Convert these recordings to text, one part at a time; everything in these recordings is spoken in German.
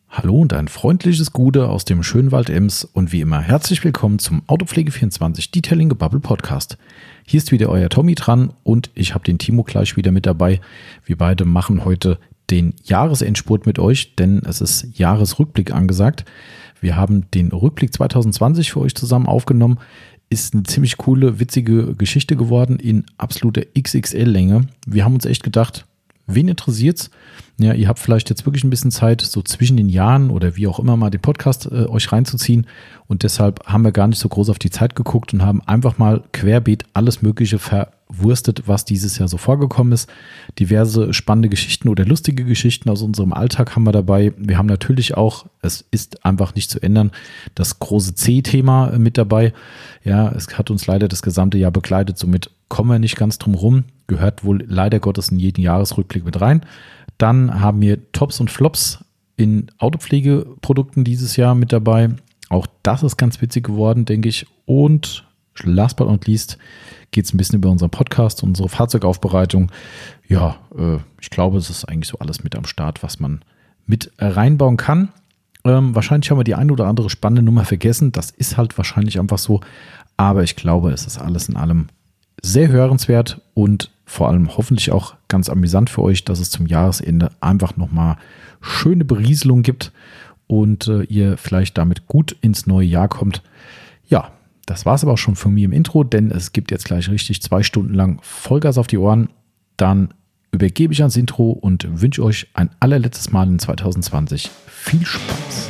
Hallo und ein freundliches Gute aus dem schönen Wald Ems und wie immer herzlich willkommen zum Autopflege24 Detailing Gebubble Podcast. Hier ist wieder euer Tommy dran und ich habe den Timo gleich wieder mit dabei. Wir beide machen heute den Jahresendspurt mit euch, denn es ist Jahresrückblick angesagt. Wir haben den Rückblick 2020 für euch zusammen aufgenommen. Ist eine ziemlich coole, witzige Geschichte geworden in absoluter XXL-Länge. Wir haben uns echt gedacht, wen interessiert's? Ja, ihr habt vielleicht jetzt wirklich ein bisschen Zeit, so zwischen den Jahren oder wie auch immer mal den Podcast euch reinzuziehen. Und deshalb haben wir gar nicht so groß auf die Zeit geguckt und haben einfach mal querbeet alles Mögliche verwurstet, was dieses Jahr so vorgekommen ist. Diverse spannende Geschichten oder lustige Geschichten aus unserem Alltag haben wir dabei. Wir haben natürlich auch, es ist einfach nicht zu ändern, das große C-Thema mit dabei. Ja, es hat uns leider das gesamte Jahr begleitet, somit kommen wir nicht ganz drum rum. Gehört wohl leider Gottes in jeden Jahresrückblick mit rein. Dann haben wir Tops und Flops in Autopflegeprodukten dieses Jahr mit dabei. Auch das ist ganz witzig geworden, denke ich. Und last but not least geht es ein bisschen über unseren Podcast, unsere Fahrzeugaufbereitung. Ja, ich glaube, es ist eigentlich so alles mit am Start, was man mit reinbauen kann. Wahrscheinlich haben wir die eine oder andere spannende Nummer vergessen. Das ist halt wahrscheinlich einfach so. Aber ich glaube, es ist alles in allem sehr hörenswert und vor allem hoffentlich auch ganz amüsant für euch, dass es zum Jahresende einfach nochmal schöne Berieselung gibt und ihr vielleicht damit gut ins neue Jahr kommt. Ja, das war es aber auch schon von mir im Intro, denn es gibt jetzt gleich richtig 2 Stunden lang Vollgas auf die Ohren. Dann übergebe ich ans Intro und wünsche euch ein allerletztes Mal in 2020 viel Spaß.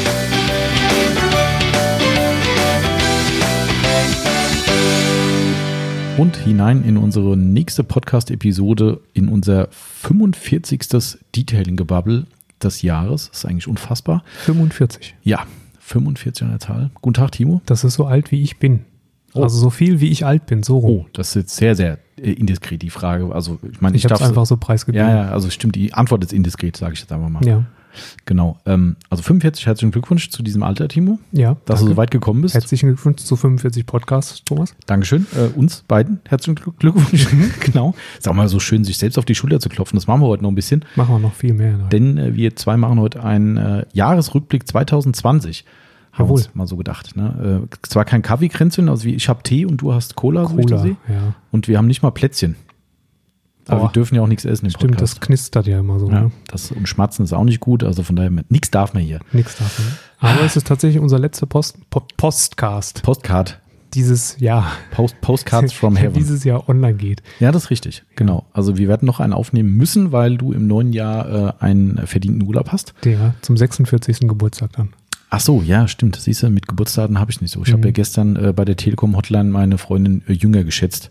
Und hinein in unsere nächste Podcast-Episode, in unser 45. Detailing-Gebubble des Jahres. Das ist eigentlich unfassbar. 45. Ja, 45 an der Zahl. Guten Tag, Timo. Das ist so alt, wie ich bin. Oh. Also so viel, wie ich alt bin, so rum. Oh, das ist jetzt sehr, sehr indiskret, die Frage. Also ich meine, ich habe es einfach so preisgegeben. Ja, also stimmt, die Antwort ist indiskret, sage ich jetzt einfach mal. Ja. Genau. Also 45, herzlichen Glückwunsch zu diesem Alter, Timo. Ja. Dass du so weit gekommen bist. Herzlichen Glückwunsch zu 45 Podcasts, Thomas. Dankeschön. Uns beiden herzlichen Glückwunsch. Genau. Sag mal, so schön, sich selbst auf die Schulter zu klopfen. Das machen wir heute noch ein bisschen. Machen wir noch viel mehr. Denn wir zwei machen heute einen Jahresrückblick 2020. Haben wir uns mal so gedacht. Ne? Zwar kein Kaffeekränzchen, also wie ich habe Tee und du hast Cola, so wie ich sehe. Ja. Und wir haben nicht mal Plätzchen. Aber wir dürfen ja auch nichts essen im Podcast. Stimmt, das knistert ja immer so. Ja, ne? Und Schmatzen ist auch nicht gut, also von daher, nichts darf man hier. Nichts darf man. Aber es ist tatsächlich unser letzter Postcast. Postcard. Dieses Jahr. Postcards from Heaven. Dieses Jahr online geht. Ja, das ist richtig, genau. Also wir werden noch einen aufnehmen müssen, weil du im neuen Jahr einen verdienten Urlaub hast. Ja, zum 46. Geburtstag dann. Ach so, ja, stimmt. Siehst du, mit Geburtsdaten habe ich nicht so. Ich habe ja gestern bei der Telekom-Hotline meine Freundin jünger geschätzt,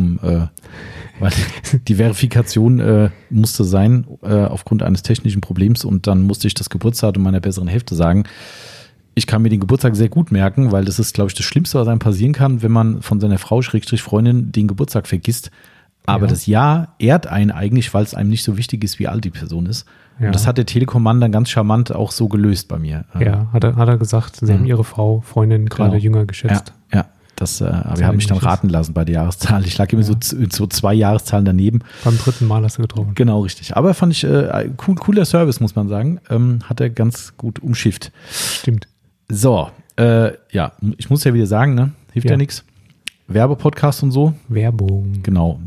weil die Verifikation musste sein aufgrund eines technischen Problems und dann musste ich das Geburtsdatum meiner besseren Hälfte sagen. Ich kann mir den Geburtstag sehr gut merken, weil das ist, glaube ich, das Schlimmste, was einem passieren kann, wenn man von seiner Frau Freundin den Geburtstag vergisst. Aber das Jahr ehrt einen eigentlich, weil es einem nicht so wichtig ist, wie alt die Person ist. Ja. Und das hat der Telekom-Mann dann ganz charmant auch so gelöst bei mir. Ja, hat er gesagt, sie haben ihre Freundin gerade jünger geschätzt. Ja. Wir haben mich dann raten lassen bei der Jahreszahl. Ich lag immer so 2 Jahreszahlen daneben. Beim 3. Mal hast du getroffen. Genau, richtig. Aber fand ich cooler Service, muss man sagen. Hat er ganz gut umschifft. Stimmt. So, ich muss ja wieder sagen, ne? Hilft ja nichts. Werbepodcast und so. Werbung. Genau.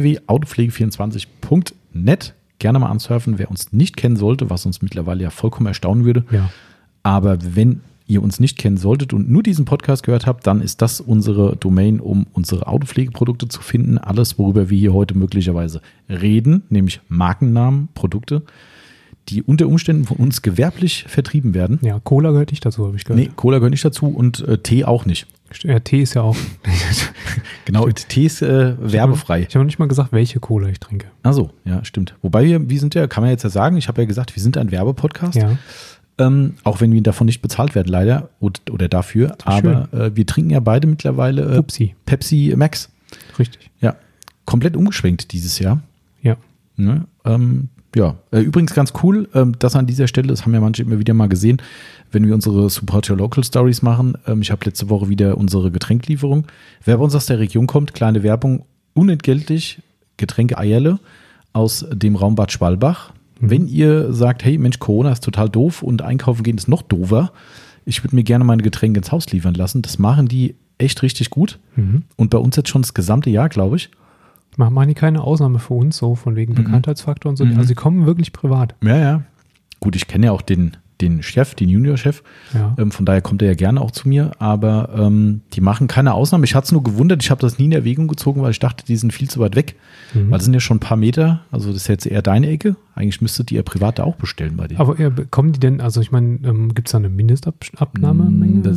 www.autopflege24.net. Gerne mal ansurfen, wer uns nicht kennen sollte, was uns mittlerweile ja vollkommen erstaunen würde. Ja. Aber wenn ihr uns nicht kennen solltet und nur diesen Podcast gehört habt, dann ist das unsere Domain, um unsere Autopflegeprodukte zu finden. Alles, worüber wir hier heute möglicherweise reden, nämlich Markennamen, Produkte, die unter Umständen von uns gewerblich vertrieben werden. Ja, Cola gehört nicht dazu, habe ich gehört. Nee, Cola gehört nicht dazu und Tee auch nicht. Ja, Tee ist ja auch. Genau, Tee ist werbefrei. Ich habe nicht mal gesagt, welche Cola ich trinke. Ach so, ja, stimmt. Wobei wir sind ja, kann man jetzt ja sagen, ich habe ja gesagt, wir sind ein Werbepodcast. Ja. Auch wenn wir davon nicht bezahlt werden, leider, oder dafür. Aber wir trinken ja beide mittlerweile Pepsi Max. Richtig. Ja, komplett umgeschwenkt dieses Jahr. Ja. Ne? Übrigens ganz cool, das an dieser Stelle, das haben ja manche immer wieder mal gesehen, wenn wir unsere Support Your Local Stories machen. Ich habe letzte Woche wieder unsere Getränklieferung. Wer bei uns aus der Region kommt, kleine Werbung, unentgeltlich, Getränke Eierle aus dem Raum Bad Schwalbach. Wenn ihr sagt, hey Mensch, Corona ist total doof und einkaufen gehen ist noch doofer, ich würde mir gerne meine Getränke ins Haus liefern lassen. Das machen die echt richtig gut. Und bei uns jetzt schon das gesamte Jahr, glaube ich. Machen die keine Ausnahme für uns, so von wegen Bekanntheitsfaktor und so. Also sie kommen wirklich privat. Ja. Gut, ich kenne ja auch den Chef, den Juniorchef. Ja. Von daher kommt er ja gerne auch zu mir. Aber die machen keine Ausnahme. Ich hatte es nur gewundert. Ich habe das nie in Erwägung gezogen, weil ich dachte, die sind viel zu weit weg. Weil das sind ja schon ein paar Meter. Also das ist jetzt eher deine Ecke. Eigentlich müsstet ihr privat auch bestellen bei denen. Aber bekommen die denn, also ich meine, gibt es da eine Mindestabnahmemenge?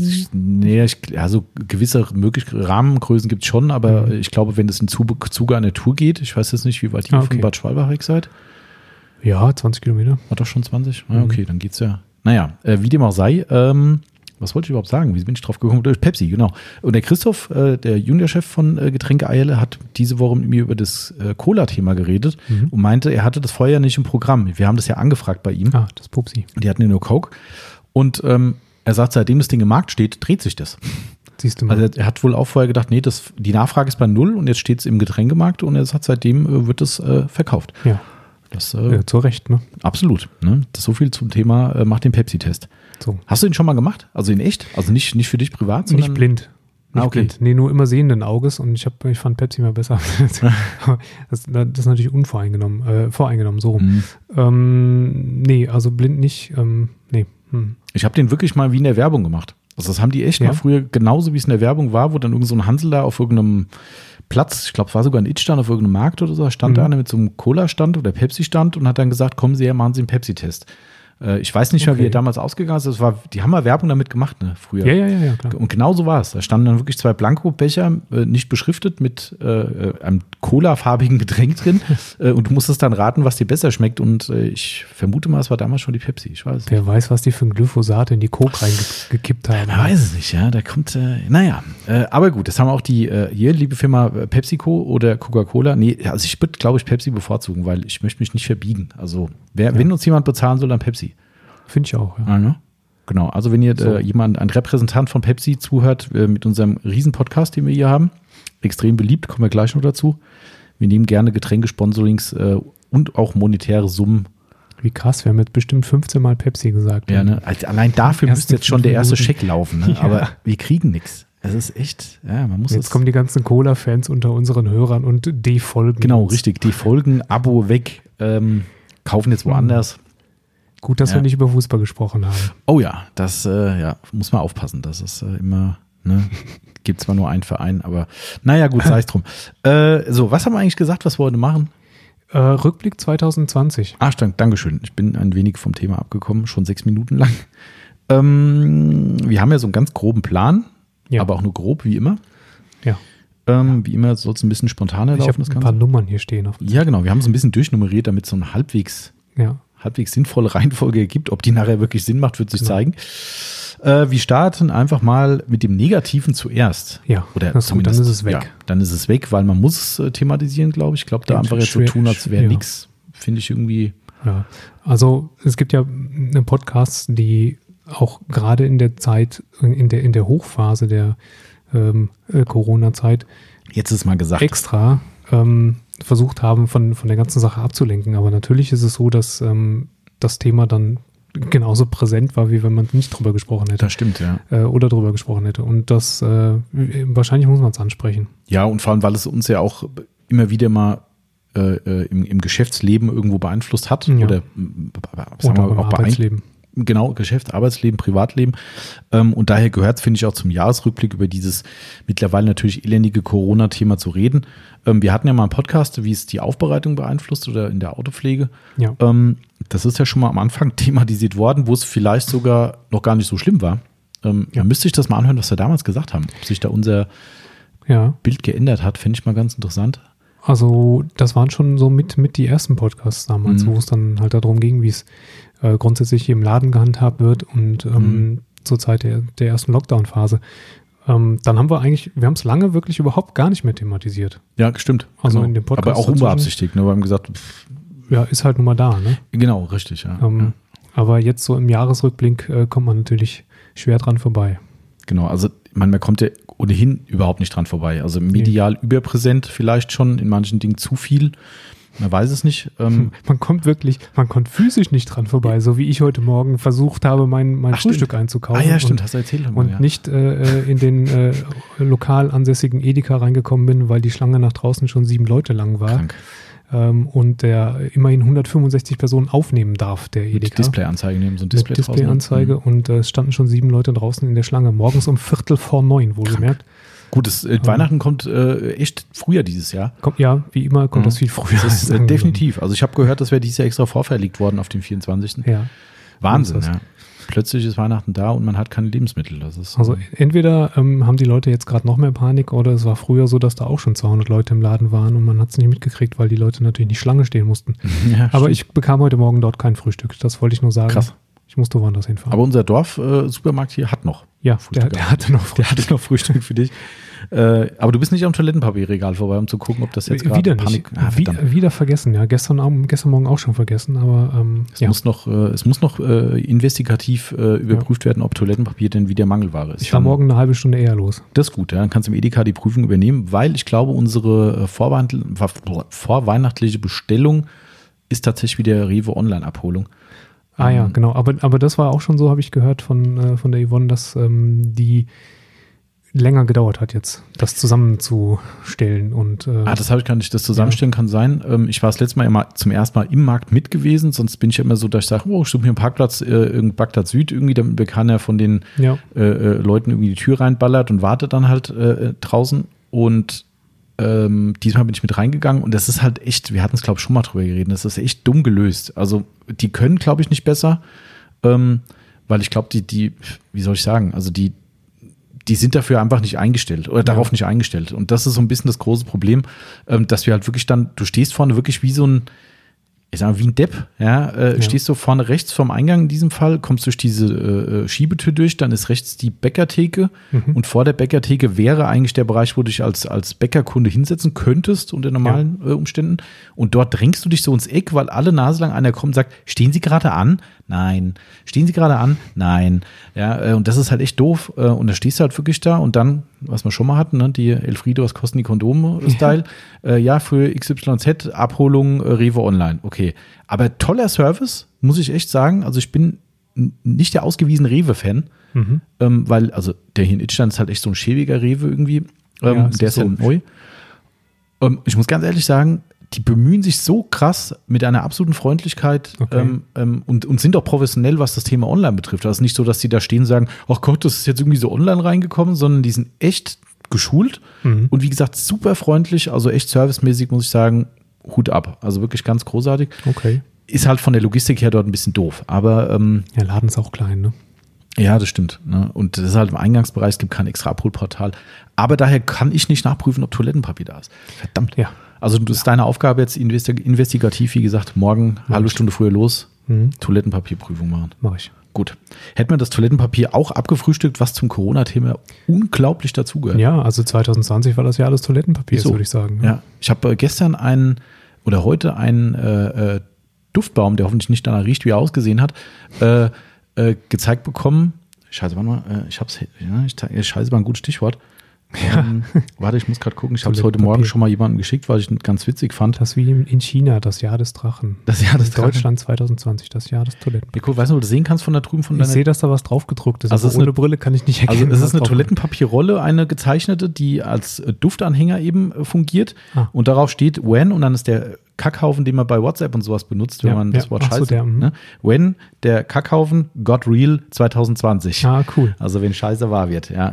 Also gewisse mögliche Rahmengrößen gibt es schon. Aber ich glaube, wenn es in Zuge einer Tour geht, ich weiß jetzt nicht, wie weit ihr von Bad Schwalbach weg seid. Ja, 20 Kilometer. War doch schon 20? Ja, okay, dann geht's ja. Naja, wie dem auch sei, was wollte ich überhaupt sagen? Wie bin ich drauf gekommen? Durch Pepsi, genau. Und der Christoph, der Juniorchef von Getränke Eierle, hat diese Woche mit mir über das Cola-Thema geredet und meinte, er hatte das vorher nicht im Programm. Wir haben das ja angefragt bei ihm. Das Pupsi. Die hatten ja nur Coke. Und er sagt, seitdem das Ding im Markt steht, dreht sich das. Siehst du mal. Also er hat wohl auch vorher gedacht, nee, die Nachfrage ist bei 0 und jetzt steht es im Getränkemarkt und er sagt, seitdem wird es verkauft. Ja. Das, zu Recht, ne? Absolut. Ne? Das ist so viel zum Thema, mach den Pepsi-Test. So. Hast du ihn schon mal gemacht? Also in echt? Also nicht für dich privat, sondern Nicht blind. Okay. Blind. Nee, nur immer sehenden Auges und ich fand Pepsi mal besser. das ist natürlich voreingenommen, so rum. Nee, also blind nicht, nee. Ich habe den wirklich mal wie in der Werbung gemacht. Also das haben die echt mal früher, genauso wie es in der Werbung war, wo dann irgend so ein Hansel da auf irgendeinem Platz, ich glaube, es war sogar ein Itch-Stand auf irgendeinem Markt oder so, da stand einer mit so einem Cola-Stand oder Pepsi-Stand und hat dann gesagt, kommen Sie her, machen Sie einen Pepsi-Test. Ich weiß nicht mehr, wie er damals ausgegangen ist. Die haben mal Werbung damit gemacht, ne, früher. Ja, klar. Und genau so war es. Da standen dann wirklich 2 Blanko-Becher, nicht beschriftet, mit einem Cola-farbigen Getränk drin. Und du musstest dann raten, was dir besser schmeckt. Und ich vermute mal, es war damals schon die Pepsi. Ich weiß nicht. Wer weiß, was die für ein Glyphosat in die Coke reingekippt haben. Man weiß es nicht, ja. Da kommt, aber gut, das haben auch die hier, liebe Firma PepsiCo oder Coca-Cola. Nee, also ich würde, glaube ich, Pepsi bevorzugen, weil ich möchte mich nicht verbiegen. Also, wenn uns jemand bezahlen soll, dann Pepsi. Finde ich auch, ja. Ah, ne? Genau, also wenn ihr ein Repräsentant von Pepsi zuhört mit unserem Riesen-Podcast, den wir hier haben, extrem beliebt, kommen wir gleich noch dazu. Wir nehmen gerne Getränke-Sponsorings und auch monetäre Summen. Wie krass, wir haben jetzt bestimmt 15 Mal Pepsi gesagt. Ja, ne? Also allein dafür müsste jetzt schon der erste Scheck laufen, ne? Ja. Aber wir kriegen nichts. Es ist echt, man muss jetzt kommen die ganzen Cola-Fans unter unseren Hörern und defolgen. Genau, richtig, defolgen, Abo weg, kaufen jetzt woanders. Gut, dass wir nicht über Fußball gesprochen haben. Oh ja, das muss man aufpassen. Das ist immer, gibt zwar nur einen Verein, aber naja, gut, sei es drum. Was haben wir eigentlich gesagt, was wir heute machen? Rückblick 2020. Dankeschön. Ich bin ein wenig vom Thema abgekommen, schon 6 Minuten lang. Wir haben ja so einen ganz groben Plan, aber auch nur grob, wie immer. Ja. Wie immer soll es ein bisschen spontaner laufen. Ich habe ein paar Nummern hier stehen. Ja, genau. Wir haben es ein bisschen durchnummeriert, damit es so ein halbwegs sinnvolle Reihenfolge ergibt. Ob die nachher wirklich Sinn macht, wird sich zeigen. Wir starten einfach mal mit dem Negativen zuerst. Ja, oder das ist gut, dann ist es weg. Ja, dann ist es weg, weil man muss es thematisieren, glaube ich. Ich glaube, da einfach jetzt so tun, als wäre nichts, finde ich irgendwie. Ja, also es gibt ja Podcasts, die auch gerade in der Zeit, in der Hochphase der Corona-Zeit jetzt ist mal gesagt. Extra versucht haben, von der ganzen Sache abzulenken. Aber natürlich ist es so, dass das Thema dann genauso präsent war, wie wenn man nicht drüber gesprochen hätte. Das stimmt, ja. Oder drüber gesprochen hätte. Und das, wahrscheinlich muss man es ansprechen. Ja, und vor allem, weil es uns ja auch immer wieder mal im Geschäftsleben irgendwo beeinflusst hat. Ja. Oder sagen wir auch Arbeitsleben. Genau, Geschäft, Arbeitsleben, Privatleben. Und daher gehört es, finde ich, auch zum Jahresrückblick über dieses mittlerweile natürlich elendige Corona-Thema zu reden. Wir hatten ja mal einen Podcast, wie es die Aufbereitung beeinflusst oder in der Autopflege. Ja. Das ist ja schon mal am Anfang thematisiert worden, wo es vielleicht sogar noch gar nicht so schlimm war. Man müsste sich das mal anhören, was wir damals gesagt haben. Ob sich da unser Bild geändert hat, finde ich mal ganz interessant. Also das waren schon so mit die ersten Podcasts damals, wo es dann halt darum ging, wie es grundsätzlich hier im Laden gehandhabt wird und zur Zeit der ersten Lockdown-Phase. Dann haben wir es lange wirklich überhaupt gar nicht mehr thematisiert. Ja, stimmt. Also in dem Podcast. Aber auch unbeabsichtigt, ne? Wir haben gesagt, ja, ist halt nun mal da, ne? Genau, richtig, ja. Aber jetzt so im Jahresrückblick kommt man natürlich schwer dran vorbei. Genau, also man kommt ja ohnehin überhaupt nicht dran vorbei. Also medial überpräsent vielleicht schon, in manchen Dingen zu viel. Man weiß es nicht. Man kommt physisch nicht dran vorbei, so wie ich heute Morgen versucht habe, mein Frühstück einzukaufen. Ah ja, stimmt, hast du erzählt. Und nicht in den lokal ansässigen Edeka reingekommen bin, weil die Schlange nach draußen schon 7 Leute lang war. Krank. Und der immerhin 165 Personen aufnehmen darf, der Edeka. Mit Displayanzeige nehmen, so ein Display draußen. Displayanzeige und es standen schon 7 Leute draußen in der Schlange, morgens um 8:45, wohlgemerkt. Gut, Weihnachten kommt echt früher dieses Jahr. Ja, wie immer kommt das viel früher. Das ist, definitiv. Also ich habe gehört, das wäre dieses Jahr extra vorverlegt worden auf den 24. Ja. Wahnsinn, ja. Plötzlich ist Weihnachten da und man hat keine Lebensmittel. Das ist also entweder haben die Leute jetzt gerade noch mehr Panik oder es war früher so, dass da auch schon 200 Leute im Laden waren und man hat es nicht mitgekriegt, weil die Leute natürlich nicht Schlange stehen mussten. Ja, aber ich bekam heute Morgen dort kein Frühstück. Das wollte ich nur sagen. Krass. Ich musste woanders hinfahren. Aber unser Dorf-Supermarkt hier hat noch. Ja, der hatte noch Frühstück für dich. Aber du bist nicht am Toilettenpapierregal vorbei, um zu gucken, ob das jetzt gerade wieder Panik. Wieder vergessen, ja. Gestern Morgen auch schon vergessen, aber es muss noch investigativ überprüft werden, ob Toilettenpapier denn wieder Mangelware ist. Ich fahre morgen eine halbe Stunde eher los. Das ist gut, ja. Dann kannst du im Edeka die Prüfung übernehmen, weil ich glaube, unsere vorweihnachtliche Bestellung ist tatsächlich wieder Rewe-Online-Abholung. Ah ja, genau. Aber das war auch schon so, habe ich gehört von der Yvonne, dass die länger gedauert hat jetzt, das zusammenzustellen. Und, das habe ich gar nicht. Das Zusammenstellen kann sein. Ich war das letzte Mal zum ersten Mal im Markt mit gewesen, sonst bin ich ja immer so, dass ich sage, ich suche mir einen Parkplatz in Bagdad Süd irgendwie, damit keiner von den Leuten irgendwie die Tür reinballert und wartet dann halt draußen. Und diesmal bin ich mit reingegangen und das ist halt echt, wir hatten es glaube ich schon mal drüber geredet, das ist echt dumm gelöst. Also die können glaube ich nicht besser, weil ich glaube, wie soll ich sagen, also die sind dafür einfach nicht eingestellt oder darauf nicht eingestellt. Und das ist so ein bisschen das große Problem, dass wir halt wirklich dann, du stehst vorne wirklich wie so ein, ich sag mal, wie ein Depp, stehst du vorne rechts vorm Eingang in diesem Fall, kommst durch diese Schiebetür durch, dann ist rechts die Bäckertheke und vor der Bäckertheke wäre eigentlich der Bereich, wo du dich als Bäckerkunde hinsetzen könntest unter normalen Umständen und dort drängst du dich so ins Eck, weil alle Nase lang einer kommt und sagt, stehen Sie gerade an? Nein. Stehen Sie gerade an? Nein. Ja, und das ist halt echt doof und da stehst du halt wirklich da und dann, was wir schon mal hatten, ne, die Elfriede, was kosten die Kondome-Style? Für XYZ, Abholung, Rewe Online. Okay. Aber toller Service, muss ich echt sagen. Also ich bin nicht der ausgewiesene Rewe-Fan, weil, also der hier in Itstein ist halt echt so ein schäbiger Rewe irgendwie. Der ist ja neu. Ich muss ganz ehrlich sagen, die bemühen sich so krass mit einer absoluten Freundlichkeit und sind auch professionell, was das Thema Online betrifft. Also nicht so, dass die da stehen und sagen, ach Gott, das ist jetzt irgendwie so online reingekommen, sondern die sind echt geschult und wie gesagt, super freundlich, also echt servicemäßig, muss ich sagen, Hut ab. Also wirklich ganz großartig. Okay. Ist halt von der Logistik her dort ein bisschen doof, aber der Laden ist auch klein, ne? Ja, das stimmt. Ne? Und das ist halt im Eingangsbereich, es gibt kein extra Abholportal. Aber daher kann ich nicht nachprüfen, ob Toilettenpapier da ist. Verdammt. Ja. Also das ist deine Aufgabe jetzt investigativ, wie gesagt, morgen halbe Stunde früher los, Toilettenpapierprüfung machen. Mach ich. Gut. Hätten wir das Toilettenpapier auch abgefrühstückt, was zum Corona-Thema unglaublich dazugehört. Ja, also 2020 war das Jahr des Toilettenpapiers, würde ich sagen. Ja, ich habe gestern heute einen Duftbaum, der hoffentlich nicht danach riecht, wie er ausgesehen hat, gezeigt bekommen. Scheiße, warte mal, Scheiße war ein gutes Stichwort. Warte, ich muss gerade gucken. Ich habe es heute Morgen schon mal jemandem geschickt, weil ich es ganz witzig fand. Das wie in China, das Jahr des Drachen. Das Jahr des Drachen. Deutschland 2020, das Jahr des Toilettenpapiers. Ja, cool. Weißt du, ob du das sehen kannst von da drüben? Ich sehe, dass da was drauf gedruckt ist. Also ohne Brille kann ich nicht erkennen. Also es ist eine Toilettenpapierrolle, eine gezeichnete, die als Duftanhänger eben fungiert. Und darauf steht when und dann ist der Kackhaufen, den man bei WhatsApp und sowas benutzt, wenn man das Wort Scheiße. Ne? When der Kackhaufen got real 2020. Ah, cool. Also wenn Scheiße wahr wird. Ja,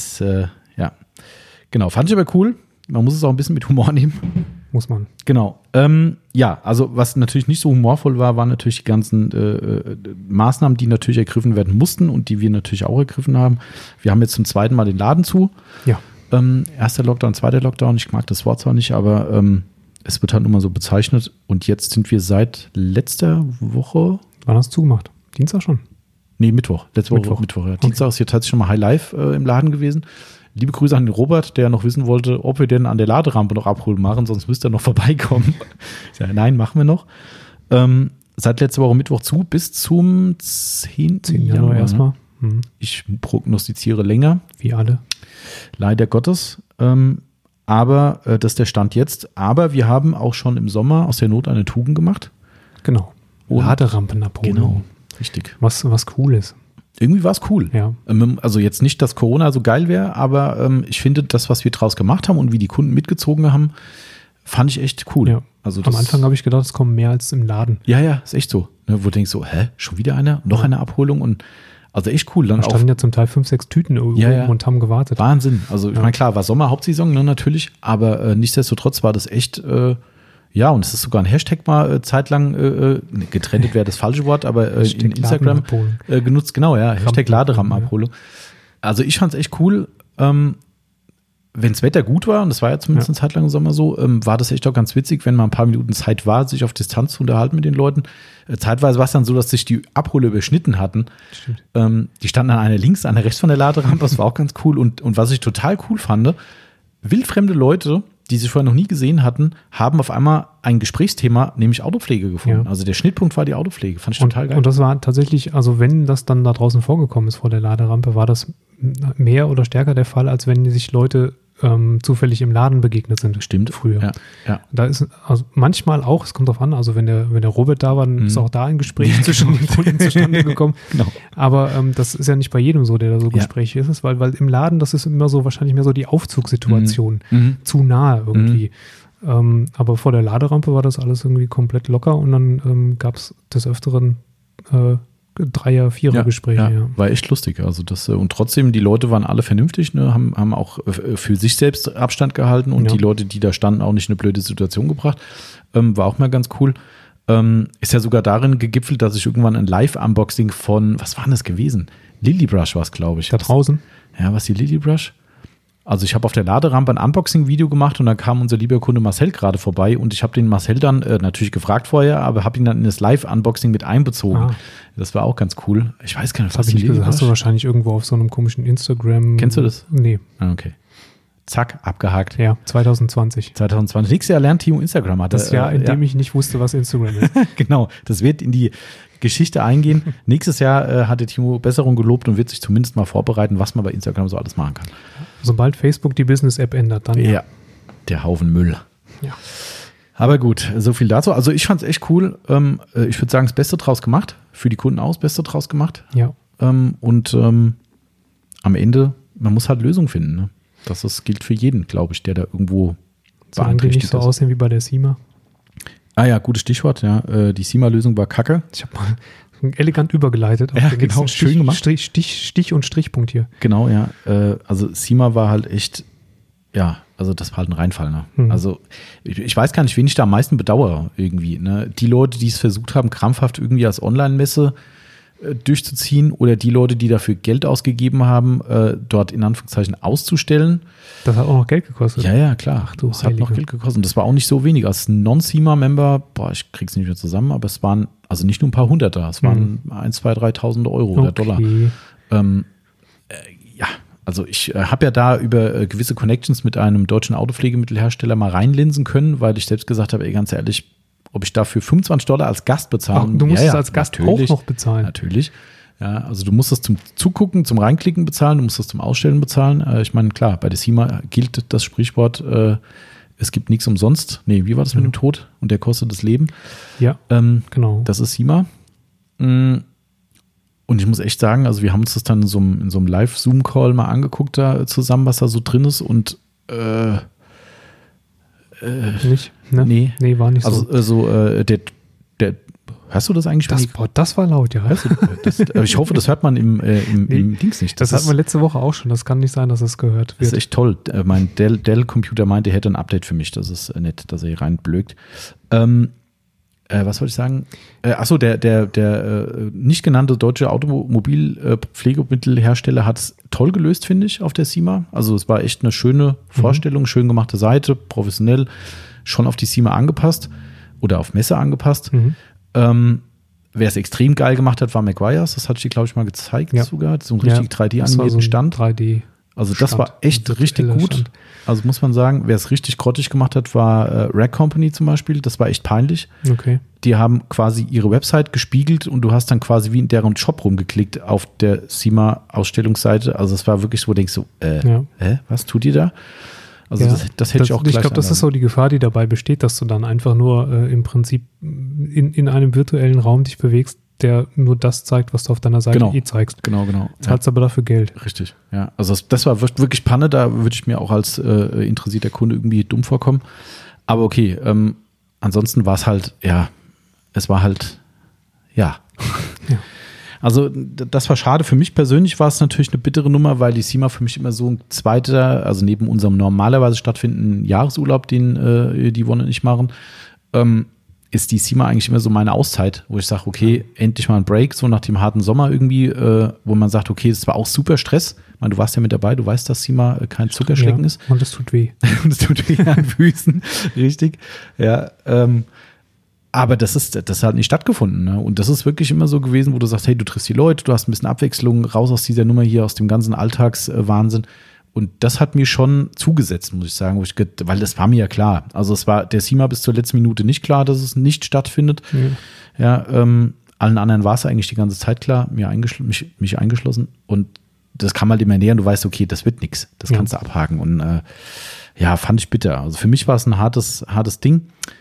Genau, fand ich aber cool. Man muss es auch ein bisschen mit Humor nehmen. Muss man. Genau. Also was natürlich nicht so humorvoll war, waren natürlich die ganzen Maßnahmen, die natürlich ergriffen werden mussten und die wir natürlich auch ergriffen haben. Wir haben jetzt zum zweiten Mal den Laden zu. Ja. Erster Lockdown, zweiter Lockdown. Ich mag das Wort zwar nicht, aber es wird halt nur mal so bezeichnet. Und jetzt sind wir seit letzter Woche. Wann hast du zugemacht? Dienstag schon? Nee, Mittwoch. Letzte Woche Mittwoch. Ja. Okay. Dienstag ist hier tatsächlich schon mal High Life im Laden gewesen. Liebe Grüße an den Robert, der noch wissen wollte, ob wir denn an der Laderampe noch abholen machen, sonst müsst ihr noch vorbeikommen. Ich sage, nein, machen wir noch. Seit letzter Woche Mittwoch zu, bis zum 10. Januar erstmal. Ich prognostiziere länger. Wie alle. Leider Gottes. Aber das ist der Stand jetzt. Aber wir haben auch schon im Sommer aus der Not eine Tugend gemacht. Genau. Laderampen abholen. Genau, richtig. Was cool ist. Irgendwie war es cool. Ja. Also jetzt nicht, dass Corona so geil wäre, aber ich finde, das, was wir draus gemacht haben und wie die Kunden mitgezogen haben, fand ich echt cool. Ja. Also am Anfang habe ich gedacht, es kommen mehr als im Laden. Ja, ist echt so. Ne, wo du denkst so, schon wieder einer? Noch eine Abholung? Und also echt cool. Dann da standen ja zum Teil 5, 6 Tüten irgendwo und haben gewartet. Wahnsinn. Also ich meine, klar, war Sommer, Hauptsaison, ne, natürlich, aber nichtsdestotrotz war das echt, und es ist sogar ein Hashtag mal zeitlang, getrennt wäre das falsche Wort, aber in Instagram genutzt, genau, ja, Hashtag Laderampenabholung. Also ich fand es echt cool, wenn das Wetter gut war, und das war ja zumindest eine Zeit lang im Sommer so, war das echt auch ganz witzig, wenn mal ein paar Minuten Zeit war, sich auf Distanz zu unterhalten mit den Leuten. Zeitweise war es dann so, dass sich die Abhole überschnitten hatten. Die standen an einer links, einer rechts von der Laderampe, das war auch ganz cool. Und was ich total cool fand, wildfremde Leute, die sich vorher noch nie gesehen hatten, haben auf einmal ein Gesprächsthema, nämlich Autopflege gefunden. Ja. Also der Schnittpunkt war die Autopflege. Fand ich total geil. Und das war tatsächlich, also wenn das dann da draußen vorgekommen ist vor der Laderampe, war das mehr oder stärker der Fall, als wenn sich Leute zufällig im Laden begegnet sind. Stimmt. Früher. Ja. Da ist also manchmal auch, es kommt drauf an, also wenn der Robert da war, dann ist auch da ein Gespräch zwischen den Kunden zustande gekommen. Genau. Aber das ist ja nicht bei jedem so, der da so gesprächig ist, weil im Laden, das ist immer so wahrscheinlich mehr so die Aufzugssituation. Zu nahe irgendwie. Aber vor der Laderampe war das alles irgendwie komplett locker und dann gab es des Öfteren Dreier-, Vierer-Gespräche. Ja, war echt lustig. Also das, und trotzdem, die Leute waren alle vernünftig, ne, haben auch für sich selbst Abstand gehalten und die Leute, die da standen, auch nicht in eine blöde Situation gebracht. War auch mal ganz cool. Ist ja sogar darin gegipfelt, dass ich irgendwann ein Live-Unboxing von, was war denn das gewesen? Lillybrush war es, glaube ich. Da draußen? Ja, was die Lillybrush? Also ich habe auf der Laderampe ein Unboxing-Video gemacht und dann kam unser lieber Kunde Marcel gerade vorbei und ich habe den Marcel dann natürlich gefragt vorher, aber habe ihn dann in das Live-Unboxing mit einbezogen. Das war auch ganz cool. Ich weiß gar nicht, was die hast du wahrscheinlich irgendwo auf so einem komischen Instagram. Kennst du das? Nee. Okay. Zack, abgehakt. Ja, 2020. Nächstes Jahr lernt Timo Instagram. Das Jahr, in dem ich nicht wusste, was Instagram ist. Genau, das wird in die Geschichte eingehen. Nächstes Jahr hat der Timo Besserung gelobt und wird sich zumindest mal vorbereiten, was man bei Instagram so alles machen kann. Sobald Facebook die Business-App ändert, dann ja. Der Haufen Müll. Ja. Aber gut, so viel dazu. Also ich fand es echt cool. Ich würde sagen, das Beste draus gemacht. Für die Kunden auch das Beste draus gemacht. Ja. Und am Ende, man muss halt Lösungen finden. Ne? Das gilt für jeden, glaube ich, der da irgendwo beeinträchtigt ist. Nicht so aussehen wie bei der SIMA. Ah ja, gutes Stichwort. Ja, die SIMA-Lösung war kacke. Ich habe mal elegant übergeleitet. Ja, genau, schön gemacht. Stich und Strichpunkt hier. Genau, ja. Also SIMA war halt echt, ja, also das war halt ein Reinfall. Ne? Also ich weiß gar nicht, wen ich da am meisten bedauere irgendwie. Ne? Die Leute, die es versucht haben, krampfhaft irgendwie als Online-Messe durchzuziehen oder die Leute, die dafür Geld ausgegeben haben, dort in Anführungszeichen auszustellen. Das hat auch noch Geld gekostet. Ja, klar. Ach, das hat noch Geld gekostet. Und das war auch nicht so wenig. Als Non-SIMA-Member, ich krieg's nicht mehr zusammen, aber es waren also nicht nur ein paar Hunderter, es waren 1, 2, 3.000 Euro oder Dollar. Ja, also ich habe ja da über gewisse Connections mit einem deutschen Autopflegemittelhersteller mal reinlinsen können, weil ich selbst gesagt habe, ey, ganz ehrlich, ob ich dafür $25 als Gast bezahle. Ach, du musst es als Gast auch noch bezahlen. Natürlich. Ja, also du musst das zum Zugucken, zum Reinklicken bezahlen, du musst das zum Ausstellen bezahlen. Ich meine, klar, bei der SIMA gilt das Sprichwort, es gibt nichts umsonst. Nee, wie war das mit dem Tod? Und der kostet das Leben. Ja, genau. Das ist SIMA. Und ich muss echt sagen, also wir haben uns das dann in so einem Live-Zoom-Call mal angeguckt da zusammen, was da so drin ist und nicht? Ne? Nee, war nicht so. Also der hörst du das eigentlich? Das war laut, ja. Ich hoffe, das hört man im Dings nicht. Das hatten wir letzte Woche auch schon. Das kann nicht sein, dass es gehört wird. Das ist echt toll. Mein Dell-Computer meinte, er hätte ein Update für mich. Das ist nett, dass er hier reinblökt. Was wollte ich sagen? Achso, der nicht genannte deutsche Automobilpflegemittelhersteller hat es toll gelöst, finde ich, auf der SIMA. Also es war echt eine schöne Vorstellung, schön gemachte Seite, professionell, schon auf die SIMA angepasst oder auf Messe angepasst. Wer es extrem geil gemacht hat, war Maguire's. Das hatte ich dir, glaube ich, mal gezeigt sogar. So ein richtig 3D-animierten Stand. 3D. Also das war echt richtig gut. Stand. Also muss man sagen, wer es richtig grottig gemacht hat, war Rack Company zum Beispiel. Das war echt peinlich. Okay. Die haben quasi ihre Website gespiegelt und du hast dann quasi wie in deren Shop rumgeklickt auf der SIMA-Ausstellungsseite. Also es war wirklich so, wo du denkst so, was tut ihr da? Also das hätte ich auch gleich. Ich glaube, das ist so die Gefahr, die dabei besteht, dass du dann einfach nur im Prinzip in einem virtuellen Raum dich bewegst, der nur das zeigt, was du auf deiner Seite zeigst. Genau. Zahlst aber dafür Geld. Richtig, ja. Also das war wirklich Panne, da würde ich mir auch als interessierter Kunde irgendwie dumm vorkommen. Aber okay, ansonsten war es halt, es war halt, ja. Also das war schade. Für mich persönlich war es natürlich eine bittere Nummer, weil die SEMA für mich immer so ein zweiter, also neben unserem normalerweise stattfindenden Jahresurlaub, den die Wonne nicht machen, ist die SEMA eigentlich immer so meine Auszeit, wo ich sage, okay, endlich mal ein Break, so nach dem harten Sommer irgendwie, wo man sagt, okay, es war auch super Stress. Ich meine, du warst ja mit dabei, du weißt, dass SEMA kein Zuckerschlecken ist. Und es tut weh. Und es tut weh an den Füßen, richtig. Ja, aber das hat nicht stattgefunden. Ne? Und das ist wirklich immer so gewesen, wo du sagst, hey, du triffst die Leute, du hast ein bisschen Abwechslung, raus aus dieser Nummer hier, aus dem ganzen Alltagswahnsinn. Und das hat mir schon zugesetzt, muss ich sagen, weil das war mir ja klar. Also es war der SEMA bis zur letzten Minute nicht klar, dass es nicht stattfindet. Ja, allen anderen war es eigentlich die ganze Zeit klar, mich eingeschlossen. Und das kam halt immer näher und du weißt, okay, das wird nichts. Das kannst du abhaken. Und fand ich bitter. Also für mich war es ein hartes Ding.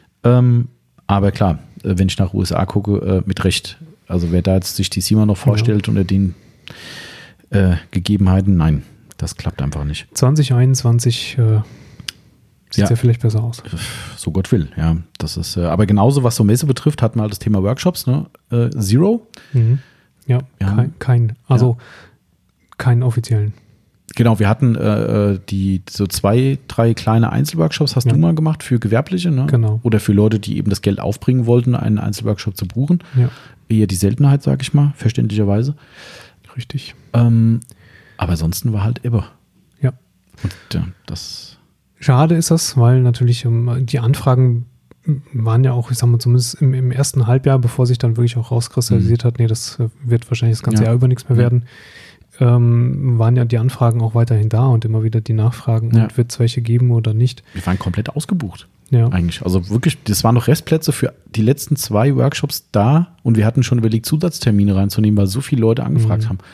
Aber klar, wenn ich nach USA gucke, mit Recht. Also wer da jetzt sich die SEMA noch vorstellt unter den Gegebenheiten, nein. Das klappt einfach nicht. 2021 sieht ja vielleicht besser aus. So Gott will, ja. Das ist, aber genauso, was so Messe betrifft, hatten wir halt das Thema Workshops, ne? Zero. Mhm. Ja, keinen offiziellen. Genau, wir hatten die so 2-3 kleine Einzelworkshops, hast du mal gemacht für Gewerbliche, ne? Genau. Oder für Leute, die eben das Geld aufbringen wollten, einen Einzelworkshop zu buchen. Ja. Eher die Seltenheit, sage ich mal, verständlicherweise. Richtig. Aber ansonsten war halt immer. Ja. Und das. Schade ist das, weil natürlich die Anfragen waren ja auch, ich sag mal, zumindest im ersten Halbjahr, bevor sich dann wirklich auch rauskristallisiert hat, das wird wahrscheinlich das ganze Jahr über nichts mehr werden, waren ja die Anfragen auch weiterhin da und immer wieder die Nachfragen und wird es welche geben oder nicht. Wir waren komplett ausgebucht. Ja. Eigentlich. Also wirklich, das waren noch Restplätze für die letzten 2 Workshops da und wir hatten schon überlegt, Zusatztermine reinzunehmen, weil so viele Leute angefragt haben.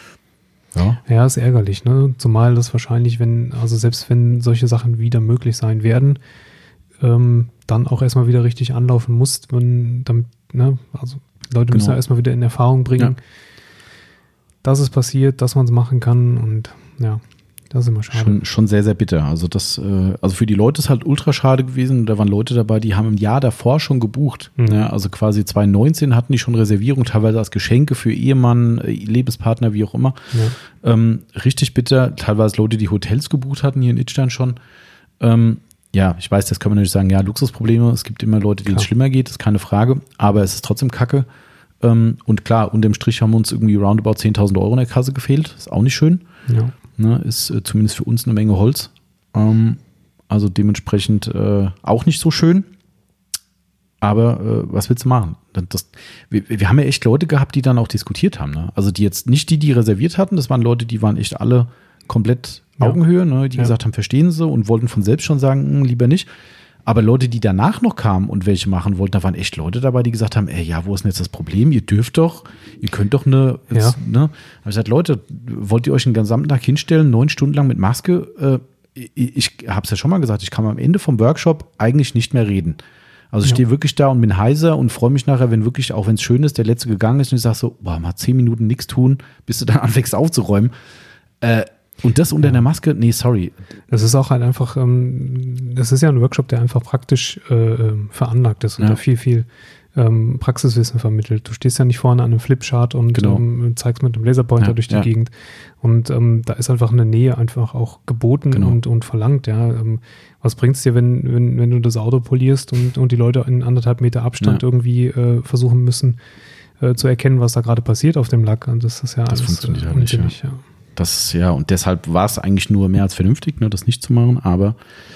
Ja, ist ärgerlich, ne? Zumal das wahrscheinlich, selbst wenn solche Sachen wieder möglich sein werden, dann auch erstmal wieder richtig anlaufen muss, damit, ne? Also Leute müssen ja erstmal wieder in Erfahrung bringen, dass es passiert, dass man es machen kann und das ist immer schade. Schon sehr, sehr bitter. Also also für die Leute ist halt ultra schade gewesen. Da waren Leute dabei, die haben im Jahr davor schon gebucht. Ne? Also quasi 2019 hatten die schon Reservierung, teilweise als Geschenke für Ehemann, Lebenspartner, wie auch immer. Ja. Richtig bitter. Teilweise Leute, die Hotels gebucht hatten, hier in Idstein schon. Ich weiß, das kann man natürlich sagen, Luxusprobleme. Es gibt immer Leute, denen es schlimmer geht, das ist keine Frage. Aber es ist trotzdem Kacke. Und klar, unterm Strich haben uns irgendwie roundabout 10.000 Euro in der Kasse gefehlt. Ist auch nicht schön. Ja. Ne, ist zumindest für uns eine Menge Holz. Also dementsprechend auch nicht so schön. Aber was willst du machen? Wir haben ja echt Leute gehabt, die dann auch diskutiert haben. Ne? Also die jetzt nicht die reserviert hatten, das waren Leute, die waren echt alle komplett Augenhöhe, ne? Die gesagt haben, verstehen sie und wollten von selbst schon sagen, lieber nicht. Aber Leute, die danach noch kamen und welche machen wollten, da waren echt Leute dabei, die gesagt haben, wo ist denn jetzt das Problem? Ihr könnt doch ne? Habe ich gesagt, Leute, wollt ihr euch den gesamten Tag hinstellen, 9 Stunden lang mit Maske? Ich habe es ja schon mal gesagt, ich kann am Ende vom Workshop eigentlich nicht mehr reden. Also ich stehe wirklich da und bin heiser und freue mich nachher, wenn wirklich, auch wenn es schön ist, der Letzte gegangen ist und ich sage so, mal 10 Minuten nichts tun, bis du dann anfängst aufzuräumen. Und das unter einer Maske? Nee, sorry. Das ist auch halt einfach, das ist ja ein Workshop, der einfach praktisch veranlagt ist und da viel Praxiswissen vermittelt. Du stehst ja nicht vorne an einem Flipchart und zeigst mit einem Laserpointer durch die Gegend. Und da ist einfach eine Nähe einfach auch geboten und verlangt. Ja. Was bringt es dir, wenn du das Auto polierst und die Leute in 1,5 Meter Abstand irgendwie versuchen müssen zu erkennen, was da gerade passiert auf dem Lack? Und das ist ja alles funktioniert halt nicht. Das und deshalb war es eigentlich nur mehr als vernünftig, ne, das nicht zu machen, aber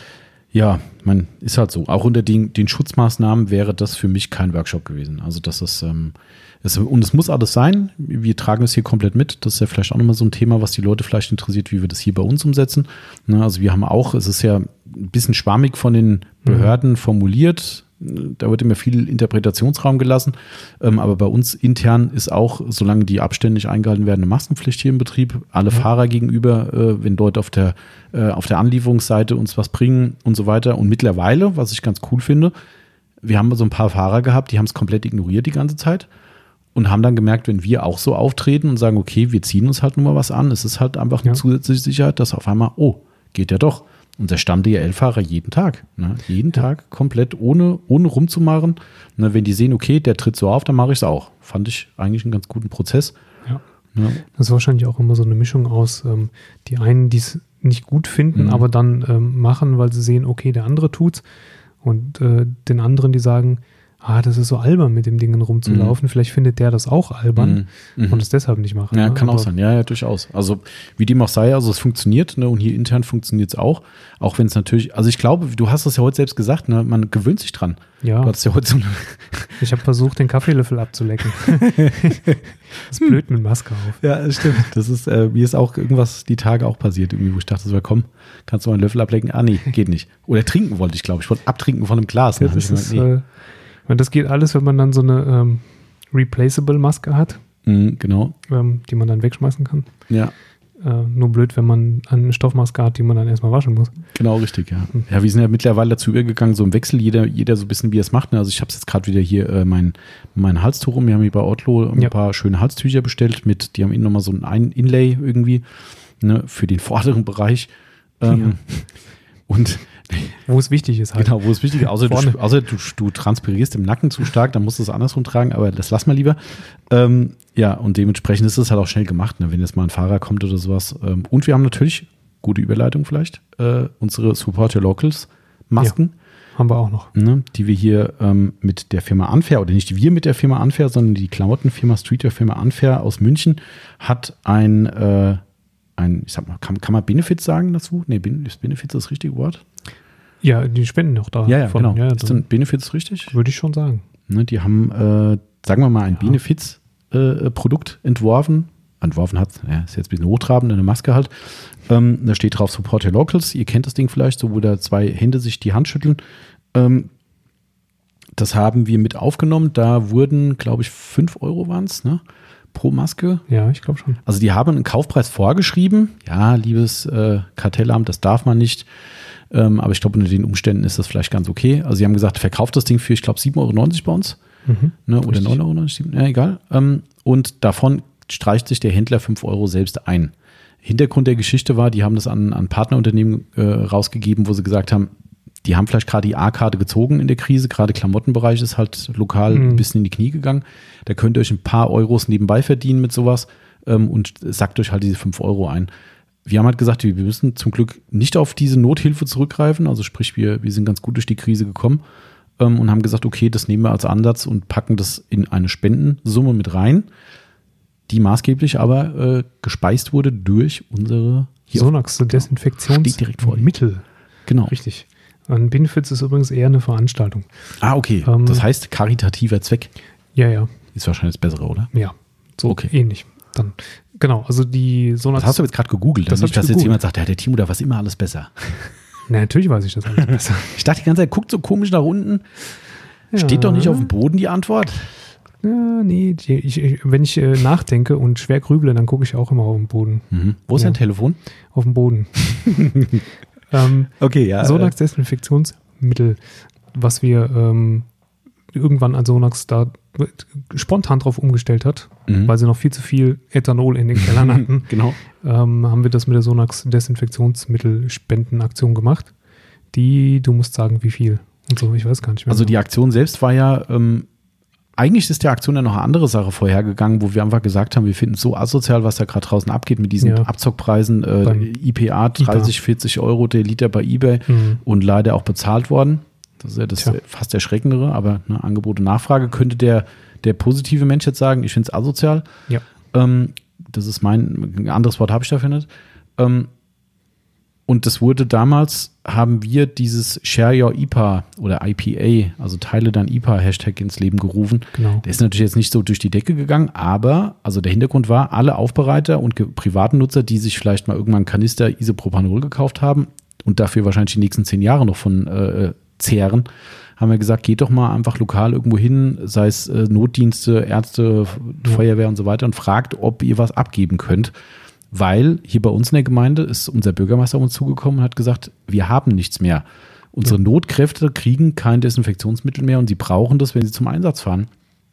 man ist halt so. Auch unter den Schutzmaßnahmen wäre das für mich kein Workshop gewesen. Also das ist, und es muss alles sein. Wir tragen es hier komplett mit. Das ist ja vielleicht auch nochmal so ein Thema, was die Leute vielleicht interessiert, wie wir das hier bei uns umsetzen. Ne, also wir haben auch, es ist ja ein bisschen schwammig von den Behörden formuliert, Da wird immer viel Interpretationsraum gelassen. Aber bei uns intern ist auch, solange die Abstände nicht eingehalten werden, eine Maskenpflicht hier im Betrieb. Alle Fahrer gegenüber, wenn dort auf der Anlieferungsseite uns was bringen und so weiter. Und mittlerweile, was ich ganz cool finde, wir haben so ein paar Fahrer gehabt, die haben es komplett ignoriert die ganze Zeit und haben dann gemerkt, wenn wir auch so auftreten und sagen, okay, wir ziehen uns halt nur mal was an, es ist halt einfach eine zusätzliche Sicherheit, dass auf einmal, geht ja doch. Und der Stamm-DRL-Fahrer jeden Tag. Ne? Jeden Tag komplett ohne rumzumachen. Ne? Wenn die sehen, okay, der tritt so auf, dann mache ich es auch. Fand ich eigentlich einen ganz guten Prozess. Ja. Ja. Das ist wahrscheinlich auch immer so eine Mischung aus, die einen, die es nicht gut finden, aber dann machen, weil sie sehen, okay, der andere tut's. Und den anderen, die sagen, das ist so albern, mit dem Dingen rumzulaufen. Vielleicht findet der das auch albern und es deshalb nicht machen. Ja, kann auch sein. Ja, durchaus. Also wie dem auch sei, also es funktioniert, ne? Und hier intern funktioniert es auch wenn es natürlich, also ich glaube, du hast es ja heute selbst gesagt, ne? Man gewöhnt sich dran. Ja. Du hattest ja heute so ich habe versucht, den Kaffeelöffel abzulecken. Das ist blöd mit Maske auf. Ja, das stimmt. Das ist, mir ist auch irgendwas die Tage auch passiert, irgendwie, wo ich dachte, so, komm, kannst du mal einen Löffel ablecken? Nee, geht nicht. Oder trinken wollte ich, glaube ich. Ich wollte abtrinken von einem Glas. Ja, das geht alles, wenn man dann so eine replaceable Maske hat. Genau. Die man dann wegschmeißen kann. Ja. Nur blöd, wenn man eine Stoffmaske hat, die man dann erstmal waschen muss. Genau, richtig, ja. Ja, wir sind ja mittlerweile dazu übergegangen, so im Wechsel, jeder so ein bisschen, wie er es macht. Ne? Also ich habe jetzt gerade wieder hier mein Halstuch Wir haben hier bei Otlo ein paar schöne Halstücher bestellt die haben innen nochmal so ein Inlay irgendwie, ne, für den vorderen Bereich. Und wo es wichtig ist halt. Genau, wo es wichtig ist. Außer du transpirierst im Nacken zu stark, dann musst du es andersrum tragen, aber das lass mal lieber. Und dementsprechend ist es halt auch schnell gemacht, ne, wenn jetzt mal ein Fahrer kommt oder sowas. Und wir haben natürlich, gute Überleitung vielleicht, unsere Support Your Locals Masken. Ja, haben wir auch noch. Ne, die wir hier mit der Firma Unfair, oder nicht wir mit der Firma Unfair, sondern die Klamottenfirma Streetwear-Firma Unfair aus München hat ich sag mal, kann man Benefits sagen dazu? Nee, ist Benefits das richtige Wort? Ja, die spenden auch da. Ja, genau. Ja, ist dann Benefits richtig? Würde ich schon sagen. Ne, die haben, sagen wir mal, ein Benefits-Produkt entworfen. Entworfen hat, ist jetzt ein bisschen hochtrabend, eine Maske halt. Da steht drauf Support Your Locals. Ihr kennt das Ding vielleicht, so wo da zwei Hände sich die Hand schütteln. Das haben wir mit aufgenommen. Da wurden, glaube ich, 5 Euro waren es, ne? Pro Maske. Ja, ich glaube schon. Also die haben einen Kaufpreis vorgeschrieben. Ja, liebes Kartellamt, das darf man nicht. Aber ich glaube, unter den Umständen ist das vielleicht ganz okay. Also sie haben gesagt, verkauft das Ding für, ich glaube, 7,90 Euro bei uns. Ne, oder 9,90 Euro. Ja, egal. Und davon streicht sich der Händler 5 Euro selbst ein. Hintergrund der Geschichte war, die haben das an Partnerunternehmen rausgegeben, wo sie gesagt haben, die haben vielleicht gerade die A-Karte gezogen in der Krise. Gerade Klamottenbereich ist halt lokal ein bisschen in die Knie gegangen. Da könnt ihr euch ein paar Euros nebenbei verdienen mit sowas und sackt euch halt diese 5 Euro ein. Wir haben halt gesagt, wir müssen zum Glück nicht auf diese Nothilfe zurückgreifen. Also sprich, wir sind ganz gut durch die Krise gekommen und haben gesagt, okay, das nehmen wir als Ansatz und packen das in eine Spendensumme mit rein, die maßgeblich aber gespeist wurde durch unsere Sonax-Desinfektionsmittel. Genau. Richtig. Ein Benefits ist übrigens eher eine Veranstaltung. Okay. Das heißt karitativer Zweck. Ja. Ist wahrscheinlich das Bessere, oder? Ja, so ähnlich. Dann, genau, also die Sonax. Das hast du jetzt gerade gegoogelt. Dass jetzt jemand sagt, der Timo, da war immer alles besser. Na, natürlich weiß ich das alles besser. Ich dachte die ganze Zeit, guckt so komisch nach unten. Ja. Steht doch nicht auf dem Boden die Antwort. Ja, nee, wenn ich nachdenke und schwer grüble, dann gucke ich auch immer auf den Boden. Wo ist dein Telefon? Auf dem Boden. Okay, ja. Sonax Desinfektionsmittel, was wir irgendwann an Sonax da spontan drauf umgestellt hat, weil sie noch viel zu viel Ethanol in den Kellern hatten. Genau. Haben wir das mit der Sonax Desinfektionsmittel-Spendenaktion gemacht. Du musst sagen, wie viel und so, ich weiß gar nicht mehr. Also die Aktion selbst war ja, eigentlich ist der Aktion ja noch eine andere Sache vorhergegangen, wo wir einfach gesagt haben, wir finden es so asozial, was da gerade draußen abgeht mit diesen Abzockpreisen, IPA 30, 40 Euro der Liter bei eBay und leider auch bezahlt worden. Das ist ja das fast Erschreckendere, aber Angebot und Nachfrage könnte der positive Mensch jetzt sagen, ich finde es asozial. Ja. Das ist ein anderes Wort habe ich dafür nicht. Und das wurde damals, haben wir dieses Share Your IPA oder IPA, also Teile dein IPA Hashtag ins Leben gerufen. Genau. Der ist natürlich jetzt nicht so durch die Decke gegangen, aber also der Hintergrund war, alle Aufbereiter und privaten Nutzer, die sich vielleicht mal irgendwann einen Kanister Isopropanol gekauft haben und dafür wahrscheinlich die nächsten 10 Jahre noch von zehren, haben wir gesagt, geht doch mal einfach lokal irgendwo hin, sei es Notdienste, Ärzte, Feuerwehr und so weiter und fragt, ob ihr was abgeben könnt. Weil hier bei uns in der Gemeinde ist unser Bürgermeister auf uns zugekommen und hat gesagt, wir haben nichts mehr. Unsere Notkräfte kriegen kein Desinfektionsmittel mehr und sie brauchen das, wenn sie zum Einsatz fahren.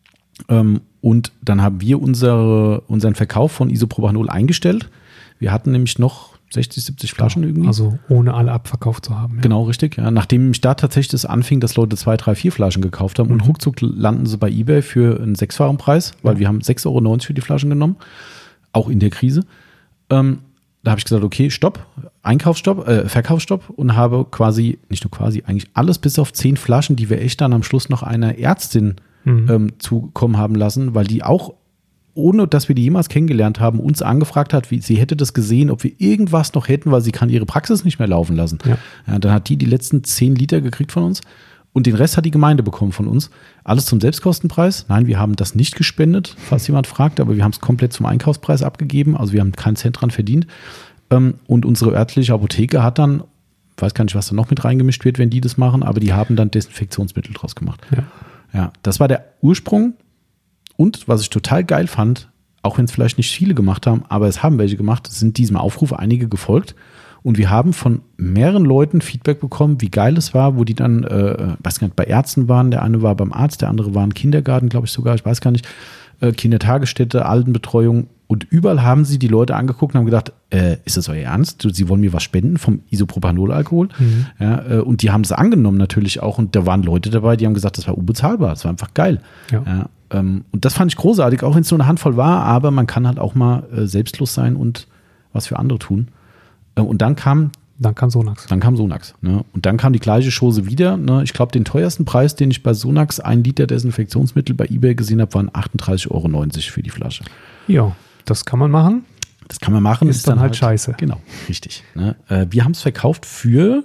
Und dann haben wir unseren Verkauf von Isopropanol eingestellt. Wir hatten nämlich noch 60, 70 Flaschen irgendwie. Also ohne alle abverkauft zu haben. Ja. Genau, richtig. Ja. Nachdem mich da tatsächlich das anfing, dass Leute 2, 3, 4 Flaschen gekauft haben und ruckzuck landen sie bei eBay für einen 6-fachen Preis, weil wir haben 6,90 Euro für die Flaschen genommen, auch in der Krise. Da habe ich gesagt, okay, Stopp, Verkaufsstopp und habe eigentlich alles bis auf 10 Flaschen, die wir echt dann am Schluss noch einer Ärztin zukommen haben lassen, weil die auch, ohne dass wir die jemals kennengelernt haben, uns angefragt hat, wie sie hätte das gesehen, ob wir irgendwas noch hätten, weil sie kann ihre Praxis nicht mehr laufen lassen. Ja, dann hat die letzten 10 Liter gekriegt von uns und den Rest hat die Gemeinde bekommen von uns. Alles zum Selbstkostenpreis. Nein, wir haben das nicht gespendet, falls jemand fragt, aber wir haben es komplett zum Einkaufspreis abgegeben. Also wir haben keinen Cent dran verdient. Und unsere örtliche Apotheke hat dann, weiß gar nicht, was da noch mit reingemischt wird, wenn die das machen, aber die haben dann Desinfektionsmittel draus gemacht. Ja, das war der Ursprung. Und was ich total geil fand, auch wenn es vielleicht nicht viele gemacht haben, aber es haben welche gemacht, sind diesem Aufruf einige gefolgt. Und wir haben von mehreren Leuten Feedback bekommen, wie geil es war, wo die dann, weiß gar nicht, bei Ärzten waren. Der eine war beim Arzt, der andere war im Kindergarten, glaube ich sogar, ich weiß gar nicht. Kindertagesstätte, Altenbetreuung. Und überall haben sie die Leute angeguckt und haben gedacht, ist das euer Ernst? Sie wollen mir was spenden vom Isopropanolalkohol? Ja, und die haben es angenommen natürlich auch. Und da waren Leute dabei, die haben gesagt, das war unbezahlbar. Das war einfach geil. Ja, und das fand ich großartig, auch wenn es nur eine Handvoll war. Aber man kann halt auch mal selbstlos sein und was für andere tun. Und dann kam Sonax. Ne? Und dann kam die gleiche Chose wieder. Ne? Ich glaube, den teuersten Preis, den ich bei Sonax 1 Liter Desinfektionsmittel bei eBay gesehen habe, waren 38,90 Euro für die Flasche. Ja, das kann man machen. Ist dann halt scheiße. Genau, richtig. Ne? Wir haben es verkauft für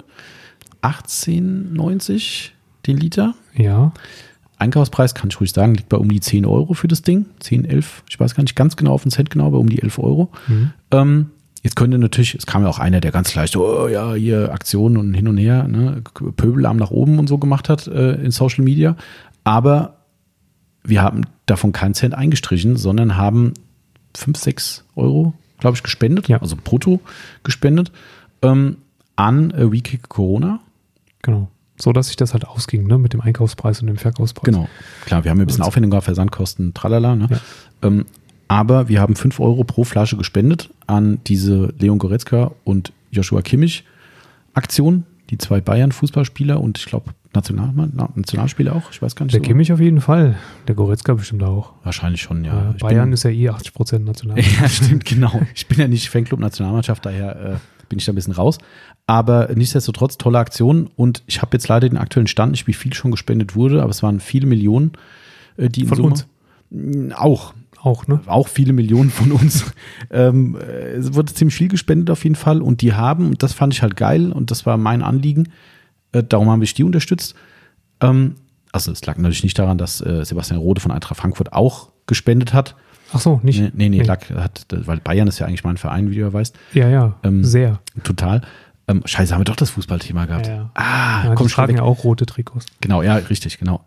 18,90 den Liter. Ja. Einkaufspreis, kann ich ruhig sagen, liegt bei um die 10 Euro für das Ding. 10, 11, ich weiß gar nicht ganz genau auf den Cent genau, aber um die 11 Euro. Jetzt könnte natürlich, es kam ja auch einer, der ganz leicht so, oh ja, hier Aktionen und hin und her, ne, Pöbelarm nach oben und so gemacht hat in Social Media. Aber wir haben davon keinen Cent eingestrichen, sondern haben 5, 6 Euro, glaube ich, gespendet, also brutto gespendet, an WeKick Corona. Genau. So, dass sich das halt ausging, ne, mit dem Einkaufspreis und dem Verkaufspreis. Genau. Klar, wir haben ein bisschen Aufwendung gehabt, Versandkosten, tralala, ne. Ja. Aber wir haben 5 Euro pro Flasche gespendet an diese Leon Goretzka und Kimmich Aktion, die 2 Bayern-Fußballspieler und ich glaube Nationalspieler auch, ich weiß gar nicht. Der Kimmich auf jeden Fall, der Goretzka bestimmt auch. Wahrscheinlich schon, ja. Bayern ist ja 80% Nationalmannschaft. Ja, stimmt, genau. Ich bin ja nicht Fanclub-Nationalmannschaft, daher bin ich da ein bisschen raus. Aber nichtsdestotrotz, tolle Aktion und ich habe jetzt leider den aktuellen Stand nicht, wie viel schon gespendet wurde, aber es waren viele Millionen, die in Summe. Von uns? Auch, ne? Auch viele Millionen von uns. Es wurde ziemlich viel gespendet auf jeden Fall und die haben, und das fand ich halt geil und das war mein Anliegen, darum haben wir die unterstützt. Also es lag natürlich nicht daran, dass Sebastian Rode von Eintracht Frankfurt auch gespendet hat. Ach so, nicht? Nee. Weil Bayern ist ja eigentlich mein Verein, wie du ja weißt. Ja, sehr. Total. Scheiße, haben wir doch das Fußballthema gehabt. Ja. Komm, tragen ja auch rote Trikots. Genau, ja, richtig, genau.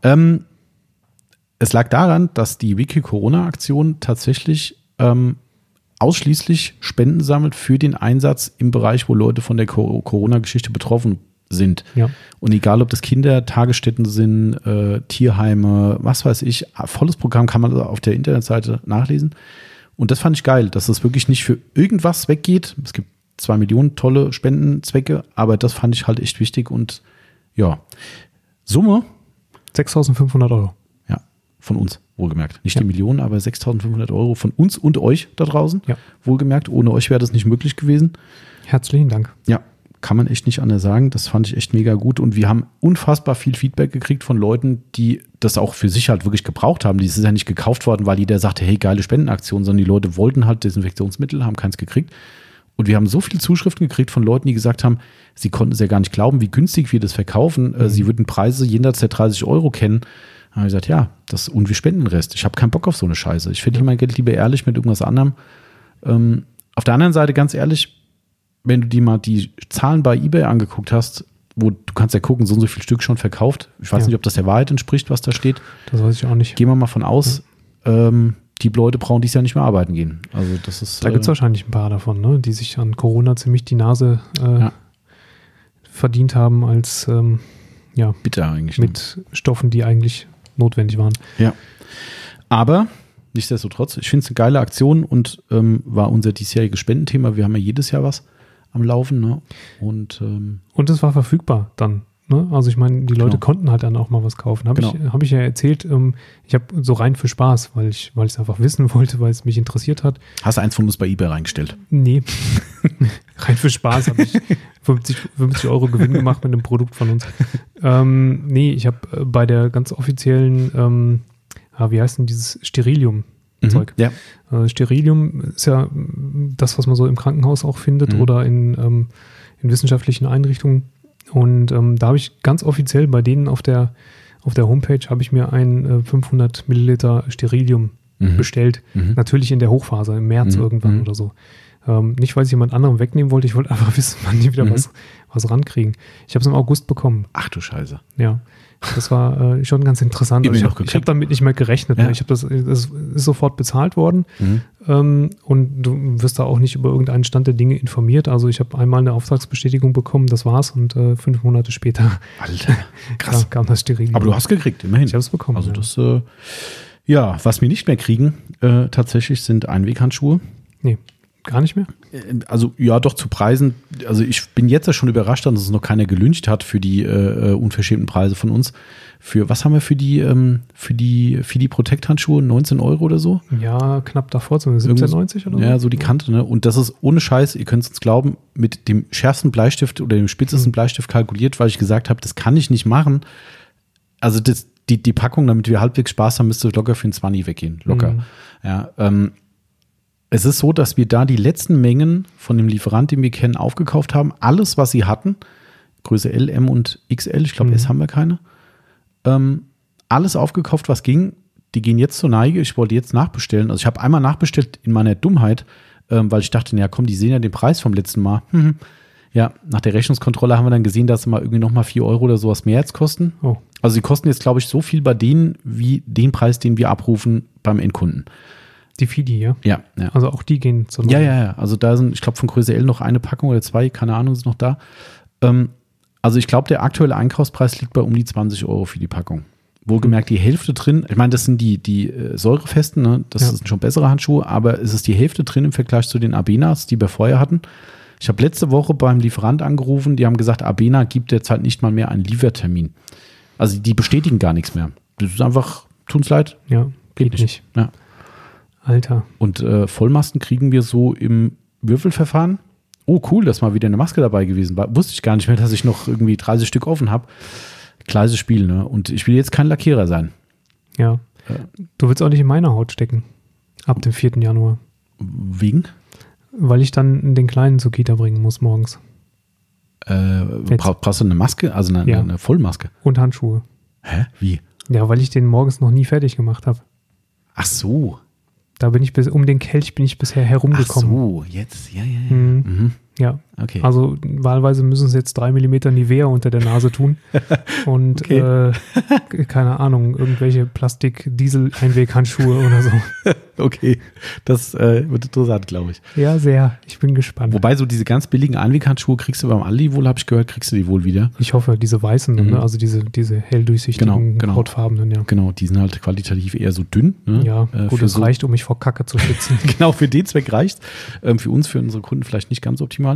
Es lag daran, dass die Wiki-Corona-Aktion tatsächlich ausschließlich Spenden sammelt für den Einsatz im Bereich, wo Leute von der Corona-Geschichte betroffen sind. Ja. Und egal, ob das Kinder, Tagesstätten sind, Tierheime, was weiß ich, volles Programm kann man auf der Internetseite nachlesen. Und das fand ich geil, dass das wirklich nicht für irgendwas weggeht. Es gibt 2 Millionen tolle Spendenzwecke, aber das fand ich halt echt wichtig und ja, Summe 6.500 Euro. Von uns, wohlgemerkt. Nicht die Millionen, aber 6.500 Euro von uns und euch da draußen. Ja. Wohlgemerkt, ohne euch wäre das nicht möglich gewesen. Herzlichen Dank. Ja, kann man echt nicht anders sagen. Das fand ich echt mega gut. Und wir haben unfassbar viel Feedback gekriegt von Leuten, die das auch für sich halt wirklich gebraucht haben. Die ist ja nicht gekauft worden, weil jeder sagte, hey, geile Spendenaktion, sondern die Leute wollten halt Desinfektionsmittel, haben keins gekriegt. Und wir haben so viele Zuschriften gekriegt von Leuten, die gesagt haben, sie konnten es ja gar nicht glauben, wie günstig wir das verkaufen. Sie würden Preise jenseits der 30 Euro kennen. Da habe ich gesagt, ja, und wir spenden den Rest. Ich habe keinen Bock auf so eine Scheiße. Ich verdiene mein Geld lieber ehrlich mit irgendwas anderem. Auf der anderen Seite, ganz ehrlich, wenn du dir mal die Zahlen bei eBay angeguckt hast, wo du kannst ja gucken, so und so viel Stück schon verkauft. Ich weiß nicht, ob das der Wahrheit entspricht, was da steht. Das weiß ich auch nicht. Gehen wir mal von aus, die Leute brauchen dieses Jahr nicht mehr arbeiten gehen. Also das ist. Da gibt es wahrscheinlich ein paar davon, ne, die sich an Corona ziemlich die Nase verdient haben als bitter eigentlich. Mit Stoffen, die eigentlich notwendig waren. Ja. Aber nichtsdestotrotz, ich finde es eine geile Aktion und war unser diesjähriges Spendenthema. Wir haben ja jedes Jahr was am Laufen. Ne? Und es war verfügbar dann. Ne? Also ich meine, die Leute konnten halt dann auch mal was kaufen. Hab ich ja erzählt, ich habe so rein für Spaß, weil ich es einfach wissen wollte, weil es mich interessiert hat. Hast du eins von uns bei eBay reingestellt? Nee. Rein für Spaß habe ich 50 € Gewinn gemacht mit einem Produkt von uns. Nee, ich habe bei der ganz offiziellen, wie heißt denn dieses Sterilium-Zeug? Ja. Sterilium ist ja das, was man so im Krankenhaus auch findet oder in wissenschaftlichen Einrichtungen. Und da habe ich ganz offiziell bei denen auf der Homepage habe ich mir ein 500 Milliliter Sterilium bestellt. Natürlich in der Hochphase, im März irgendwann oder so. Nicht, weil ich jemand anderem wegnehmen wollte, ich wollte einfach wissen, wann die wieder was rankriegen. Ich habe es im August bekommen. Ach du Scheiße. Ja, das war schon ganz interessant. Ich habe damit nicht mehr gerechnet. Ja. Ne? Das ist sofort bezahlt worden und du wirst da auch nicht über irgendeinen Stand der Dinge informiert. Also ich habe einmal eine Auftragsbestätigung bekommen, das war's und 5 Monate später Alter, krass. kam das Sterilium. Aber du hast gekriegt, immerhin. Ich habe es bekommen. Also das, was wir nicht mehr kriegen, tatsächlich sind Einweghandschuhe. Nee. Gar nicht mehr? Also ja, doch zu Preisen. Also ich bin jetzt ja schon überrascht, dass es noch keiner gelyncht hat für die unverschämten Preise von uns. Für was haben wir für die Protect-Handschuhe? 19 € oder so? Ja, knapp davor, so 17,90 oder so. Ja, so die Kante, ne? Und das ist ohne Scheiß, ihr könnt es uns glauben, mit dem schärfsten Bleistift oder dem spitzesten Bleistift kalkuliert, weil ich gesagt habe, das kann ich nicht machen. Also die Packung, damit wir halbwegs Spaß haben, müsste locker für ein 20 weggehen. Locker. Ja, es ist so, dass wir da die letzten Mengen von dem Lieferant, den wir kennen, aufgekauft haben. Alles, was sie hatten, Größe L, M und XL, ich glaube, S haben wir keine. Alles aufgekauft, was ging. Die gehen jetzt zur Neige. Ich wollte jetzt nachbestellen. Also ich habe einmal nachbestellt in meiner Dummheit, weil ich dachte, ja komm, die sehen ja den Preis vom letzten Mal. Ja, nach der Rechnungskontrolle haben wir dann gesehen, dass sie mal irgendwie nochmal 4 € oder sowas mehr jetzt kosten. Oh. Also sie kosten jetzt, glaube ich, so viel bei denen, wie den Preis, den wir abrufen beim Endkunden. Die Fidi, ja? Ja. Also auch die gehen zur Neige. Ja. Also da sind, ich glaube, von Größe L noch eine Packung oder 2, keine Ahnung, sind noch da. Also ich glaube, der aktuelle Einkaufspreis liegt bei um die 20 € für die Packung. Wohlgemerkt die Hälfte drin. Ich meine, das sind die säurefesten, ne? Das sind schon bessere Handschuhe, aber es ist die Hälfte drin im Vergleich zu den Abenas, die wir vorher hatten. Ich habe letzte Woche beim Lieferant angerufen, die haben gesagt, Abena gibt derzeit nicht mal mehr einen Liefertermin. Also die bestätigen gar nichts mehr. Das ist einfach, tut's leid. Ja, geht nicht. Ja. Alter. Und Vollmasken kriegen wir so im Würfelverfahren. Oh, cool, dass mal wieder eine Maske dabei gewesen war. Wusste ich gar nicht mehr, dass ich noch irgendwie 30 Stück offen habe. Kleines Spiel, ne? Und ich will jetzt kein Lackierer sein. Ja. Du willst auch nicht in meiner Haut stecken. Ab dem 4. Januar. Wegen? Weil ich dann den Kleinen zur Kita bringen muss morgens. Brauchst du eine Maske? Also eine Vollmaske? Und Handschuhe. Hä? Wie? Ja, weil ich den morgens noch nie fertig gemacht habe. Ach so. Da bin ich um den Kelch bin ich bisher herumgekommen. Ach so, jetzt, ja. Ja, okay. Also wahlweise müssen sie jetzt 3 mm Nivea unter der Nase tun und keine Ahnung, irgendwelche Plastik-Diesel-Einweghandschuhe oder so. Okay, das wird interessant, glaube ich. Ja, sehr. Ich bin gespannt. Wobei so diese ganz billigen Einweghandschuhe kriegst du beim Aldi wohl, habe ich gehört, kriegst du die wohl wieder. Ich hoffe, diese weißen, ne? Also diese hell durchsichtigen, hautfarbenen, ja. Genau, die sind halt qualitativ eher so dünn. Ne? Ja, gut, das reicht, um mich vor Kacke zu schützen. Genau, für den Zweck reicht. Für uns, für unsere Kunden vielleicht nicht ganz optimal.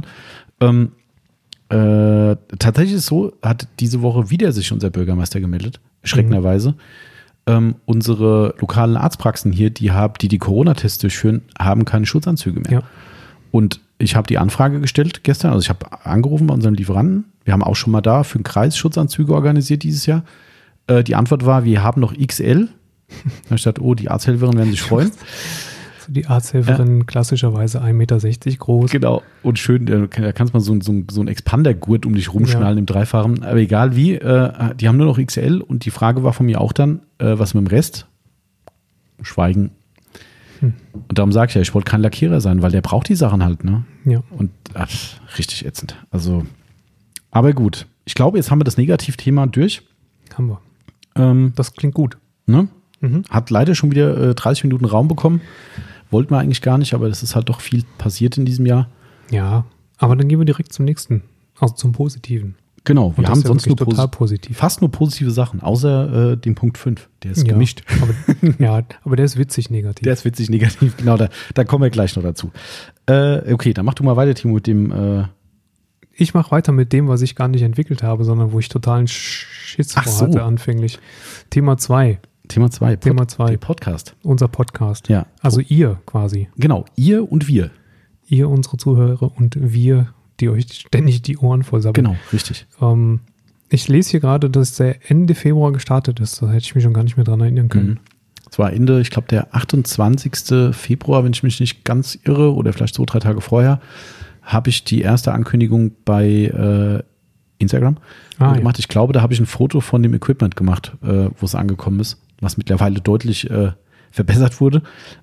Tatsächlich ist es so, hat diese Woche wieder sich unser Bürgermeister gemeldet, erschreckenderweise. Unsere lokalen Arztpraxen hier, die Corona-Tests durchführen, haben keine Schutzanzüge mehr. Ja. Und ich habe die Anfrage gestellt gestern, also ich habe angerufen bei unserem Lieferanten. Wir haben auch schon mal da für den Kreis Schutzanzüge organisiert dieses Jahr. Die Antwort war, wir haben noch XL. Da habe ich gedacht, die Arzthelferin werden sich freuen. Die Arzthelferin klassischerweise 1,60 Meter groß. Genau. Und schön, da kannst du mal so einen Expandergurt um dich rumschnallen im Dreifachen. Aber egal wie, die haben nur noch XL. Und die Frage war von mir auch dann, was mit dem Rest? Schweigen. Und darum sage ich ja, ich wollte kein Lackierer sein, weil der braucht die Sachen halt, ne? Ja. Und richtig ätzend. Also, aber gut. ich glaube, jetzt haben wir das Negativthema durch. Haben wir. Das klingt gut. Ne? Hat leider schon wieder 30 Minuten Raum bekommen. Wollten wir eigentlich gar nicht, aber das ist halt doch viel passiert in diesem Jahr. Ja, aber dann gehen wir direkt zum nächsten, also zum Positiven. Genau, wir haben sonst nur total positiv. Fast nur positive Sachen, außer dem Punkt 5. Der ist gemischt. Aber der ist witzig negativ. Der ist witzig negativ, genau, da kommen wir gleich noch dazu. Okay, dann mach du mal weiter, Timo, mit dem... Ich mache weiter mit dem, was ich gar nicht entwickelt habe, sondern wo ich totalen Schiss vor hatte anfänglich. Thema 2. Der Podcast. Unser Podcast. Ja. Also ihr quasi. Genau, ihr und wir. Ihr, unsere Zuhörer, und wir, die euch ständig die Ohren voll sabbeln. Genau, richtig. Ich lese hier gerade, dass der Ende Februar gestartet ist. Da hätte ich mich schon gar nicht mehr dran erinnern können. Es war Ende, ich glaube, der 28. Februar, wenn ich mich nicht ganz irre, oder vielleicht 2-3 Tage vorher, habe ich die erste Ankündigung bei Instagram gemacht. Ja. Ich glaube, da habe ich ein Foto von dem Equipment gemacht, wo es angekommen ist, was mittlerweile deutlich verbessert wurde.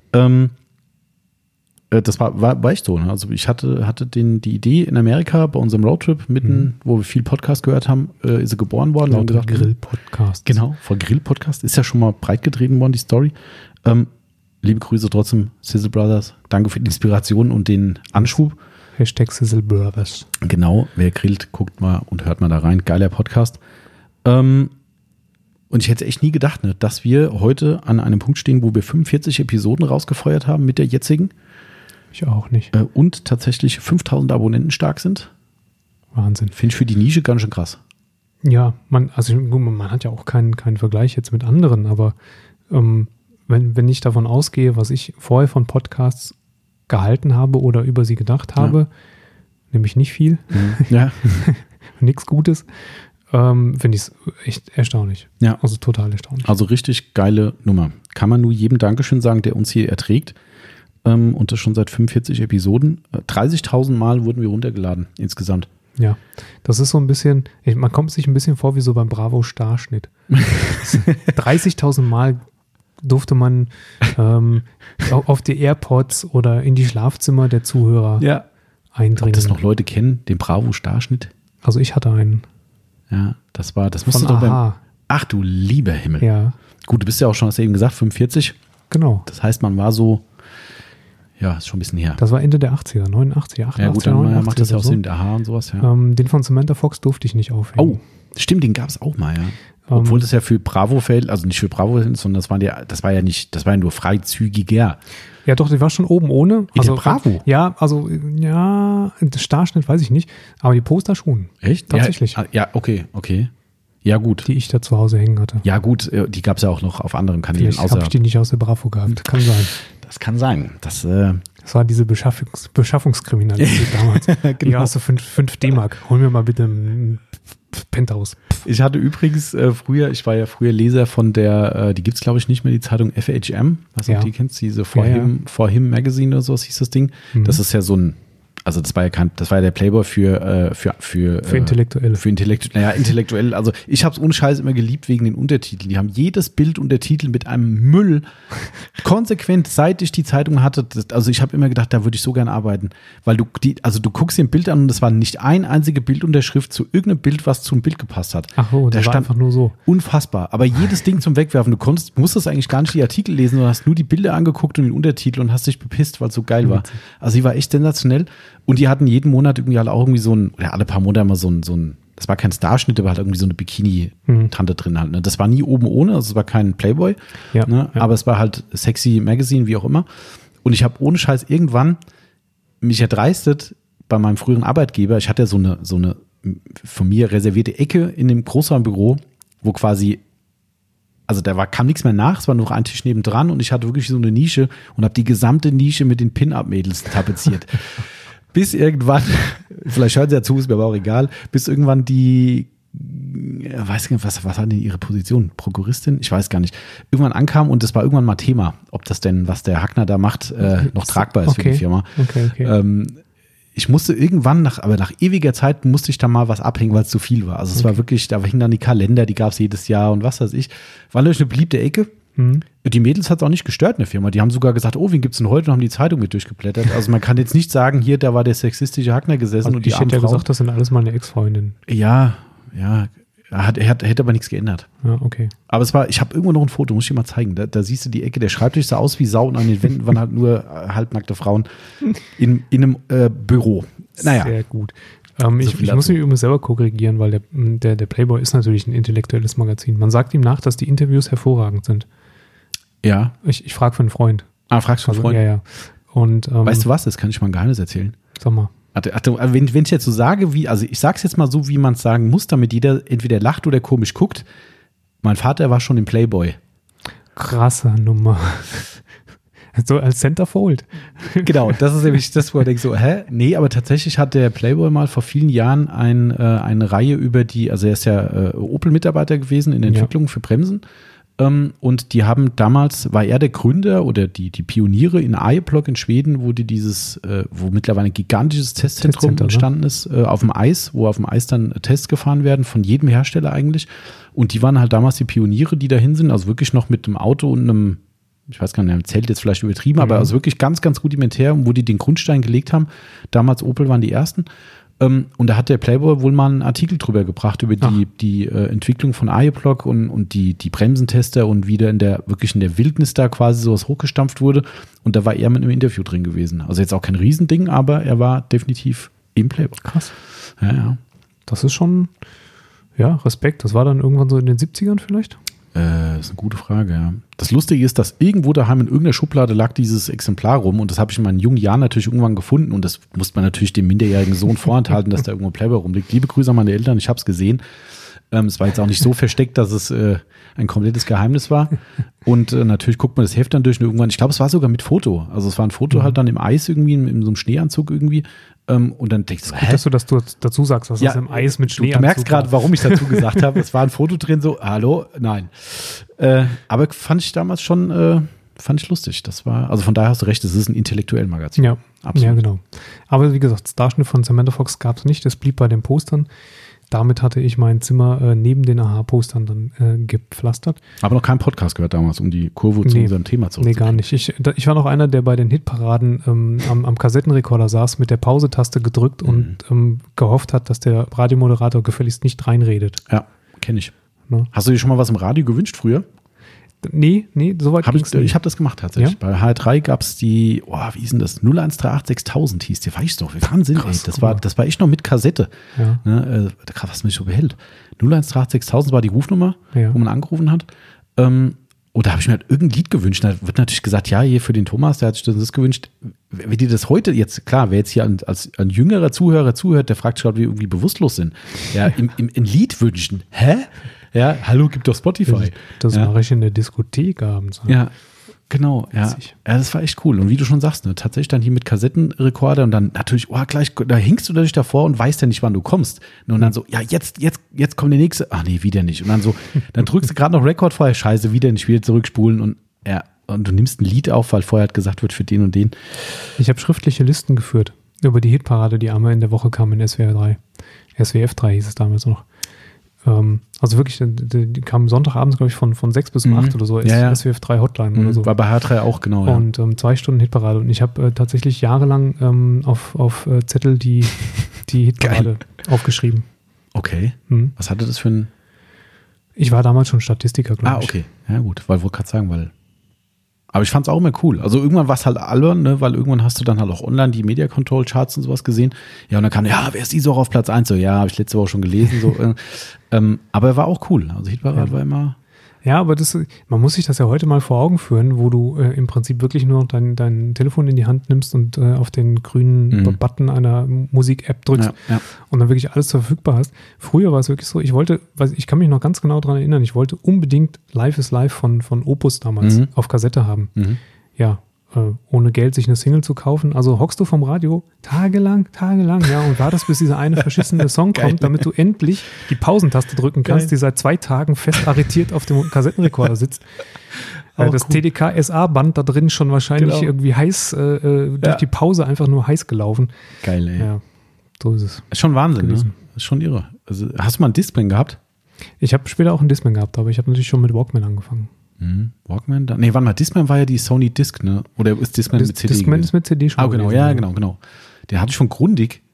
Das war echt so. Ne? Also ich hatte die Idee in Amerika bei unserem Roadtrip mitten, wo wir viel Podcast gehört haben, ist sie geboren worden. Von Grill-Podcast. Genau, von Grill-Podcast. Ist ja schon mal breit getreten worden, die Story. Liebe Grüße trotzdem, Sizzle Brothers. Danke für die Inspiration und den Anschub. Sizzle Brothers. Genau, wer grillt, guckt mal und hört mal da rein. Geiler Podcast. Und ich hätte echt nie gedacht, ne, dass wir heute an einem Punkt stehen, wo wir 45 Episoden rausgefeuert haben mit der jetzigen. Ich auch nicht. Und tatsächlich 5000 Abonnenten stark sind. Wahnsinn. Finde ich für die Nische ganz schön krass. Ja, man hat ja auch keinen Vergleich jetzt mit anderen, aber wenn ich davon ausgehe, was ich vorher von Podcasts gehalten habe oder über sie gedacht habe, nämlich nicht viel, nichts Gutes, finde ich es echt erstaunlich. Ja. Also total erstaunlich. Also richtig geile Nummer. Kann man nur jedem Dankeschön sagen, der uns hier erträgt. Und das schon seit 45 Episoden. 30.000 Mal wurden wir runtergeladen insgesamt. Ja, das ist so ein bisschen, man kommt sich ein bisschen vor wie so beim Bravo-Starschnitt. 30.000 Mal durfte man auf die AirPods oder in die Schlafzimmer der Zuhörer eindringen. Ob das noch Leute kennen, den Bravo-Starschnitt? Also ich hatte einen. Ja, das musste doch beim... Ach du lieber Himmel. Ja. Gut, du bist ja auch schon, hast du eben gesagt, 45. Genau. Das heißt, man war so... Ja, ist schon ein bisschen her. Das war Ende der 80er, 89, 88. Ja gut, dann macht das ja auch Sinn, der Aha und sowas. Ja. Den von Samantha Fox durfte ich nicht aufhängen. Oh, stimmt, den gab es auch mal, ja. Obwohl das ja für Bravo-Feld, also nicht für Bravo-Feld, sondern das war ja nur freizügiger. Ja doch, die war schon oben ohne. Also Bravo? Ja, also, das Starschnitt weiß ich nicht, aber die Poster schon. Echt? Tatsächlich. Ja, okay. Ja, gut. Die ich da zu Hause hängen hatte. Ja, gut, die gab es ja auch noch auf anderen Kanälen. Vielleicht habe ich die nicht aus der Bravo gehabt. Kann sein. Das kann sein. Das war diese Beschaffungskriminalität damals. Genau. Hier hast du 5 D-Mark. Hol mir mal bitte ein Penthouse. Ich hatte übrigens ich war ja früher Leser von der, die gibt es glaube ich nicht mehr, die Zeitung FHM. Was du die kennst, diese For Him Magazine oder sowas hieß das Ding. Das ist ja so ein, also das war ja der Playboy für Intellektuelle. Für intellektuell. Also ich habe es ohne Scheiß immer geliebt wegen den Untertiteln. Die haben jedes Bild Untertitel mit einem Müll konsequent, seit ich die Zeitung hatte. Also ich habe immer gedacht, da würde ich so gern arbeiten, weil du guckst dir ein Bild an und es war nicht ein einzige Bildunterschrift zu irgendeinem Bild, was zum Bild gepasst hat. Ach so, das war einfach nur so. Unfassbar. Aber jedes Ding zum Wegwerfen. Du musstest eigentlich gar nicht die Artikel lesen, sondern hast nur die Bilder angeguckt und den Untertitel und hast dich bepisst, weil es so geil war. Also die war echt sensationell. Und die hatten jeden Monat irgendwie halt auch irgendwie oder alle paar Monate mal so ein, das war kein Starschnitt, aber halt irgendwie so eine Bikini-Tante drin halt. Ne? Das war nie oben ohne, also es war kein Playboy, aber es war halt sexy Magazine, wie auch immer. Und ich habe ohne Scheiß irgendwann mich erdreistet bei meinem früheren Arbeitgeber, ich hatte ja so eine von mir reservierte Ecke in dem Großraumbüro, wo quasi, also kam nichts mehr nach, es war nur ein Tisch nebendran und ich hatte wirklich so eine Nische und habe die gesamte Nische mit den Pin-Up-Mädels tapeziert. Bis irgendwann, vielleicht hören sie ja zu, ist mir aber auch egal, bis irgendwann die, weiß nicht, was war denn ihre Position? Prokuristin? Ich weiß gar nicht. Irgendwann ankam und es war irgendwann mal Thema, ob das denn, was der Hackner da macht, noch tragbar ist für die Firma. Okay. Ich musste irgendwann, nach ewiger Zeit, musste ich da mal was abhängen, weil es zu viel war. Also es war wirklich, da hingen dann die Kalender, die gab es jedes Jahr und was weiß ich. War natürlich eine beliebte Ecke. Die Mädels hat es auch nicht gestört in der Firma. Die haben sogar gesagt, wen gibt's denn heute? Und haben die Zeitung mit durchgeblättert. Also man kann jetzt nicht sagen, hier, da war der sexistische Hackner gesessen also und die ich hätte ja gesagt, das sind alles meine Ex-Freundinnen. Ja, er hätte aber nichts geändert. Ja, okay. Aber ich habe irgendwo noch ein Foto, muss ich dir mal zeigen. Da siehst du die Ecke, der Schreibtisch sah aus wie Sau und an den Wänden waren halt nur halbnackte Frauen in einem Büro. Naja. Sehr gut. Ich muss mich übrigens selber korrigieren, weil der Playboy ist natürlich ein intellektuelles Magazin. Man sagt ihm nach, dass die Interviews hervorragend sind. Ja. Ich frage für einen Freund. Fragst du für einen Freund? Ja. Und, weißt du was? Das kann ich mal ein Geheimnis erzählen. Sag mal. Wenn ich jetzt so sage, also ich sag's jetzt mal so, wie man es sagen muss, damit jeder entweder lacht oder komisch guckt. Mein Vater war schon im Playboy. Krasse Nummer. So als Centerfold. Genau, das ist nämlich das, wo ich denke so, Nee, aber tatsächlich hat der Playboy mal vor vielen Jahren eine Reihe über also er ist ja Opel-Mitarbeiter gewesen in der Entwicklung für Bremsen. Und die haben damals, war er der Gründer oder die Pioniere in Arjeplog in Schweden, wo wo mittlerweile ein gigantisches Testzentrum entstanden ist, auf dem Eis, wo auf dem Eis dann Tests gefahren werden, von jedem Hersteller eigentlich. Und die waren halt damals die Pioniere, die dahin sind, also wirklich noch mit einem Auto und einem, ich weiß gar nicht, Zelt jetzt vielleicht übertrieben, aber also wirklich ganz, ganz rudimentär, wo die den Grundstein gelegt haben. Damals Opel waren die ersten. Und da hat der Playboy wohl mal einen Artikel drüber gebracht, über die Entwicklung von Arjeplog und die Bremsentester und wie da in der Wildnis da quasi sowas hochgestampft wurde. Und da war er mit einem Interview drin gewesen. Also jetzt auch kein Riesending, aber er war definitiv im Playboy. Krass. Ja. Das ist schon, Respekt. Das war dann irgendwann so in den 70ern vielleicht? Das ist eine gute Frage, ja. Das Lustige ist, dass irgendwo daheim in irgendeiner Schublade lag dieses Exemplar rum und das habe ich in meinen jungen Jahren natürlich irgendwann gefunden und das musste man natürlich dem minderjährigen Sohn vorenthalten, dass da irgendwo ein Playboy rumliegt. Liebe Grüße an meine Eltern, ich habe es gesehen. Es war jetzt auch nicht so versteckt, dass es ein komplettes Geheimnis war. Und natürlich guckt man das Heft dann durch und irgendwann, ich glaube, es war sogar mit Foto. Also es war ein Foto halt dann im Eis irgendwie, in so einem Schneeanzug irgendwie. Und dann denkst du, gut, dass du dazu sagst, dass es im Eis mit Schnee. Du merkst gerade, warum ich dazu gesagt habe. Es war ein Foto drin, so, hallo, nein. Aber fand ich damals schon, fand ich lustig. Das war, also von daher hast du recht, es ist ein intellektuelles Magazin. Ja, absolut. Ja, genau. Aber wie gesagt, das Darschnitt von Samantha Fox gab es nicht, das blieb bei den Postern. Damit hatte ich mein Zimmer neben den AHA-Postern dann gepflastert. Aber noch keinen Podcast gehört damals, um die Kurve zu unserem Thema zu Nee, gar nicht. Ich war noch einer, der bei den Hitparaden am Kassettenrekorder saß, mit der Pause-Taste gedrückt und gehofft hat, dass der Radiomoderator gefälligst nicht reinredet. Ja, kenne ich. Ne? Hast du dir schon mal was im Radio gewünscht früher? Nee, soweit ging's nicht. Ich habe das gemacht tatsächlich. Ja? Bei HR3 gab es die, wie hieß denn das? 0138 6000 hieß die. Weiß ich doch, Wahnsinn, krass, ey. Das war echt noch mit Kassette. Ja. Ne, krass, was mich so behält. 0138 6000 war die Rufnummer, wo man angerufen hat. Und da habe ich mir halt irgendein Lied gewünscht. Da wird natürlich gesagt, ja, hier für den Thomas, der hat sich das gewünscht. Wenn dir das heute jetzt, klar, wer jetzt hier als ein jüngerer Zuhörer zuhört, der fragt sich gerade, wie wir irgendwie bewusstlos sind. Ja, im Lied wünschen. Hä? Ja, hallo, gibt doch Spotify. Das mache ich in der Diskothek abends. Ja, genau. Ja, das war echt cool. Und wie du schon sagst, ne, tatsächlich dann hier mit Kassettenrekorder und dann natürlich, gleich, da hinkst du natürlich davor und weißt ja nicht, wann du kommst. Und dann so, ja, jetzt kommt der nächste. Ach nee, wieder nicht. Und dann so, dann drückst du gerade noch Rekord vorher, scheiße, wieder nicht, wieder zurückspulen und du nimmst ein Lied auf, weil vorher halt gesagt wird für den und den. Ich habe schriftliche Listen geführt über die Hitparade, die einmal in der Woche kam in SWR 3. SWF 3 hieß es damals noch. Also wirklich, die kamen Sonntagabends, glaube ich, von 6 bis 8 oder so, SWF 3 Hotline oder so. War bei H3 auch, genau. Und 2 Stunden Hitparade. Und ich habe tatsächlich jahrelang auf Zettel die Hitparade aufgeschrieben. Okay. Was hatte das für ein... Ich war damals schon Statistiker, glaube ich. Okay. Ja gut, weil ich wollte gerade sagen, aber ich fand es auch immer cool. Also irgendwann war es halt albern, ne, weil irgendwann hast du dann halt auch online die Media Control Charts und sowas gesehen. Ja, und dann kam, wer ist diese Woche auf Platz 1? So, ja, habe ich letzte Woche schon gelesen. So, aber er war auch cool. Also Hitparade war immer... Ja, aber man muss sich das ja heute mal vor Augen führen, wo du im Prinzip wirklich nur noch dein Telefon in die Hand nimmst und auf den grünen Button einer Musik-App drückst und dann wirklich alles verfügbar hast. Früher war es wirklich so, ich kann mich noch ganz genau daran erinnern, ich wollte unbedingt Live is Live von Opus damals auf Kassette haben. Ja, ohne Geld sich eine Single zu kaufen. Also hockst du vom Radio tagelang, ja, und wartest, bis dieser eine verschissene Song kommt, damit du endlich die Pausentaste drücken kannst, die seit 2 Tagen fest arretiert auf dem Kassettenrekorder sitzt. Das cool. TDK-SA-Band da drin schon wahrscheinlich irgendwie heiß, durch die Pause einfach nur heiß gelaufen. Geil, ey. Ja, so ist es. Ist schon Wahnsinn, ne? Ist schon irre. Also, hast du mal ein Discman gehabt? Ich habe später auch ein Discman gehabt, aber ich habe natürlich schon mit Walkman angefangen. Walkman? Nee, warte mal, Discman war ja die Sony Disc, ne? Oder ist Discman mit CD? Discman ist mit CD schon. Genau. Der hatte ich von Grundig.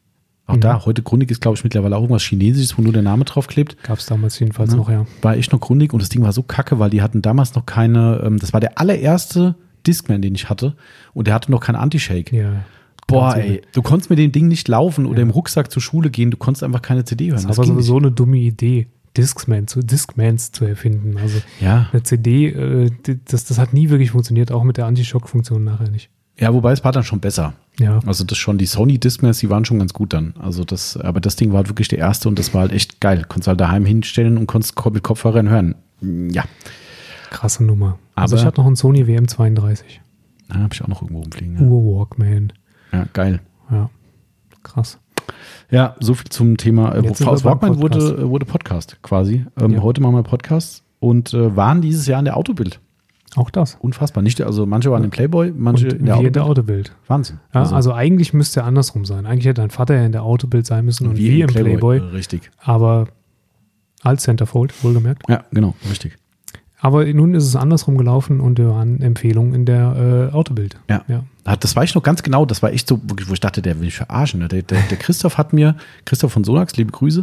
Auch da, heute Grundig ist, glaube ich, mittlerweile auch irgendwas Chinesisches, wo nur der Name drauf klebt. Gab es damals jedenfalls noch, ja. War echt noch Grundig und das Ding war so kacke, weil die hatten damals noch keine, das war der allererste Discman, den ich hatte und der hatte noch keinen Anti-Shake. Ja. Boah, ey, du konntest mit dem Ding nicht laufen oder im Rucksack zur Schule gehen, du konntest einfach keine CD hören. Das war sowieso eine dumme Idee, Discmans zu erfinden. Also eine CD, das hat nie wirklich funktioniert, auch mit der Anti-Shock-Funktion nachher nicht. Ja, wobei es war dann schon besser. Ja. Also das schon, die Sony Discmans, die waren schon ganz gut dann. Also aber das Ding war halt wirklich der erste und das war halt echt geil. Konntest halt daheim hinstellen und konntest mit Kopfhörern hören. Ja. Krasse Nummer. Also ich hatte noch einen Sony WM32. Da habe ich auch noch irgendwo rumfliegen. Ja. Walkman. Ja, geil. Ja, krass. Ja, so viel zum Thema. Aus Walkman wurde Podcast quasi. Heute machen wir Podcast und waren dieses Jahr in der Autobild. Auch das. Unfassbar. Also manche waren im Playboy, manche in der Autobild. Wahnsinn. Ja, also eigentlich müsste er andersrum sein. Eigentlich hätte dein Vater ja in der Autobild sein müssen und wir im Playboy. Richtig. Aber als Centerfold, wohlgemerkt. Ja, genau, richtig. Aber nun ist es andersrum gelaufen und wir waren Empfehlungen in der Autobild. Ja. Das weiß ich noch ganz genau. Das war echt so, wo ich dachte, der will mich verarschen. Der Christoph Christoph von Sonax, liebe Grüße,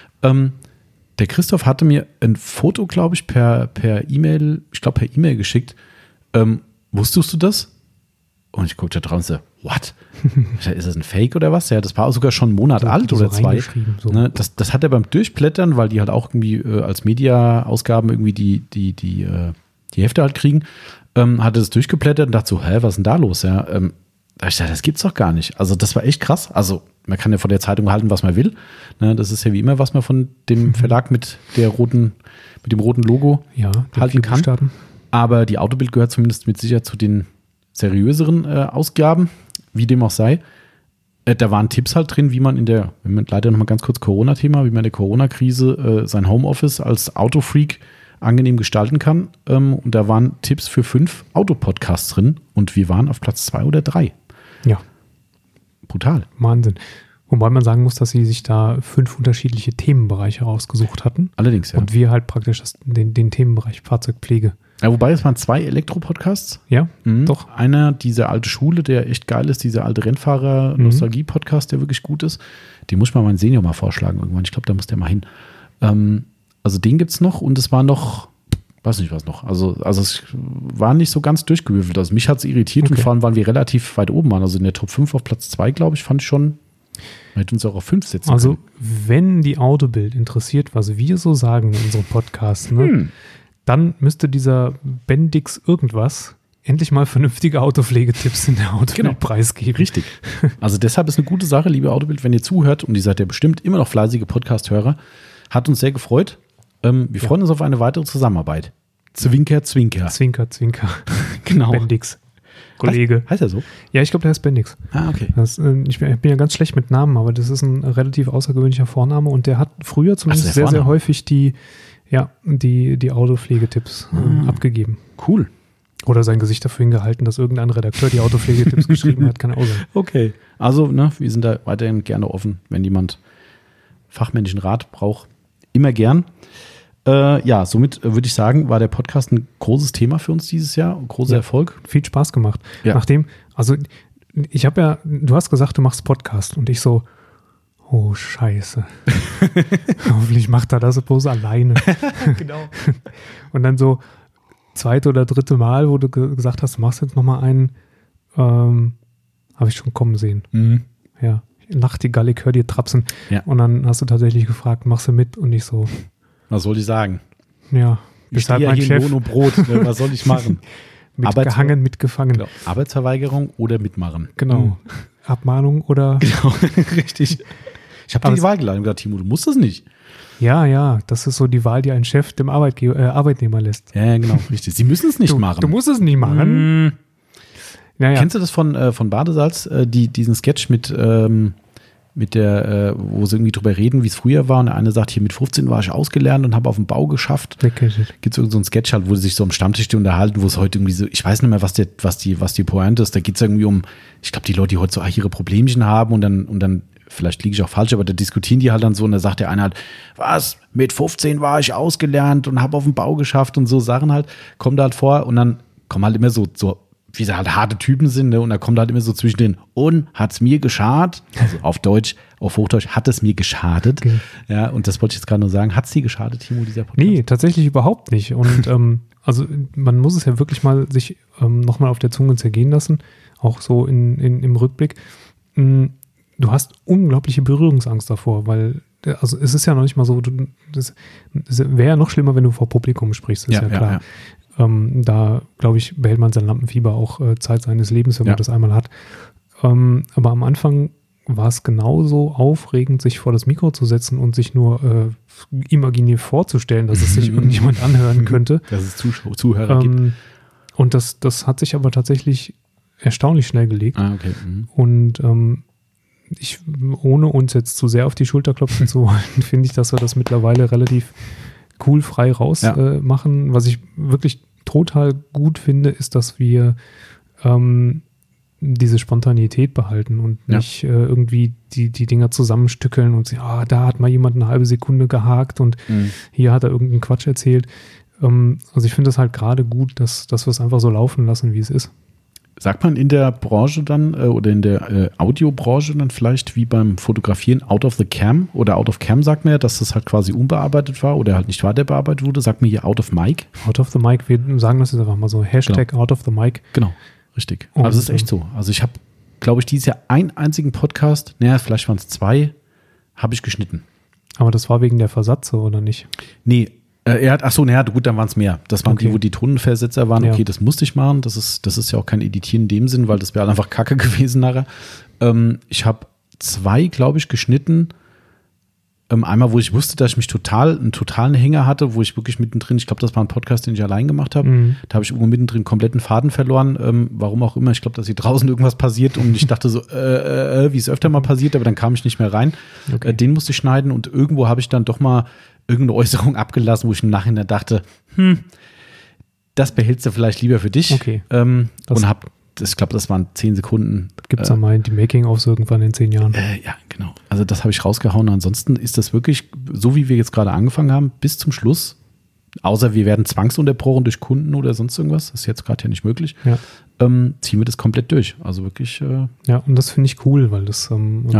der Christoph hatte mir ein Foto, glaube ich, per E-Mail, geschickt. Wusstest du das? Und ich guckte da drauf und so, what? Ist das ein Fake oder was? Ja, das war sogar schon einen Monat alt oder so 2. So. Ne, das hat er beim Durchblättern, weil die halt auch irgendwie als Media-Ausgaben irgendwie die Hefte halt kriegen, hat er das durchgeblättert und dachte so, was ist denn da los? Ja, da hab ich gedacht, das gibt's doch gar nicht. Also das war echt krass. Also man kann ja von der Zeitung halten, was man will. Ne, das ist ja wie immer, was man von dem Verlag mit dem roten Logo halten kann. Buchstaben. Aber die Autobild gehört zumindest mit Sicherheit zu den seriöseren Ausgaben, wie dem auch sei. Da waren Tipps halt drin, wie man leider nochmal ganz kurz Corona-Thema, wie man in der Corona-Krise sein Homeoffice als Autofreak angenehm gestalten kann. Und da waren Tipps für 5 Autopodcasts drin und wir waren auf Platz 2 oder 3. Ja. Brutal. Wahnsinn. Wobei man sagen muss, dass sie sich da 5 unterschiedliche Themenbereiche rausgesucht hatten. Allerdings, ja. Und wir halt praktisch den Themenbereich Fahrzeugpflege. Ja, wobei es waren 2 Elektro-Podcasts. Ja, doch. Einer, diese alte Schule, der echt geil ist, dieser alte Rennfahrer-Nostalgie-Podcast, der wirklich gut ist. Den muss ich mal meinen Senior mal vorschlagen irgendwann. Ich glaube, da muss der mal hin. Also den gibt es noch und es war noch, weiß nicht was noch. Also es war nicht so ganz durchgewürfelt. Also mich hat es irritiert und vor allem waren wir relativ weit oben waren. Also in der Top 5 auf Platz 2, glaube ich, fand ich schon, man hätte uns auch auf 5 setzen können. Also wenn die Autobild interessiert, was wir so sagen in unserem Podcast, ne? Dann müsste dieser Bendix irgendwas endlich mal vernünftige Autopflegetipps in der Autobild preisgeben. Richtig. Also deshalb ist eine gute Sache, liebe Autobild, wenn ihr zuhört und ihr seid ja bestimmt immer noch fleißige Podcast-Hörer, hat uns sehr gefreut. Wir freuen uns auf eine weitere Zusammenarbeit. Zwinker, Zwinker. Zwinker, Zwinker. Genau. Bendix. Kollege. Heißt er so? Ja, ich glaube, der heißt Bendix. Ah, okay. Ich bin ja ganz schlecht mit Namen, aber das ist ein relativ außergewöhnlicher Vorname und der hat früher zumindest sehr, sehr häufig die Autopflegetipps abgegeben. Cool. Oder sein Gesicht dafür hingehalten, dass irgendein Redakteur die Autopflegetipps geschrieben hat, kann auch sein. Okay. Also, wir sind da weiterhin gerne offen, wenn jemand fachmännischen Rat braucht. Immer gern. Somit würde ich sagen, war der Podcast ein großes Thema für uns dieses Jahr. Großer Erfolg. Viel Spaß gemacht. Ja. Du hast gesagt, du machst Podcast und ich so, oh, scheiße. Hoffentlich macht er das bloß alleine. Genau. Und dann so 2. oder 3. Mal, wo du gesagt hast, du machst jetzt nochmal einen, habe ich schon kommen sehen. Mhm. Ja, Nachtigall, ich höre dir trapsen. Ja. Und dann hast du tatsächlich gefragt, machst du mit? Und ich so, was soll ich sagen? Ja, ich stehe ja hier in Lohn und Brot. Ne? Was soll ich machen? Mitgehangen, mitgefangen. Genau. Arbeitsverweigerung oder mitmachen. Genau. Abmahnung oder... Genau, richtig. Ich habe dir die Wahl geladen und gesagt, Timo, du musst das nicht. Ja, das ist so die Wahl, die ein Chef dem Arbeitnehmer lässt. Ja, genau, richtig. Sie müssen es nicht machen. Du musst es nicht machen. Naja. Kennst du das von Badesalz, diesen Sketch mit der, wo sie irgendwie drüber reden, wie es früher war und der eine sagt, hier mit 15 war ich ausgelernt und habe auf dem Bau geschafft. Gibt es irgend so einen Sketch halt, wo sie sich so am Stammtisch unterhalten, wo es heute irgendwie so, ich weiß nicht mehr, was die Pointe ist, da geht es irgendwie um, ich glaube, die Leute, die heute so ihre Problemchen haben und dann vielleicht liege ich auch falsch, aber da diskutieren die halt dann so und da sagt der eine halt, was, mit 15 war ich ausgelernt und habe auf dem Bau geschafft und so Sachen halt, kommen da halt vor und dann kommen halt immer so wie sie halt harte Typen sind, ne? Und da kommt halt immer so zwischen den, und hat's mir geschadet? Also auf Deutsch, auf Hochdeutsch, hat es mir geschadet? Okay. Ja, und das wollte ich jetzt gerade nur sagen. Hat's dir geschadet, Timo, dieser Podcast? Nee, tatsächlich überhaupt nicht. Und also man muss es ja wirklich mal sich nochmal auf der Zunge zergehen lassen, auch so im Rückblick. Du hast unglaubliche Berührungsangst davor, weil also es ist ja noch nicht mal so, das wäre ja noch schlimmer, wenn du vor Publikum sprichst, ist ja klar. Ja. Da, glaube ich, behält man sein Lampenfieber auch Zeit seines Lebens, wenn man das einmal hat. Aber am Anfang war es genauso aufregend, sich vor das Mikro zu setzen und sich nur imaginär vorzustellen, dass es sich irgendjemand anhören könnte. Dass es Zuhörer gibt. Und das hat sich aber tatsächlich erstaunlich schnell gelegt. Okay. Und ich, ohne uns jetzt zu sehr auf die Schulter klopfen zu wollen, finde ich, dass wir das mittlerweile relativ cool frei machen. Was ich wirklich total gut finde, ist, dass wir diese Spontanität behalten und nicht irgendwie die Dinger zusammenstückeln und sagen, da hat mal jemand eine halbe Sekunde gehakt und hier hat er irgendeinen Quatsch erzählt. Also ich finde das halt gerade gut, dass wir es einfach so laufen lassen, wie es ist. Sagt man in der Branche dann oder in der Audiobranche dann vielleicht wie beim Fotografieren out of the cam oder out of cam sagt man ja, dass das halt quasi unbearbeitet war oder halt nicht weiter bearbeitet wurde. Sagt man hier out of mic? Out of the mic, wir sagen das jetzt einfach mal so, Hashtag out of the mic. Genau, richtig. Und also es ist echt so. Also ich habe, glaube ich, dieses Jahr einen einzigen Podcast, vielleicht waren es 2, habe ich geschnitten. Aber das war wegen der Versatze oder nicht? Nee. Gut, dann waren es mehr. Das waren die, wo die Tonenversetzer waren. Ja. Okay, das musste ich machen. Das ist ja auch kein Editieren in dem Sinn, weil das wäre einfach Kacke gewesen nachher. Ich habe 2, glaube ich, geschnitten. Einmal, wo ich wusste, dass ich einen totalen Hänger hatte, wo ich wirklich mittendrin, ich glaube, das war ein Podcast, den ich allein gemacht habe. Da habe ich irgendwo mittendrin kompletten Faden verloren. Warum auch immer. Ich glaube, dass hier draußen irgendwas passiert und ich dachte so, wie es öfter mal passiert, aber dann kam ich nicht mehr rein. Okay. Den musste ich schneiden und irgendwo habe ich dann doch mal irgendeine Äußerung abgelassen, wo ich im Nachhinein dachte, das behältst du vielleicht lieber für dich. Okay. Und ich glaube, das waren 10 Sekunden. Gibt es da mal die Making-ofs irgendwann in 10 Jahren? Ja, genau. Also das habe ich rausgehauen. Ansonsten ist das wirklich, so wie wir jetzt gerade angefangen haben, bis zum Schluss, außer wir werden zwangsunterbrochen durch Kunden oder sonst irgendwas, das ist jetzt gerade ja nicht möglich, ziehen wir das komplett durch. Also wirklich. Ja, und das finde ich cool, weil das,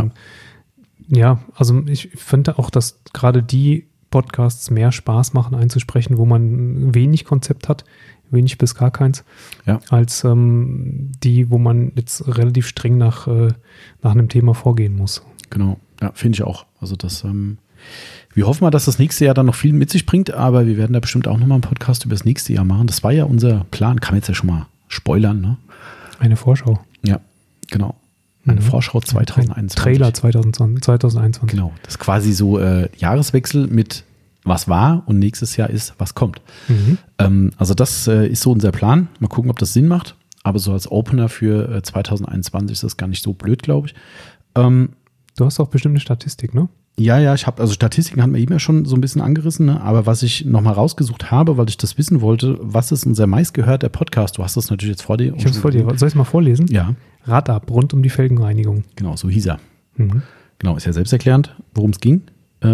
also ich finde auch, dass gerade die Podcasts mehr Spaß machen einzusprechen, wo man wenig Konzept hat, wenig bis gar keins, als die, wo man jetzt relativ streng nach einem Thema vorgehen muss. Genau, ja, finde ich auch. Also das, wir hoffen mal, dass das nächste Jahr dann noch viel mit sich bringt, aber wir werden da bestimmt auch nochmal einen Podcast über das nächste Jahr machen. Das war ja unser Plan, kann man jetzt ja schon mal spoilern, ne? Eine Vorschau. Ja, genau. Eine Vorschau 2021. Ein Trailer 2021. Genau, das ist quasi so Jahreswechsel mit was war und nächstes Jahr ist, was kommt. Also das ist so unser Plan. Mal gucken, ob das Sinn macht. Aber so als Opener für 2021 ist das gar nicht so blöd, glaube ich. Du hast auch bestimmt eine Statistik, ne? Ja, ich habe, also Statistiken hatten wir eben ja schon so ein bisschen angerissen, ne? Aber was ich nochmal rausgesucht habe, weil ich das wissen wollte, was ist unser meistgehörter Podcast? Du hast das natürlich jetzt vor dir. Ich habe es vor dir. Soll ich es mal vorlesen? Ja. Rad ab, rund um die Felgenreinigung. Genau, so hieß er. Genau, ist ja selbsterklärend, worum es ging.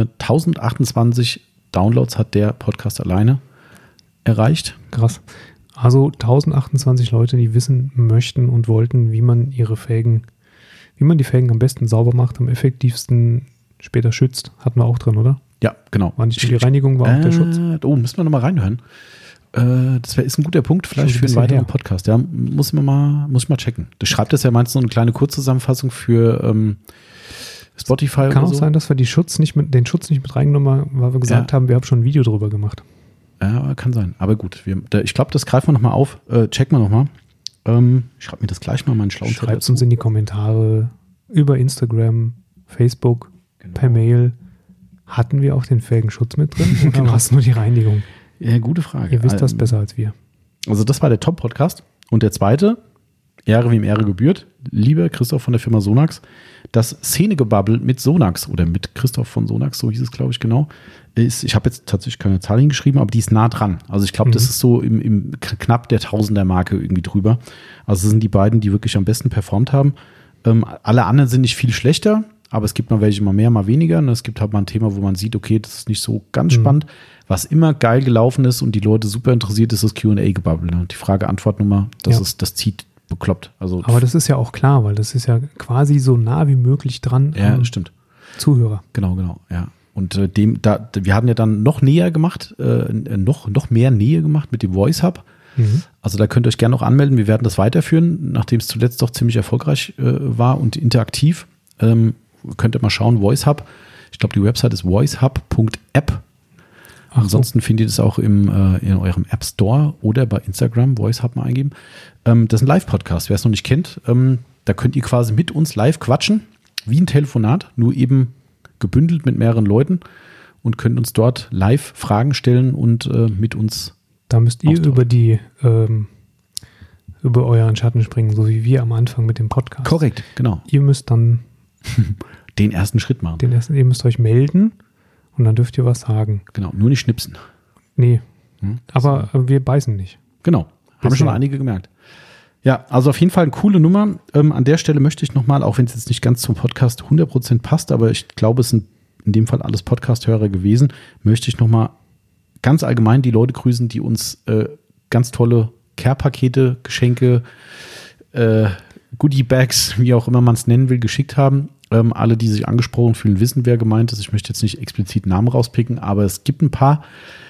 1028 Downloads hat der Podcast alleine erreicht. Krass. Also 1028 Leute, die wissen möchten und wollten, wie man die Felgen am besten sauber macht, am effektivsten später schützt. Hatten wir auch drin, oder? Ja, genau. War nicht die Reinigung, war auch der Schutz? Oh, müssen wir nochmal reinhören. Das ist ein guter Punkt, vielleicht für einen weiteren Podcast. Ja, muss ich mal checken. Du schreibst das ja meinst du so eine kleine Kurzzusammenfassung für Spotify Kann oder so. Auch sein, dass wir den Schutz nicht mit reingenommen haben, weil wir gesagt haben, wir haben schon ein Video drüber gemacht. Ja, kann sein. Aber gut, ich glaube, das greifen wir nochmal auf. Checken wir nochmal. Ich schreibe mir das gleich mal in meinen schlauen Zettel. Schreibt uns in die Kommentare über Instagram, Facebook, per Mail. Hatten wir auch den Felgenschutz mit drin oder war es nur die Reinigung? Ja, gute Frage. Ihr wisst das besser als wir. Also das war der Top-Podcast. Und der zweite, Ehre wem Ehre gebührt, lieber Christoph von der Firma Sonax, das Szenegebabbel mit Sonax oder mit Christoph von Sonax, so hieß es, glaube ich, genau, ist, ich habe jetzt tatsächlich keine Zahl hingeschrieben, aber die ist nah dran. Also ich glaube, das ist so im knapp der Tausender-Marke irgendwie drüber. Also das sind die beiden, die wirklich am besten performt haben. Alle anderen sind nicht viel schlechter, aber es gibt mal welche mal mehr, mal weniger. Und es gibt halt mal ein Thema, wo man sieht, okay, das ist nicht so ganz spannend. Was immer geil gelaufen ist und die Leute super interessiert, ist das Q&A-Gebabbel. Ne? Die Frage-Antwort-Nummer, das zieht bekloppt. Also, aber das ist ja auch klar, weil das ist ja quasi so nah wie möglich dran ja, stimmt. Zuhörer. Genau, ja. Und wir haben ja dann noch näher gemacht, noch mehr Nähe gemacht mit dem Voice Hub. Mhm. Also da könnt ihr euch gerne noch anmelden. Wir werden das weiterführen, nachdem es zuletzt doch ziemlich erfolgreich war und interaktiv. Könnt ihr mal schauen, Voice Hub. Ich glaube, die Website ist voicehub.app. Ansonsten findet ihr es auch in eurem App Store oder bei Instagram, Voice Hub mal eingeben. Das ist ein Live-Podcast, wer es noch nicht kennt. Da könnt ihr quasi mit uns live quatschen, wie ein Telefonat, nur eben gebündelt mit mehreren Leuten und könnt uns dort live Fragen stellen und mit uns. Da müsst ihr über euren Schatten springen, so wie wir am Anfang mit dem Podcast. Korrekt, genau. Ihr müsst dann den ersten Schritt machen. Ihr müsst euch melden und dann dürft ihr was sagen. Genau, nur nicht schnipsen. Nee, aber wir beißen nicht. Genau, haben schon einige gemerkt. Ja, also auf jeden Fall eine coole Nummer. An der Stelle möchte ich nochmal, auch wenn es jetzt nicht ganz zum Podcast 100% passt, aber ich glaube, es sind in dem Fall alles Podcast-Hörer gewesen, möchte ich nochmal ganz allgemein die Leute grüßen, die uns ganz tolle Care-Pakete, Geschenke, Goodie-Bags, wie auch immer man es nennen will, geschickt haben. Alle, die sich angesprochen fühlen, wissen, wer gemeint ist. Ich möchte jetzt nicht explizit Namen rauspicken, aber es gibt ein paar.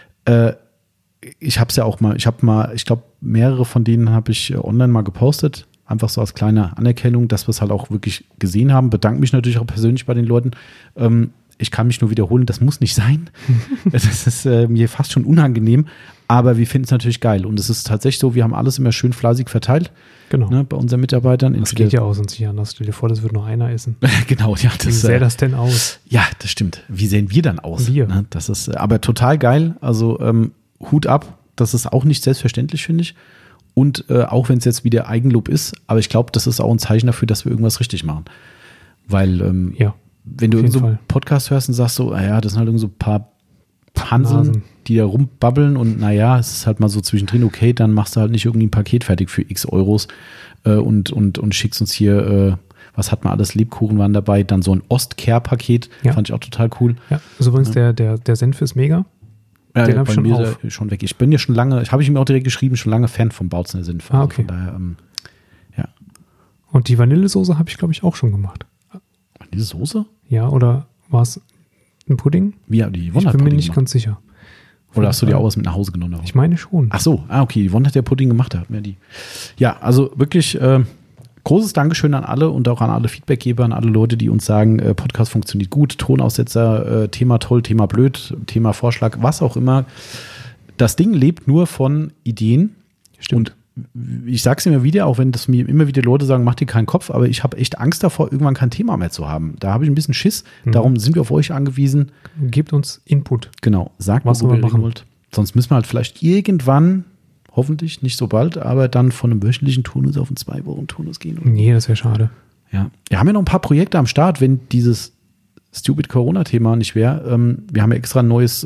Ich habe es ja auch mal, ich glaube, mehrere von denen habe ich online mal gepostet. Einfach so als kleine Anerkennung, dass wir es halt auch wirklich gesehen haben. Bedanke mich natürlich auch persönlich bei den Leuten. Ich kann mich nur wiederholen, das muss nicht sein. Das ist mir fast schon unangenehm, aber wir finden es natürlich geil. Und es ist tatsächlich so, wir haben alles immer schön fleißig verteilt. Genau. Ne, bei unseren Mitarbeitern. Das geht ja aus und sich anders. Stell dir vor, das wird nur einer essen. Genau, ja. Wie sähe das denn aus? Ja, das stimmt. Wie sehen wir dann aus? Wir. Ne, das ist aber total geil. Also Hut ab. Das ist auch nicht selbstverständlich, finde ich. Und auch wenn es jetzt wieder Eigenlob ist, aber ich glaube, das ist auch ein Zeichen dafür, dass wir irgendwas richtig machen. Weil wenn du irgend so einen Podcast hörst und sagst so, das sind halt irgend so ein paar Hanseln, die da rumbabbeln und es ist halt mal so zwischendrin, okay, dann machst du halt nicht irgendwie ein Paket fertig für x Euros und schickst uns hier, was hat man alles, Lebkuchen waren dabei, dann so ein Ost-Care-Paket, fand ich auch total cool. Ja, also übrigens der Senf ist mega. Ja, den habe ich schon weg. Ich bin ja schon lange, habe ich ihm auch direkt geschrieben, schon lange Fan vom Bautzner Senf. Ah, okay. Von daher, Und die Vanillesoße habe ich, glaube ich, auch schon gemacht. Vanillesoße? Ja, oder war es ein Pudding? Wie, die ich bin mir nicht ganz sicher. Oder hast du die auch was mit nach Hause genommen? Ich meine schon. Ach so, okay, die Yvonne hat ja Pudding gemacht. Ja, also wirklich großes Dankeschön an alle und auch an alle Feedbackgeber, an alle Leute, die uns sagen, Podcast funktioniert gut, Tonaussetzer, Thema toll, Thema blöd, Thema Vorschlag, was auch immer. Das Ding lebt nur von Ideen. Stimmt. Und ich sage es immer wieder, auch wenn das mir immer wieder Leute sagen, mach dir keinen Kopf, aber ich habe echt Angst davor, irgendwann kein Thema mehr zu haben. Da habe ich ein bisschen Schiss. Darum sind wir auf euch angewiesen. Gebt uns Input. Genau, sagt, was ihr machen wollt. Sonst müssen wir halt vielleicht irgendwann, hoffentlich nicht so bald, aber dann von einem wöchentlichen Turnus auf einen 2-Wochen-Turnus gehen. Nee, das wäre schade. Ja. Wir haben ja noch ein paar Projekte am Start, wenn dieses stupid Corona-Thema nicht wäre. Wir haben ja extra ein neues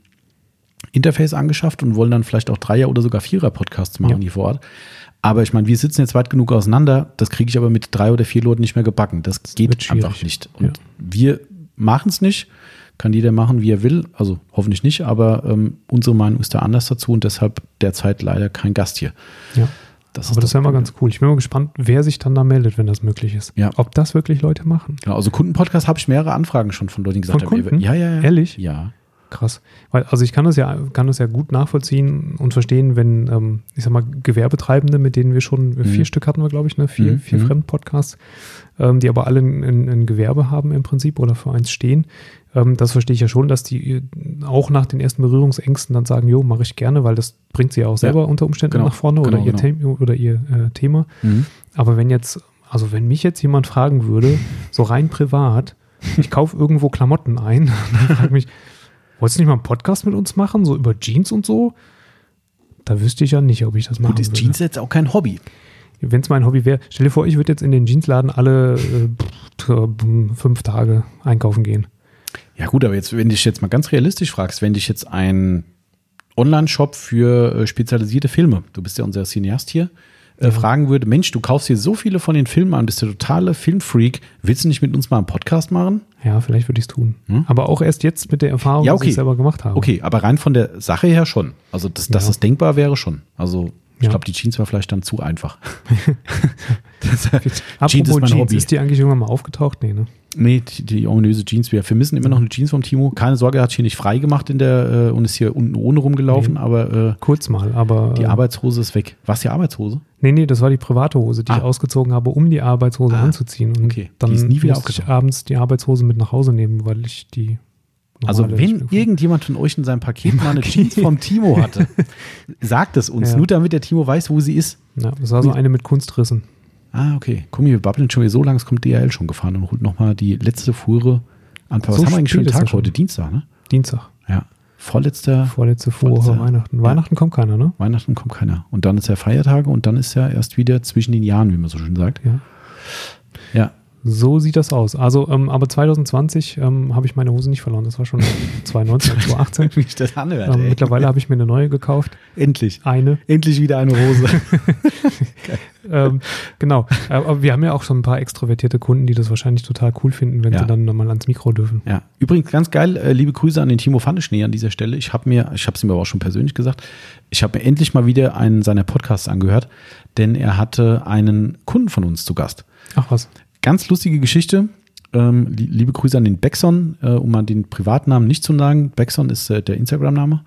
Interface angeschafft und wollen dann vielleicht auch 3er- oder sogar 4er-Podcasts machen hier vor Ort. Aber ich meine, wir sitzen jetzt weit genug auseinander, das kriege ich aber mit 3 oder 4 Leuten nicht mehr gebacken. Das geht einfach nicht. Und wir machen es nicht. Kann jeder machen, wie er will. Also hoffentlich nicht, aber unsere Meinung ist da anders dazu und deshalb derzeit leider kein Gast hier. Ja. Aber das wäre mal ganz cool. Ich bin mal gespannt, wer sich dann da meldet, wenn das möglich ist. Ja. Ob das wirklich Leute machen. Genau, also Kundenpodcast habe ich mehrere Anfragen schon von Leuten, die gesagt haben. Ja. Ehrlich? Ja. Krass. Weil, also ich kann das ja gut nachvollziehen und verstehen, wenn, ich sag mal, Gewerbetreibende, mit denen wir schon 4 Stück hatten wir, glaube ich, 4 Fremdpodcasts, die aber alle ein Gewerbe haben im Prinzip oder für eins stehen. Das verstehe ich ja schon, dass die auch nach den ersten Berührungsängsten dann sagen, jo, mache ich gerne, weil das bringt sie ja auch selber unter Umständen nach vorne oder ihr Thema. Aber wenn mich jetzt jemand fragen würde, so rein privat, ich kaufe irgendwo Klamotten ein, dann frage ich mich, wolltest du nicht mal einen Podcast mit uns machen, so über Jeans und so? Da wüsste ich ja nicht, ob ich das machen würde. Ist Jeans jetzt auch kein Hobby? Wenn es mein Hobby wäre, stell dir vor, ich würde jetzt in den Jeansladen alle 5 Tage einkaufen gehen. Ja gut, aber jetzt, wenn du dich jetzt mal ganz realistisch fragst, wenn dich jetzt ein Online-Shop für spezialisierte Filme, du bist ja unser Cineast hier, fragen würde, Mensch, du kaufst hier so viele von den Filmen an, bist der totale Filmfreak, willst du nicht mit uns mal einen Podcast machen? Ja, vielleicht würde ich es tun. Aber auch erst jetzt mit der Erfahrung, dass ich es selber gemacht habe. Okay, aber rein von der Sache her schon. Also, dass das denkbar wäre schon. Also Ich glaube, die Jeans war vielleicht dann zu einfach. Jeans ist mein Hobby. Ist die eigentlich irgendwann mal aufgetaucht? Nee, ne? Nee, die ominöse Jeans. Wir vermissen immer noch eine Jeans vom Timo. Keine Sorge, er hat hier nicht frei gemacht und ist hier unten ohne rumgelaufen. Nee, aber kurz mal, aber die Arbeitshose ist weg. War es die Arbeitshose? Nee, das war die private Hose, die ich ausgezogen habe, um die Arbeitshose anzuziehen. Und dann die ist nie wieder musste ich abends die Arbeitshose mit nach Hause nehmen, weil ich die... Also wenn irgendjemand von euch in seinem Paket mal eine Jeans vom Timo hatte, sagt es uns, nur damit der Timo weiß, wo sie ist. Ja, das war so eine mit Kunstrissen. Ah, okay. Guck mal, wir babbeln schon wieder so lange, es kommt DHL schon gefahren und holt nochmal die letzte Fuhre an. Was haben wir eigentlich für einen Tag heute? Dienstag, ne? Dienstag. Ja. Vorletzte Fuhre Weihnachten. Weihnachten kommt keiner, ne? Weihnachten kommt keiner. Und dann ist ja Feiertage und dann ist ja erst wieder zwischen den Jahren, wie man so schön sagt. Ja. So sieht das aus. Also, aber 2020 habe ich meine Hose nicht verloren. Das war schon 2019, 2018. Wie ich das anhört, mittlerweile habe ich mir eine neue gekauft. Endlich. Endlich wieder eine Hose. Genau. Aber wir haben ja auch schon ein paar extrovertierte Kunden, die das wahrscheinlich total cool finden, wenn sie dann nochmal ans Mikro dürfen. Ja. Übrigens ganz geil, liebe Grüße an den Timo Pfanneschnee an dieser Stelle. Ich habe es ihm aber auch schon persönlich gesagt, ich habe mir endlich mal wieder einen seiner Podcasts angehört, denn er hatte einen Kunden von uns zu Gast. Ach was. Ganz lustige Geschichte. Liebe Grüße an den Beckson, um mal den Privatnamen nicht zu sagen. Beckson ist der Instagram-Name.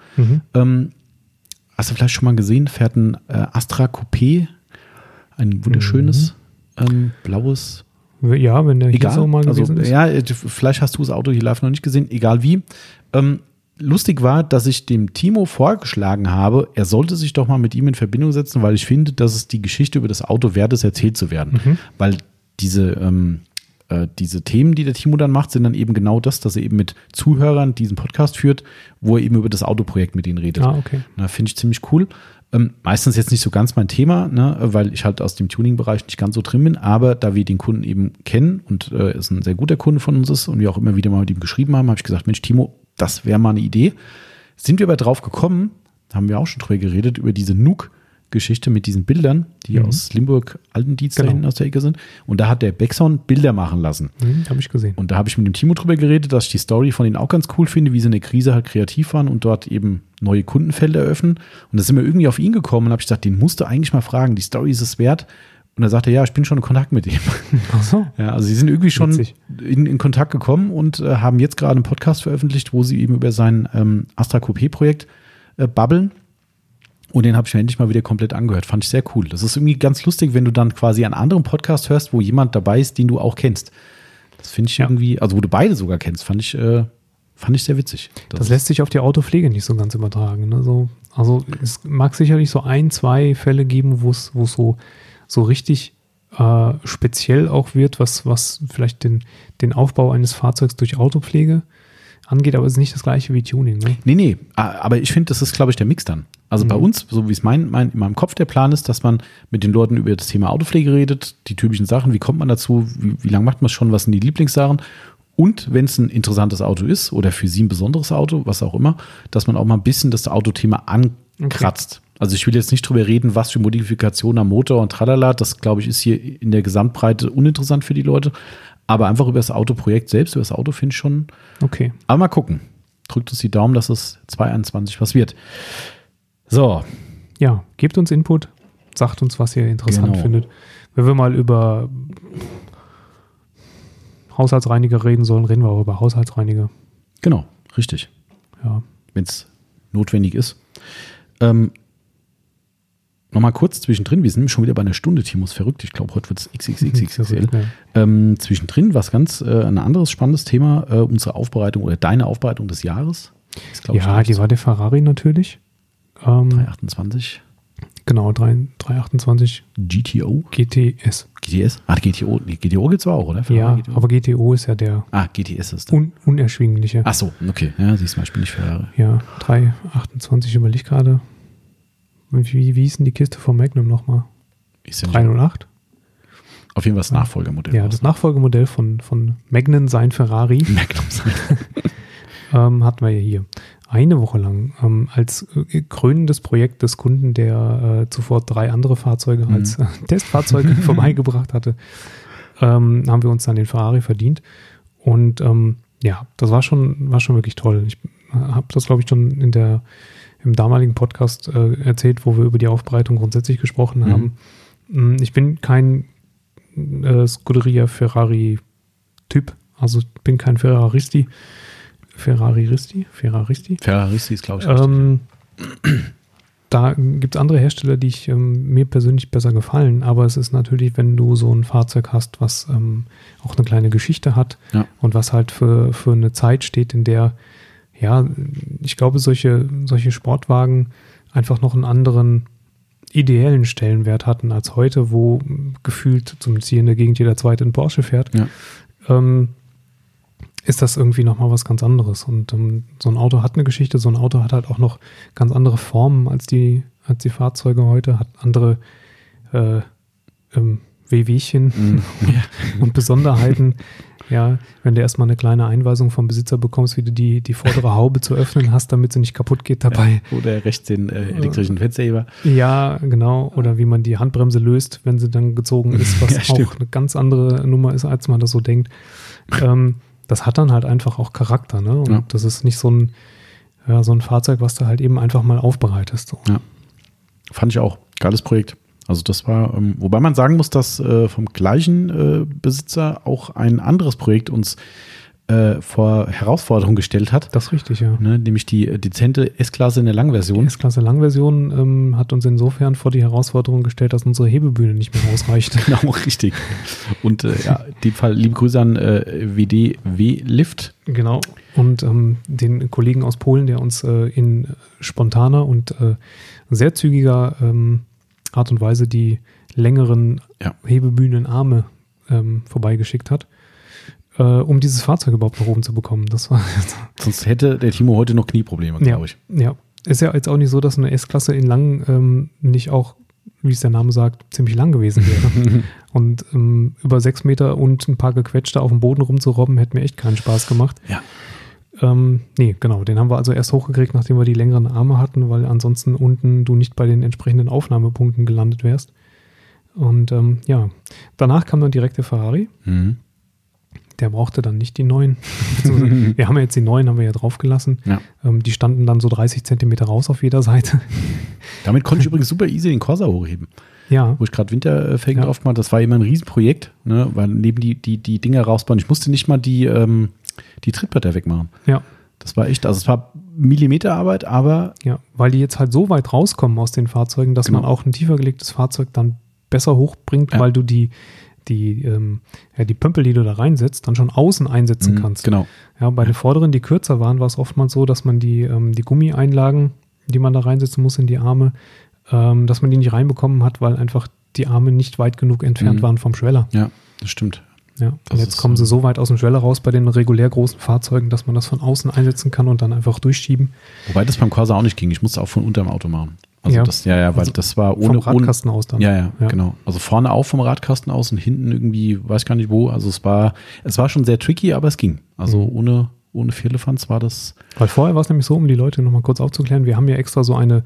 Hast du vielleicht schon mal gesehen? Fährt ein Astra Coupé, ein wunderschönes blaues. Ja, wenn der hier so mal gewesen ist. Ja, vielleicht hast du das Auto hier live noch nicht gesehen, egal wie. Lustig war, dass ich dem Timo vorgeschlagen habe, er sollte sich doch mal mit ihm in Verbindung setzen, weil ich finde, dass es die Geschichte über das Auto wert ist, erzählt zu werden. Weil diese Themen, die der Timo dann macht, sind dann eben genau das, dass er eben mit Zuhörern diesen Podcast führt, wo er eben über das Autoprojekt mit ihnen redet. Ah, okay. Finde ich ziemlich cool. Meistens jetzt nicht so ganz mein Thema, ne, weil ich halt aus dem Tuning-Bereich nicht ganz so drin bin, aber da wir den Kunden eben kennen und es ein sehr guter Kunde von uns ist und wir auch immer wieder mal mit ihm geschrieben haben, habe ich gesagt, Mensch, Timo, das wäre mal eine Idee. Sind wir aber drauf gekommen, haben wir auch schon drüber geredet, über diese Nuke-Geschichte mit diesen Bildern, die aus Limburg-Altendietz da hinten aus der Ecke sind. Und da hat der Beckson Bilder machen lassen. Habe ich gesehen. Und da habe ich mit dem Timo drüber geredet, dass ich die Story von denen auch ganz cool finde, wie sie in der Krise halt kreativ waren und dort eben neue Kundenfelder eröffnen. Und da sind wir irgendwie auf ihn gekommen und habe ich gesagt, den musst du eigentlich mal fragen, die Story ist es wert. Und er sagte, ja, ich bin schon in Kontakt mit ihm. Ach so. Ja, also sie sind irgendwie schon in Kontakt gekommen und haben jetzt gerade einen Podcast veröffentlicht, wo sie eben über sein Astra Coupé-Projekt babbeln. Und den habe ich mir endlich mal wieder komplett angehört. Fand ich sehr cool. Das ist irgendwie ganz lustig, wenn du dann quasi einen anderen Podcast hörst, wo jemand dabei ist, den du auch kennst. Das finde ich irgendwie, also wo du beide sogar kennst, fand ich sehr witzig. Das lässt sich auf die Autopflege nicht so ganz übertragen. Ne? Also es mag sicherlich so 1, 2 Fälle geben, wo es so richtig speziell auch wird, was vielleicht den Aufbau eines Fahrzeugs durch Autopflege angeht, aber es ist nicht das gleiche wie Tuning. Ne? Nee, aber ich finde, das ist, glaube ich, der Mix dann. Also bei uns, so wie es in meinem Kopf der Plan ist, dass man mit den Leuten über das Thema Autopflege redet, die typischen Sachen, wie kommt man dazu, wie lange macht man es schon, was sind die Lieblingssachen und wenn es ein interessantes Auto ist oder für sie ein besonderes Auto, was auch immer, dass man auch mal ein bisschen das Autothema ankratzt. Okay. Also ich will jetzt nicht drüber reden, was für Modifikationen am Motor und tralala, das glaube ich ist hier in der Gesamtbreite uninteressant für die Leute, aber einfach über das Autoprojekt selbst, über das Auto finde ich schon. Okay. Aber mal gucken. Drückt uns die Daumen, dass es 2021 was wird. So. Ja, gebt uns Input, sagt uns, was ihr interessant findet. Wenn wir mal über Haushaltsreiniger reden sollen, reden wir auch über Haushaltsreiniger. Genau, richtig. Ja. Wenn es notwendig ist. Nochmal kurz zwischendrin, wir sind nämlich schon wieder bei einer Stunde, Timo, ist verrückt. Ich glaube, heute wird es XXXXL. Zwischendrin was ganz ein anderes spannendes Thema, unsere Aufbereitung oder deine Aufbereitung des Jahres. Ist, ja, die war der Ferrari natürlich. 328. Genau, 328. GTO? GTS. GTS? GTO. Nee, GTO gibt es auch, oder? Ferrari, ja, GTO. Aber GTO ist ja der GTS ist der. Unerschwingliche. Ach so, okay. Ja, siehst du mal, ich bin nicht Ferrari. Ja, 328 überlege ich gerade. Wie hieß denn die Kiste von Magnum nochmal? 308? Auf jeden Fall das Nachfolgermodell. Ja, das Nachfolgemodell von Magnum sein Ferrari. Magnum sein. Hatten wir ja hier. Eine Woche lang als krönendes Projekt des Kunden, der zuvor 3 andere Fahrzeuge als Testfahrzeuge vorbeigebracht hatte, haben wir uns dann den Ferrari verdient. Und ja, das war schon wirklich toll. Ich habe das, glaube ich, schon in der im damaligen Podcast erzählt, wo wir über die Aufbereitung grundsätzlich gesprochen haben. Ich bin kein Scuderia Ferrari-Typ, also ich bin kein Ferraristi. Ferraristi ist, glaube ich, richtig. Da gibt es andere Hersteller, die mir persönlich besser gefallen, aber es ist natürlich, wenn du so ein Fahrzeug hast, was auch eine kleine Geschichte hat und was halt für eine Zeit steht, in der, ja, ich glaube, solche Sportwagen einfach noch einen anderen ideellen Stellenwert hatten als heute, wo gefühlt, zumindest hier in der Gegend, jeder Zweite in Porsche fährt, ist das irgendwie nochmal was ganz anderes. Und so ein Auto hat eine Geschichte, so ein Auto hat halt auch noch ganz andere Formen als die Fahrzeuge heute, hat andere Wehwehchen und Besonderheiten. Ja, wenn du erstmal eine kleine Einweisung vom Besitzer bekommst, wie du die vordere Haube zu öffnen hast, damit sie nicht kaputt geht dabei. Ja, oder rechts den elektrischen Fensterheber. Ja, genau. Oder wie man die Handbremse löst, wenn sie dann gezogen ist, was auch eine ganz andere Nummer ist, als man das so denkt. Das hat dann halt einfach auch Charakter, ne? Und das ist nicht so ein Fahrzeug, was du halt eben einfach mal aufbereitest. So. Ja, fand ich auch. Geiles Projekt. Also das war, wobei man sagen muss, dass vom gleichen Besitzer auch ein anderes Projekt uns vor Herausforderungen gestellt hat. Das ist richtig, ja. Ne, nämlich die dezente S-Klasse in der Langversion. Die S-Klasse Langversion hat uns insofern vor die Herausforderung gestellt, dass unsere Hebebühne nicht mehr ausreicht. Genau, richtig. Und in dem Fall liebe Grüße an WDW Lift. Genau. Und den Kollegen aus Polen, der uns in spontaner und sehr zügiger Art und Weise die längeren Hebebühnenarme vorbeigeschickt hat, um dieses Fahrzeug überhaupt nach oben zu bekommen. Das war Sonst hätte der Timo heute noch Knieprobleme, glaube ich. Ja, ist ja jetzt auch nicht so, dass eine S-Klasse in lang nicht auch, wie es der Name sagt, ziemlich lang gewesen wäre. Und über 6 Meter und ein paar gequetschte auf dem Boden rumzurobben, hätte mir echt keinen Spaß gemacht. Ja. Nee, genau. Den haben wir also erst hochgekriegt, nachdem wir die längeren Arme hatten, weil ansonsten unten du nicht bei den entsprechenden Aufnahmepunkten gelandet wärst. Und danach kam dann direkt der Ferrari. Der brauchte dann nicht die neuen. Wir haben ja jetzt die neuen, haben wir ja draufgelassen. Ja. Die standen dann so 30 Zentimeter raus auf jeder Seite. Damit konnte ich übrigens super easy den Corsa hochheben. Ja. Wo ich gerade Winterfelgen drauf gemacht habe. Das war immer ein Riesenprojekt, ne? Weil neben die Dinger rausbauen. Ich musste nicht mal die Trittbretter wegmachen. Ja. Das war echt, also es war Millimeterarbeit, aber... Ja, weil die jetzt halt so weit rauskommen aus den Fahrzeugen, dass man auch ein tiefer gelegtes Fahrzeug dann besser hochbringt, weil du die Pömpel, die du da reinsetzt, dann schon außen einsetzen kannst. Genau. Ja, bei den vorderen, die kürzer waren, war es oftmals so, dass man die Gummieinlagen, die man da reinsetzen muss in die Arme, dass man die nicht reinbekommen hat, weil einfach die Arme nicht weit genug entfernt waren vom Schweller. Ja, das stimmt. Ja, und jetzt kommen sie so weit aus dem Schweller raus bei den regulär großen Fahrzeugen, dass man das von außen einsetzen kann und dann einfach durchschieben. Wobei das beim Corsa auch nicht ging. Ich musste auch von unterm Auto machen. Also weil das war ohne... Vom Radkasten aus dann. Ja, genau. Also vorne auch vom Radkasten aus und hinten irgendwie, weiß gar nicht wo. Also es war schon sehr tricky, aber es ging. Also ohne Firlefanz war das... Weil vorher war es nämlich so, um die Leute nochmal kurz aufzuklären, wir haben ja extra so eine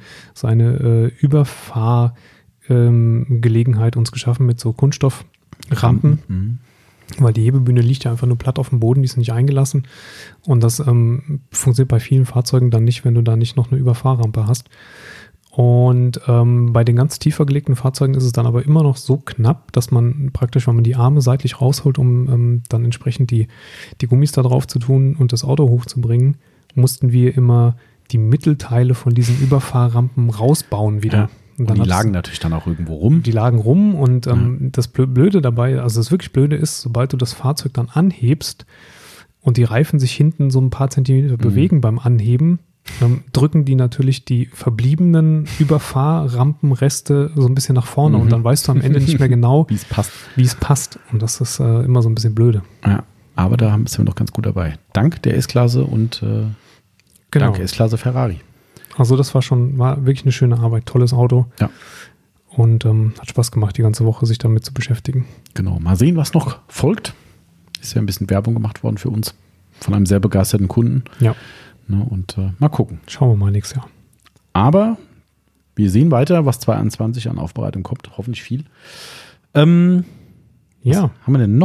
Überfahrgelegenheit uns geschaffen mit so Kunststofframpen. Weil die Hebebühne liegt ja einfach nur platt auf dem Boden, die ist nicht eingelassen. Und das funktioniert bei vielen Fahrzeugen dann nicht, wenn du da nicht noch eine Überfahrrampe hast. Und bei den ganz tiefer gelegten Fahrzeugen ist es dann aber immer noch so knapp, dass man praktisch, wenn man die Arme seitlich rausholt, um dann entsprechend die Gummis da drauf zu tun und das Auto hochzubringen, mussten wir immer die Mittelteile von diesen Überfahrrampen rausbauen wieder. Ja. Und die lagen natürlich dann auch irgendwo rum. Die lagen rum und das Blöde dabei, also das wirklich Blöde ist, sobald du das Fahrzeug dann anhebst und die Reifen sich hinten so ein paar Zentimeter bewegen beim Anheben, drücken die natürlich die verbliebenen Überfahrrampenreste so ein bisschen nach vorne und dann weißt du am Ende nicht mehr genau, wie es passt. Und das ist immer so ein bisschen blöde. Ja, aber da sind wir noch ganz gut dabei. Dank der S-Klasse und dank S-Klasse Ferrari. Also das war wirklich eine schöne Arbeit, tolles Auto. Ja. Und hat Spaß gemacht, die ganze Woche sich damit zu beschäftigen. Genau, mal sehen, was noch folgt. Ist ja ein bisschen Werbung gemacht worden für uns von einem sehr begeisterten Kunden. Ja. Und mal gucken. Schauen wir mal nächstes Jahr. Aber wir sehen weiter, was 2021 an Aufbereitung kommt. Hoffentlich viel. Was haben wir denn noch?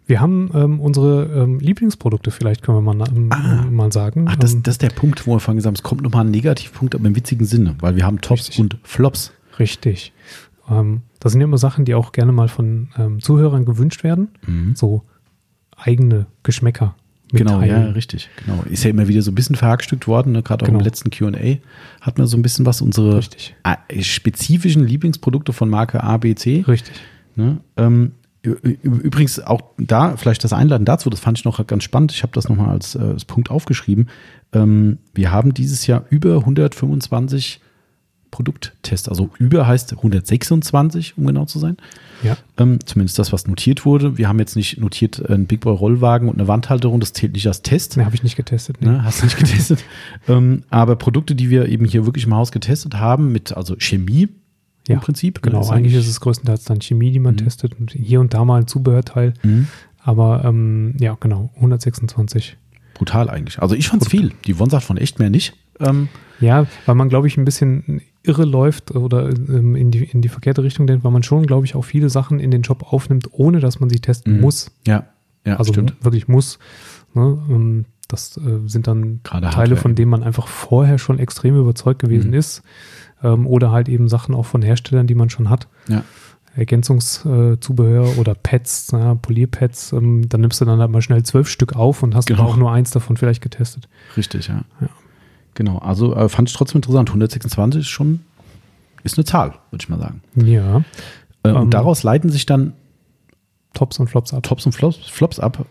Wir haben unsere Lieblingsprodukte, vielleicht können wir mal sagen. Ach, das ist der Punkt, wo wir vorhin gesagt haben, es kommt nochmal ein Negativpunkt, aber im witzigen Sinne, weil wir haben Tops Richtig. und Flops. Richtig. Das sind ja immer Sachen, die auch gerne mal von Zuhörern gewünscht werden. So eigene Geschmäcker mitteilen. Genau, ja, richtig. Genau. Ist ja immer wieder so ein bisschen verhackstückt worden, ne? Gerade auch im letzten Q&A hat man so ein bisschen was, unsere spezifischen Lieblingsprodukte von Marke A, B, C. Richtig. Ne? Übrigens auch da, vielleicht das Einladen dazu, das fand ich noch ganz spannend. Ich habe das nochmal als Punkt aufgeschrieben. Wir haben dieses Jahr über 125 Produkttests, also über heißt 126, um genau zu sein. Ja. Zumindest das, was notiert wurde. Wir haben jetzt nicht notiert einen Big Boy Rollwagen und eine Wandhalterung, das zählt nicht als Test. Ne, habe ich nicht getestet. Nee. Ne, hast du nicht getestet. Aber Produkte, die wir eben hier wirklich im Haus getestet haben, mit also Chemie im Prinzip. Genau, ne, eigentlich ist es größtenteils dann Chemie, die man testet und hier und da mal ein Zubehörteil. Aber ja, genau, 126. Brutal eigentlich. Also ich fand's viel. Die One sagt von echt mehr nicht. Ja, weil man, glaube ich, ein bisschen irre läuft oder in die verkehrte Richtung denkt, weil man schon, glaube ich, auch viele Sachen in den Job aufnimmt, ohne dass man sie testen muss. Ja, also stimmt. wirklich muss. Ne? Das sind dann Gerade Teile, Hardware. von denen man einfach vorher schon extrem überzeugt gewesen ist. Oder halt eben Sachen auch von Herstellern, die man schon hat. Ja. Ergänzungszubehör oder Pads, Polierpads, dann nimmst du dann halt mal schnell 12 Stück auf und hast auch nur eins davon vielleicht getestet. Richtig, ja. Genau, also fand ich trotzdem interessant. 126 ist eine Zahl, würde ich mal sagen. Ja. Und daraus leiten sich dann Tops und Flops ab. Tops und Flops ab.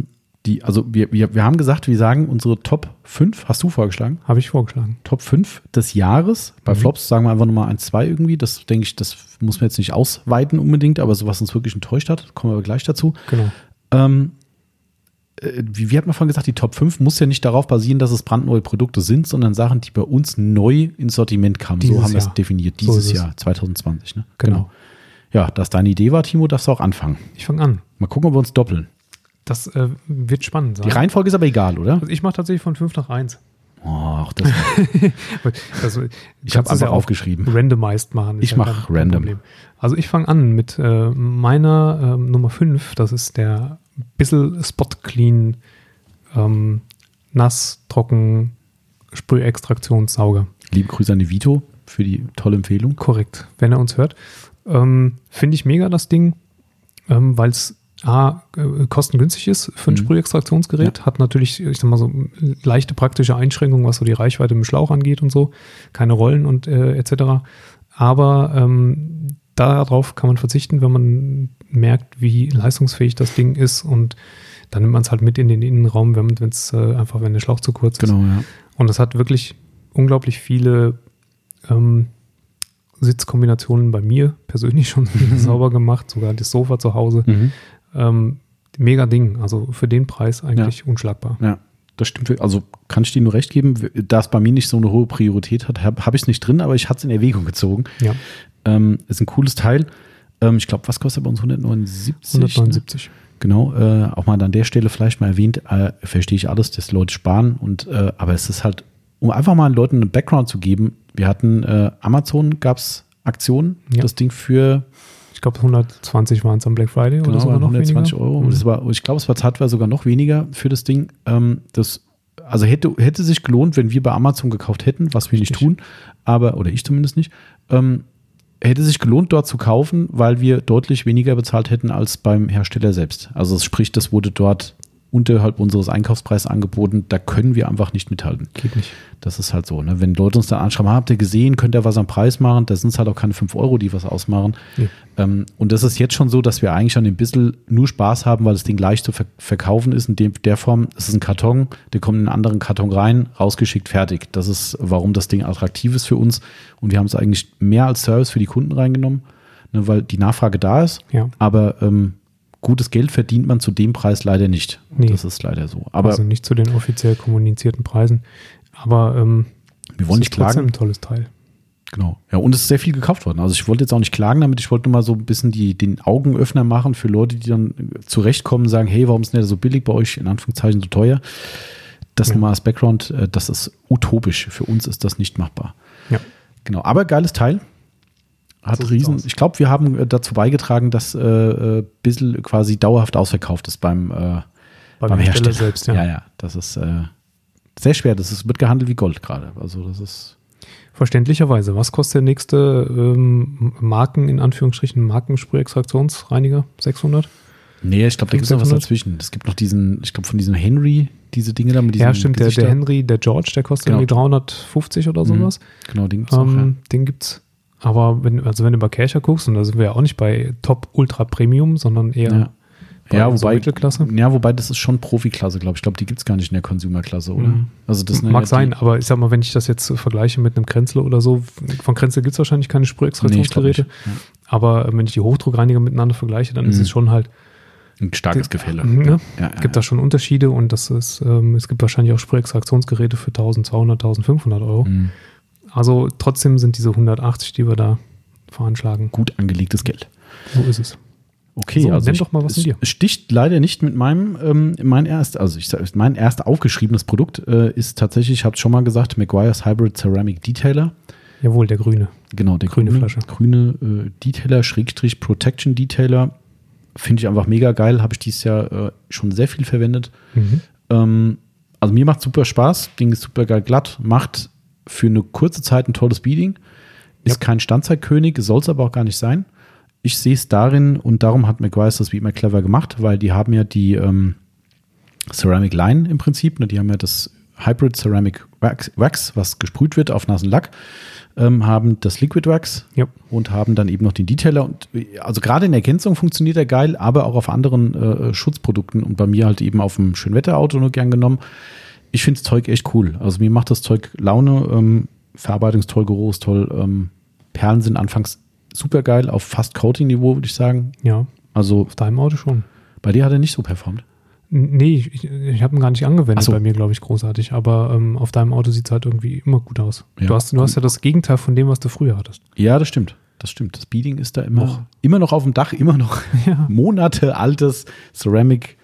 Wir haben gesagt, wir sagen unsere Top 5, hast du vorgeschlagen? Habe ich vorgeschlagen. Top 5 des Jahres. Bei Flops sagen wir einfach nochmal 1, 2 irgendwie. Das denke ich, das muss man jetzt nicht ausweiten unbedingt, aber so was uns wirklich enttäuscht hat, kommen wir aber gleich dazu. Genau. Wie hat man vorhin gesagt, die Top 5 muss ja nicht darauf basieren, dass es brandneue Produkte sind, sondern Sachen, die bei uns neu ins Sortiment kamen. So haben wir es definiert, dieses Jahr, 2020. Ne? Genau. Ja, dass deine Idee war, Timo, darfst du auch anfangen. Ich fange an. Mal gucken, ob wir uns doppeln. Das wird spannend sein. Die Reihenfolge ist aber egal, oder? Also ich mache tatsächlich von 5 nach 1. Oh, das ich habe einfach aufgeschrieben. Randomized machen. Ich mache random. Problem. Also ich fange an mit meiner Nummer 5. Das ist der Bissel Spot Clean nass, trocken Sprühextraktionssauger. Liebe Grüße an die Vito für die tolle Empfehlung. Korrekt, wenn er uns hört. Finde ich mega das Ding, weil es kostengünstig ist für ein Sprühextraktionsgerät, hat natürlich, ich sag mal so, leichte praktische Einschränkungen, was so die Reichweite im Schlauch angeht und so, keine Rollen und etc. Aber darauf kann man verzichten, wenn man merkt, wie leistungsfähig das Ding ist, und dann nimmt man es halt mit in den Innenraum, wenn der Schlauch zu kurz ist. Genau, ja. Und es hat wirklich unglaublich viele Sitzkombinationen bei mir persönlich schon sauber gemacht, sogar das Sofa zu Hause. Mega Ding, also für den Preis eigentlich unschlagbar. Ja, das stimmt. Also kann ich dir nur recht geben, da es bei mir nicht so eine hohe Priorität hat, habe ich es nicht drin, aber ich hatte es in Erwägung gezogen. Ja. Ist ein cooles Teil. Ich glaube, was kostet bei uns? 179? 179. Ne? Genau, auch mal an der Stelle vielleicht mal erwähnt, verstehe ich alles, dass Leute sparen, aber es ist halt, um einfach mal den Leuten einen Background zu geben, wir hatten Amazon, gab es Aktionen, das Ding für, ich glaube 120 waren es am Black Friday oder sogar noch 120 weniger. Euro. Das war, ich glaube, es war zeitweise sogar noch weniger für das Ding. Also hätte sich gelohnt, wenn wir bei Amazon gekauft hätten, was wir nicht tun, oder ich zumindest nicht, hätte sich gelohnt, dort zu kaufen, weil wir deutlich weniger bezahlt hätten als beim Hersteller selbst. Also sprich, das wurde dort unterhalb unseres Einkaufspreises angeboten, da können wir einfach nicht mithalten. Geht nicht. Das ist halt so. Ne? Wenn Leute uns dann anschreiben, habt ihr gesehen, könnt ihr was am Preis machen, da sind es halt auch keine 5 Euro, die was ausmachen. Nee. Und das ist jetzt schon so, dass wir eigentlich an dem bisschen nur Spaß haben, weil das Ding leicht zu verkaufen ist. In der Form, es ist ein Karton, der kommt in einen anderen Karton rein, rausgeschickt, fertig. Das ist, warum das Ding attraktiv ist für uns. Und wir haben es eigentlich mehr als Service für die Kunden reingenommen, ne, weil die Nachfrage da ist. Ja. Aber gutes Geld verdient man zu dem Preis leider nicht. Nee. Das ist leider so. Aber also nicht zu den offiziell kommunizierten Preisen. Aber wir wollen nicht klagen. Trotzdem ein tolles Teil. Genau. Ja, und es ist sehr viel gekauft worden. Also ich wollte jetzt auch nicht klagen damit, ich wollte nur mal so ein bisschen den Augenöffner machen für Leute, die dann zurechtkommen und sagen, hey, warum ist denn der so billig bei euch, in Anführungszeichen so teuer? Das nochmal als Background, das ist utopisch. Für uns ist das nicht machbar. Ja. Genau, aber geiles Teil. Hat So riesen. sieht's aus. Ich glaube, wir haben dazu beigetragen, dass Bissl quasi dauerhaft ausverkauft ist beim Hersteller selbst, ja. Ja, das ist sehr schwer. Wird gehandelt wie Gold gerade. Also das ist Verständlicherweise. Was kostet der nächste in Anführungsstrichen, Markensprühextraktionsreiniger? 600? Nee, ich glaube, da gibt es noch was dazwischen. Es gibt noch ich glaube, von diesem Henry, diese Dinge da mit diesem. Ja, stimmt, der Henry, der George, der kostet irgendwie 350 oder sowas. Genau, den gibt's auch, ja. Den gibt's. Aber wenn du bei Kärcher guckst, und da sind wir ja auch nicht bei Top Ultra Premium, sondern eher wobei Mittelklasse. Ja, wobei das ist schon Profiklasse, glaube ich. Ich glaube, die gibt es gar nicht in der Consumer-Klasse, oder? Also das mag sein, aber ich sag mal, wenn ich das jetzt vergleiche mit einem Krenzle oder so, von Krenzle gibt es wahrscheinlich keine Sprühextraktionsgeräte. Nee, aber wenn ich die Hochdruckreiniger miteinander vergleiche, dann ist es schon halt ein starkes Gefälle. Ne? Gibt da schon Unterschiede und das ist, es gibt wahrscheinlich auch Sprühextraktionsgeräte für 1.200, 1.500 Euro. Also trotzdem sind diese 180, die wir da veranschlagen. Gut angelegtes Geld. So ist es. Okay, so, also nenn doch mal was in dir. Es sticht leider nicht mit mein erst aufgeschriebenes Produkt ist tatsächlich, ich habe es schon mal gesagt, Meguiar's Hybrid Ceramic Detailer. Jawohl, der grüne. Genau, der grüne Flasche. Grüne Detailer, / Protection Detailer. Finde ich einfach mega geil. Habe ich dieses Jahr schon sehr viel verwendet. Also mir macht super Spaß. Ding ist super geil glatt. Macht für eine kurze Zeit ein tolles Beading. Ist kein Standzeitkönig, soll es aber auch gar nicht sein. Ich sehe es darin und darum hat Meguiar's das wie immer clever gemacht, weil die haben ja die Ceramic Line im Prinzip. Ne? Die haben ja das Hybrid Ceramic Wax, was gesprüht wird auf nassen Lack. Haben das Liquid Wax und haben dann eben noch den Detailer. Und also gerade in Ergänzung funktioniert er geil, aber auch auf anderen Schutzprodukten und bei mir halt eben auf dem Schönwetterauto nur gern genommen. Ich finde das Zeug echt cool. Also mir macht das Zeug Laune, Verarbeitung ist toll, Geruch ist toll, Perlen sind anfangs super geil, auf fast Coating-Niveau, würde ich sagen. Ja, also auf deinem Auto schon. Bei dir hat er nicht so performt? Nee, ich habe ihn gar nicht angewendet bei mir, glaube ich, großartig. Aber auf deinem Auto sieht es halt irgendwie immer gut aus. Ja. Du hast ja das Gegenteil von dem, was du früher hattest. Ja, das stimmt. Das Beading ist da immer noch auf dem Dach, immer noch Monate altes Ceramic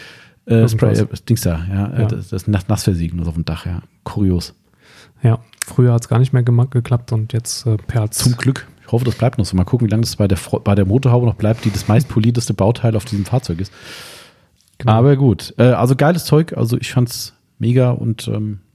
Spray, Dings da, das Nassversiegeln auf dem Dach, ja. Kurios. Ja, früher hat es gar nicht mehr geklappt und jetzt perlt Zum Glück. Ich hoffe, das bleibt noch so. Mal gucken, wie lange das bei der Motorhaube noch bleibt, die das meistpolierteste Bauteil auf diesem Fahrzeug ist. Genau. Aber gut, also geiles Zeug, also ich fand's mega und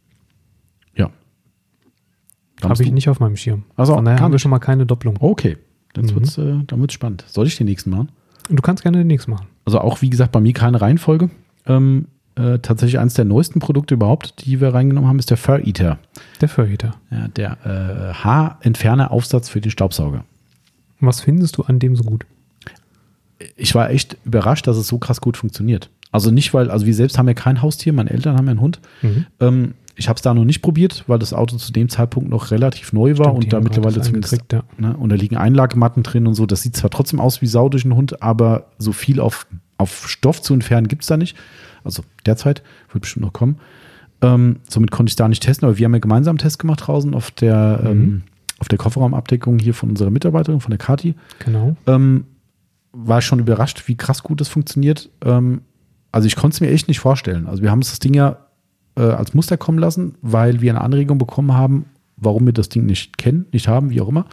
ja. Habe ich nicht auf meinem Schirm. Also von daher haben wir schon mal keine Doppelung. Okay, dann wird's spannend. Soll ich den nächsten machen? Du kannst gerne den nächsten machen. Also auch, wie gesagt, bei mir keine Reihenfolge. Tatsächlich eines der neuesten Produkte überhaupt, die wir reingenommen haben, ist der Fur Eater. Der Fur Eater. Ja, der Haarentferneraufsatz für den Staubsauger. Was findest du an dem so gut? Ich war echt überrascht, dass es so krass gut funktioniert. Also nicht, also wir selbst haben ja kein Haustier, meine Eltern haben ja einen Hund. Ich habe es da noch nicht probiert, weil das Auto zu dem Zeitpunkt noch relativ neu war. Stimmt, und da mittlerweile zumindest, und da liegen Einlagematten drin und so. Das sieht zwar trotzdem aus wie Sau durch den Hund, aber so viel auf Stoff zu entfernen gibt es da nicht. Also derzeit, wird bestimmt noch kommen. Somit konnte ich da nicht testen, aber wir haben ja gemeinsam einen Test gemacht draußen auf der Kofferraumabdeckung hier von unserer Mitarbeiterin, von der Kati. Genau. War schon überrascht, wie krass gut das funktioniert. Also ich konnte es mir echt nicht vorstellen. Also wir haben uns das Ding ja als Muster kommen lassen, weil wir eine Anregung bekommen haben, warum wir das Ding nicht kennen, nicht haben, wie auch immer.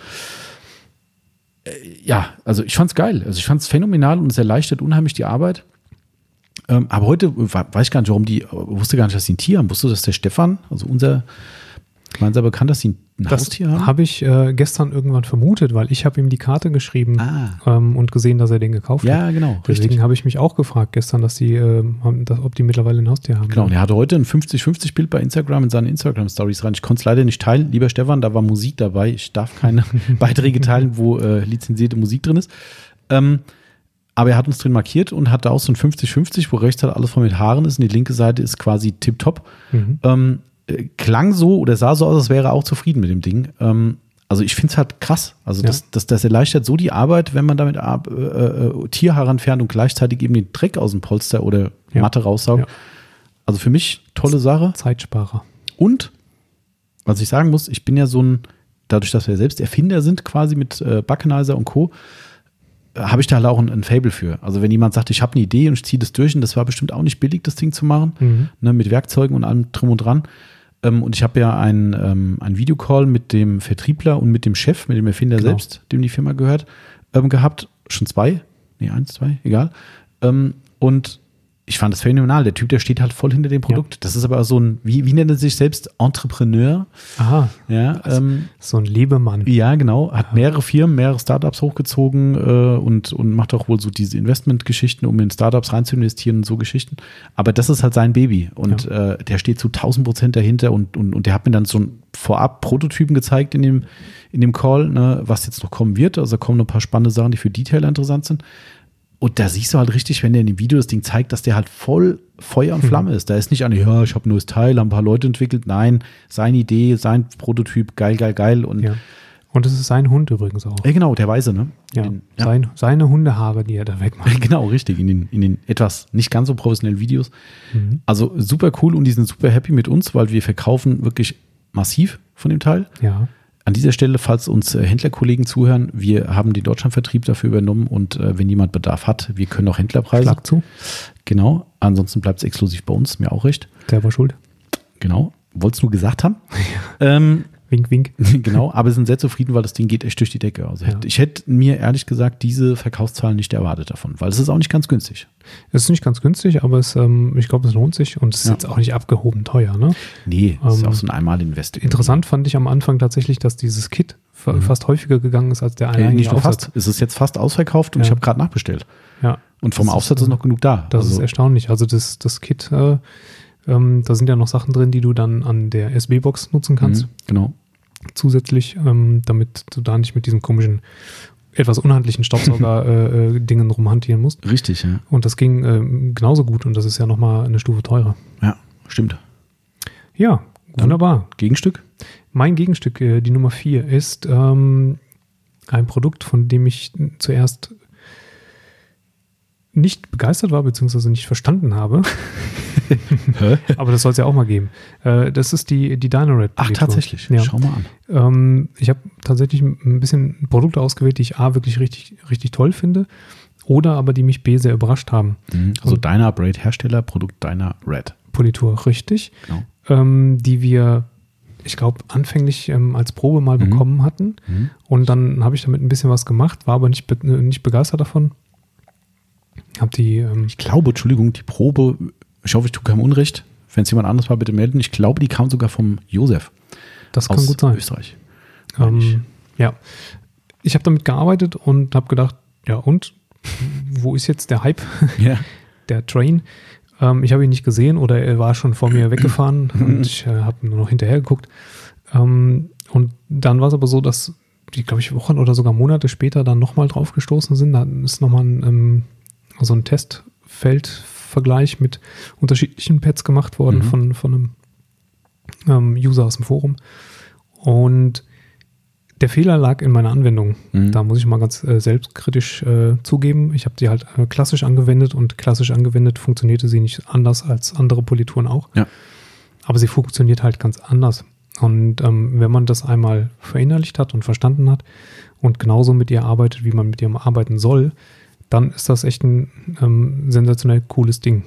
Ja, also ich fand es geil. Also ich fand es phänomenal und es erleichtert unheimlich die Arbeit. Aber heute weiß ich gar nicht, wusste gar nicht, dass sie ein Tier haben. Wusste, dass der Stefan, also unser gemeinsamer Bekannter, dass sie ein Haustier haben? Das habe ich gestern irgendwann vermutet, weil ich habe ihm die Karte geschrieben und gesehen, dass er den gekauft hat. Ja, genau. Deswegen habe ich mich auch gefragt gestern, ob die mittlerweile ein Haustier haben. Genau, und er hatte heute ein 50-50-Bild bei Instagram in seine Instagram-Stories rein. Ich konnte es leider nicht teilen. Lieber Stefan, da war Musik dabei. Ich darf keine Beiträge teilen, wo lizenzierte Musik drin ist. Aber er hat uns drin markiert und hat da auch so ein 50-50, wo rechts halt alles voll mit Haaren ist und die linke Seite ist quasi tipptopp. Klang so oder sah so aus, als wäre er auch zufrieden mit dem Ding. Also ich finde es halt krass. Also das erleichtert so die Arbeit, wenn man damit Tierhaare entfernt und gleichzeitig eben den Dreck aus dem Polster oder Matte raussaugt. Ja. Also für mich tolle Sache. Zeitsparer. Und, was ich sagen muss, ich bin ja dadurch, dass wir selbst Erfinder sind quasi mit Buckenizer und Co., habe ich da halt auch ein Faible für. Also wenn jemand sagt, ich habe eine Idee und ich ziehe das durch, und das war bestimmt auch nicht billig, das Ding zu machen, ne, mit Werkzeugen und allem drum und dran, Und ich habe ja einen Videocall mit dem Vertriebler und mit dem Chef, mit dem Erfinder selbst, dem die Firma gehört, gehabt. Schon 2? Nee, 1, 2, egal. Und ich fand das phänomenal. Der Typ, der steht halt voll hinter dem Produkt. Ja. Das ist aber so ein, wie nennt er sich selbst? Entrepreneur. Aha. Ja, so ein Lebemann. Ja, genau. Hat mehrere Firmen, mehrere Startups hochgezogen und macht auch wohl so diese Investmentgeschichten, um in Startups rein zu investieren und so Geschichten. Aber das ist halt sein Baby. Und der steht zu 1000% dahinter und der hat mir dann so ein vorab Prototypen gezeigt in dem Call, ne, was jetzt noch kommen wird. Also da kommen noch ein paar spannende Sachen, die für Detailer interessant sind. Und da siehst du halt richtig, wenn der in dem Video das Ding zeigt, dass der halt voll Feuer und Flamme ist. Da ist nicht ich habe ein neues Teil, haben ein paar Leute entwickelt. Nein, seine Idee, sein Prototyp, geil. Und das ist sein Hund übrigens auch. Ja, genau, der Weiße, ne? Seine Hundehaare, die er da wegmacht. Genau, richtig, in den etwas nicht ganz so professionellen Videos. Also super cool und die sind super happy mit uns, weil wir verkaufen wirklich massiv von dem Teil. Ja. An dieser Stelle, falls uns Händlerkollegen zuhören, wir haben den Deutschlandvertrieb dafür übernommen und wenn jemand Bedarf hat, wir können auch Händlerpreise. Schlag zu. Genau, ansonsten bleibt es exklusiv bei uns, mir auch recht. Der war schuld. Genau, wolltest du gesagt haben. Wink, wink. Genau, aber wir sind sehr zufrieden, weil das Ding geht echt durch die Decke. Also ich hätte mir ehrlich gesagt diese Verkaufszahlen nicht erwartet davon, weil es ist auch nicht ganz günstig. Es ist nicht ganz günstig, aber ich glaube, es lohnt sich und es ist jetzt auch nicht abgehoben teuer. Ne? Nee, es ist auch so ein Einmal-Invest. Interessant fand ich am Anfang tatsächlich, dass dieses Kit fast häufiger gegangen ist als der eigentliche nicht nur Aufsatz. Fast, es ist jetzt fast ausverkauft und ich habe gerade nachbestellt. Ja. Und vom Aufsatz ist noch genug da. Das ist erstaunlich. Also das Kit, da sind ja noch Sachen drin, die du dann an der SB-Box nutzen kannst. Genau. Zusätzlich, damit du da nicht mit diesem komischen, etwas unhandlichen Staubsauger-Dingen rumhantieren musst. Richtig, ja. Und das ging genauso gut und das ist ja nochmal eine Stufe teurer. Ja, stimmt. Ja, wunderbar. Gegenstück? Mein Gegenstück, die Nummer 4, ist ein Produkt, von dem ich zuerst nicht begeistert war, beziehungsweise nicht verstanden habe. Aber das soll es ja auch mal geben. Das ist die Dynored. Ach, tatsächlich? Ja. Schau mal an. Ich habe tatsächlich ein bisschen Produkte ausgewählt, die ich A, wirklich richtig, richtig toll finde oder aber die mich B, sehr überrascht haben. Also Dynored Hersteller, Produkt Dynored. Politur, richtig. Genau. Die wir, ich glaube, anfänglich als Probe mal bekommen hatten. Und dann habe ich damit ein bisschen was gemacht, war aber nicht begeistert davon. Ich glaube, Entschuldigung, die Probe, ich hoffe, ich tue keinem Unrecht. Wenn es jemand anderes war, bitte melden. Ich glaube, die kam sogar vom Josef. Das kann gut sein. Österreich. Ja. Ich habe damit gearbeitet und habe gedacht, ja und? Wo ist jetzt der Hype? Ja. Der Train? Ich habe ihn nicht gesehen oder er war schon vor mir weggefahren und ich habe nur noch hinterher geguckt. Und dann war es aber so, dass die, glaube ich, Wochen oder sogar Monate später dann nochmal drauf gestoßen sind. Da ist nochmal so ein Testfeldvergleich mit unterschiedlichen Pads gemacht worden von einem User aus dem Forum. Und der Fehler lag in meiner Anwendung. Da muss ich mal ganz selbstkritisch zugeben. Ich habe die halt klassisch angewendet und klassisch angewendet funktionierte sie nicht anders als andere Polituren auch. Ja. Aber sie funktioniert halt ganz anders. Und wenn man das einmal verinnerlicht hat und verstanden hat und genauso mit ihr arbeitet, wie man mit ihr arbeiten soll, dann ist das echt ein sensationell cooles Ding.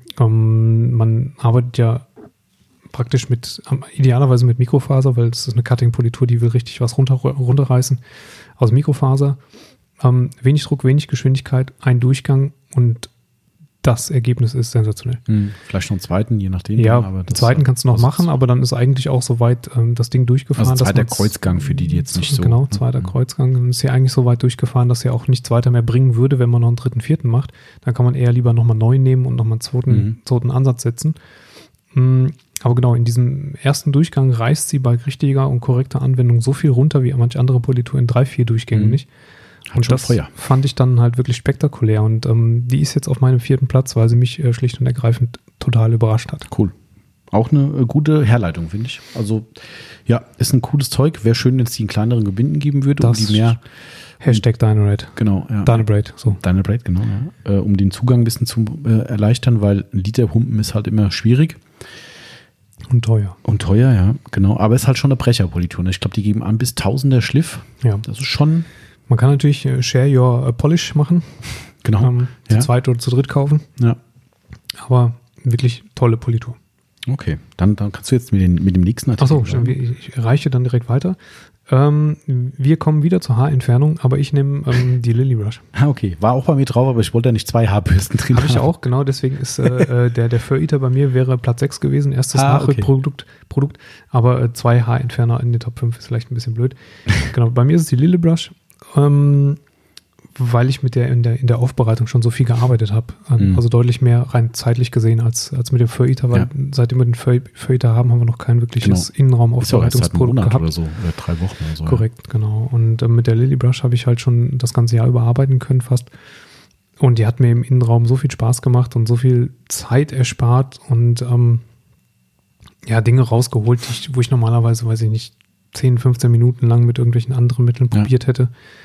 Man arbeitet ja praktisch idealerweise mit Mikrofaser, weil das ist eine Cutting-Politur, die will richtig was runterreißen aus Mikrofaser. Wenig Druck, wenig Geschwindigkeit, ein Durchgang und das Ergebnis ist sensationell. Vielleicht noch einen zweiten, je nachdem. Ja, aber den zweiten kannst du noch machen, aber dann ist eigentlich auch soweit das Ding durchgefahren. Also zweiter Kreuzgang für die jetzt nicht so. Genau, zweiter Kreuzgang. Dann ist ja eigentlich so weit durchgefahren, dass ja auch nichts weiter mehr bringen würde, wenn man noch einen dritten, vierten macht. Dann kann man eher lieber nochmal neu nehmen und nochmal einen zweiten Ansatz setzen. Aber genau, in diesem ersten Durchgang reißt sie bei richtiger und korrekter Anwendung so viel runter, wie manche andere Politur in 3-4 Durchgängen nicht. Und das fand ich dann halt wirklich spektakulär. Und die ist jetzt auf meinem 4. Platz, weil sie mich schlicht und ergreifend total überrascht hat. Cool. Auch eine gute Herleitung, finde ich. Also, ja, ist ein cooles Zeug. Wäre schön, wenn es die in kleineren Gebinden geben würde, um die mehr. Hashtag Dynored. Genau, ja. Dynored, so. Dynored, genau, ja. Um den Zugang ein bisschen zu erleichtern, weil ein Liter Pumpen ist halt immer schwierig. Und teuer. Und teuer, ja, genau. Aber es ist halt schon eine Brecherpolitur. Ich glaube, die geben an bis Tausender Schliff. Ja. Das ist schon. Man kann natürlich Share Your Polish machen. Genau. Zu zweit oder zu dritt kaufen. Ja. Aber wirklich tolle Politur. Okay, dann kannst du jetzt mit dem nächsten Artikel. Achso, stimmt, ich reiche dann direkt weiter. Wir kommen wieder zur Haarentfernung, aber ich nehme die Lily Brush. Okay, war auch bei mir drauf, aber ich wollte da nicht 2 Haarbürsten drin haben. Habe ich auch, genau, deswegen ist der Fur Eater bei mir wäre Platz 6 gewesen, erstes Nachrückprodukt, aber 2 Haarentferner in den Top 5 ist vielleicht ein bisschen blöd. Genau, bei mir ist es die Lily Brush, weil ich mit der in der Aufbereitung schon so viel gearbeitet habe. Also deutlich mehr rein zeitlich gesehen als mit dem Fur Eater, weil seitdem wir den Fur Eater haben wir noch kein wirkliches Innenraumaufbereitungsprodukt gehabt. Oder so, oder 3 Wochen oder so. Korrekt, genau. Und mit der Lily Brush habe ich halt schon das ganze Jahr überarbeiten können fast. Und die hat mir im Innenraum so viel Spaß gemacht und so viel Zeit erspart und Dinge rausgeholt, wo ich normalerweise, weiß ich nicht, 10, 15 Minuten lang mit irgendwelchen anderen Mitteln probiert hätte.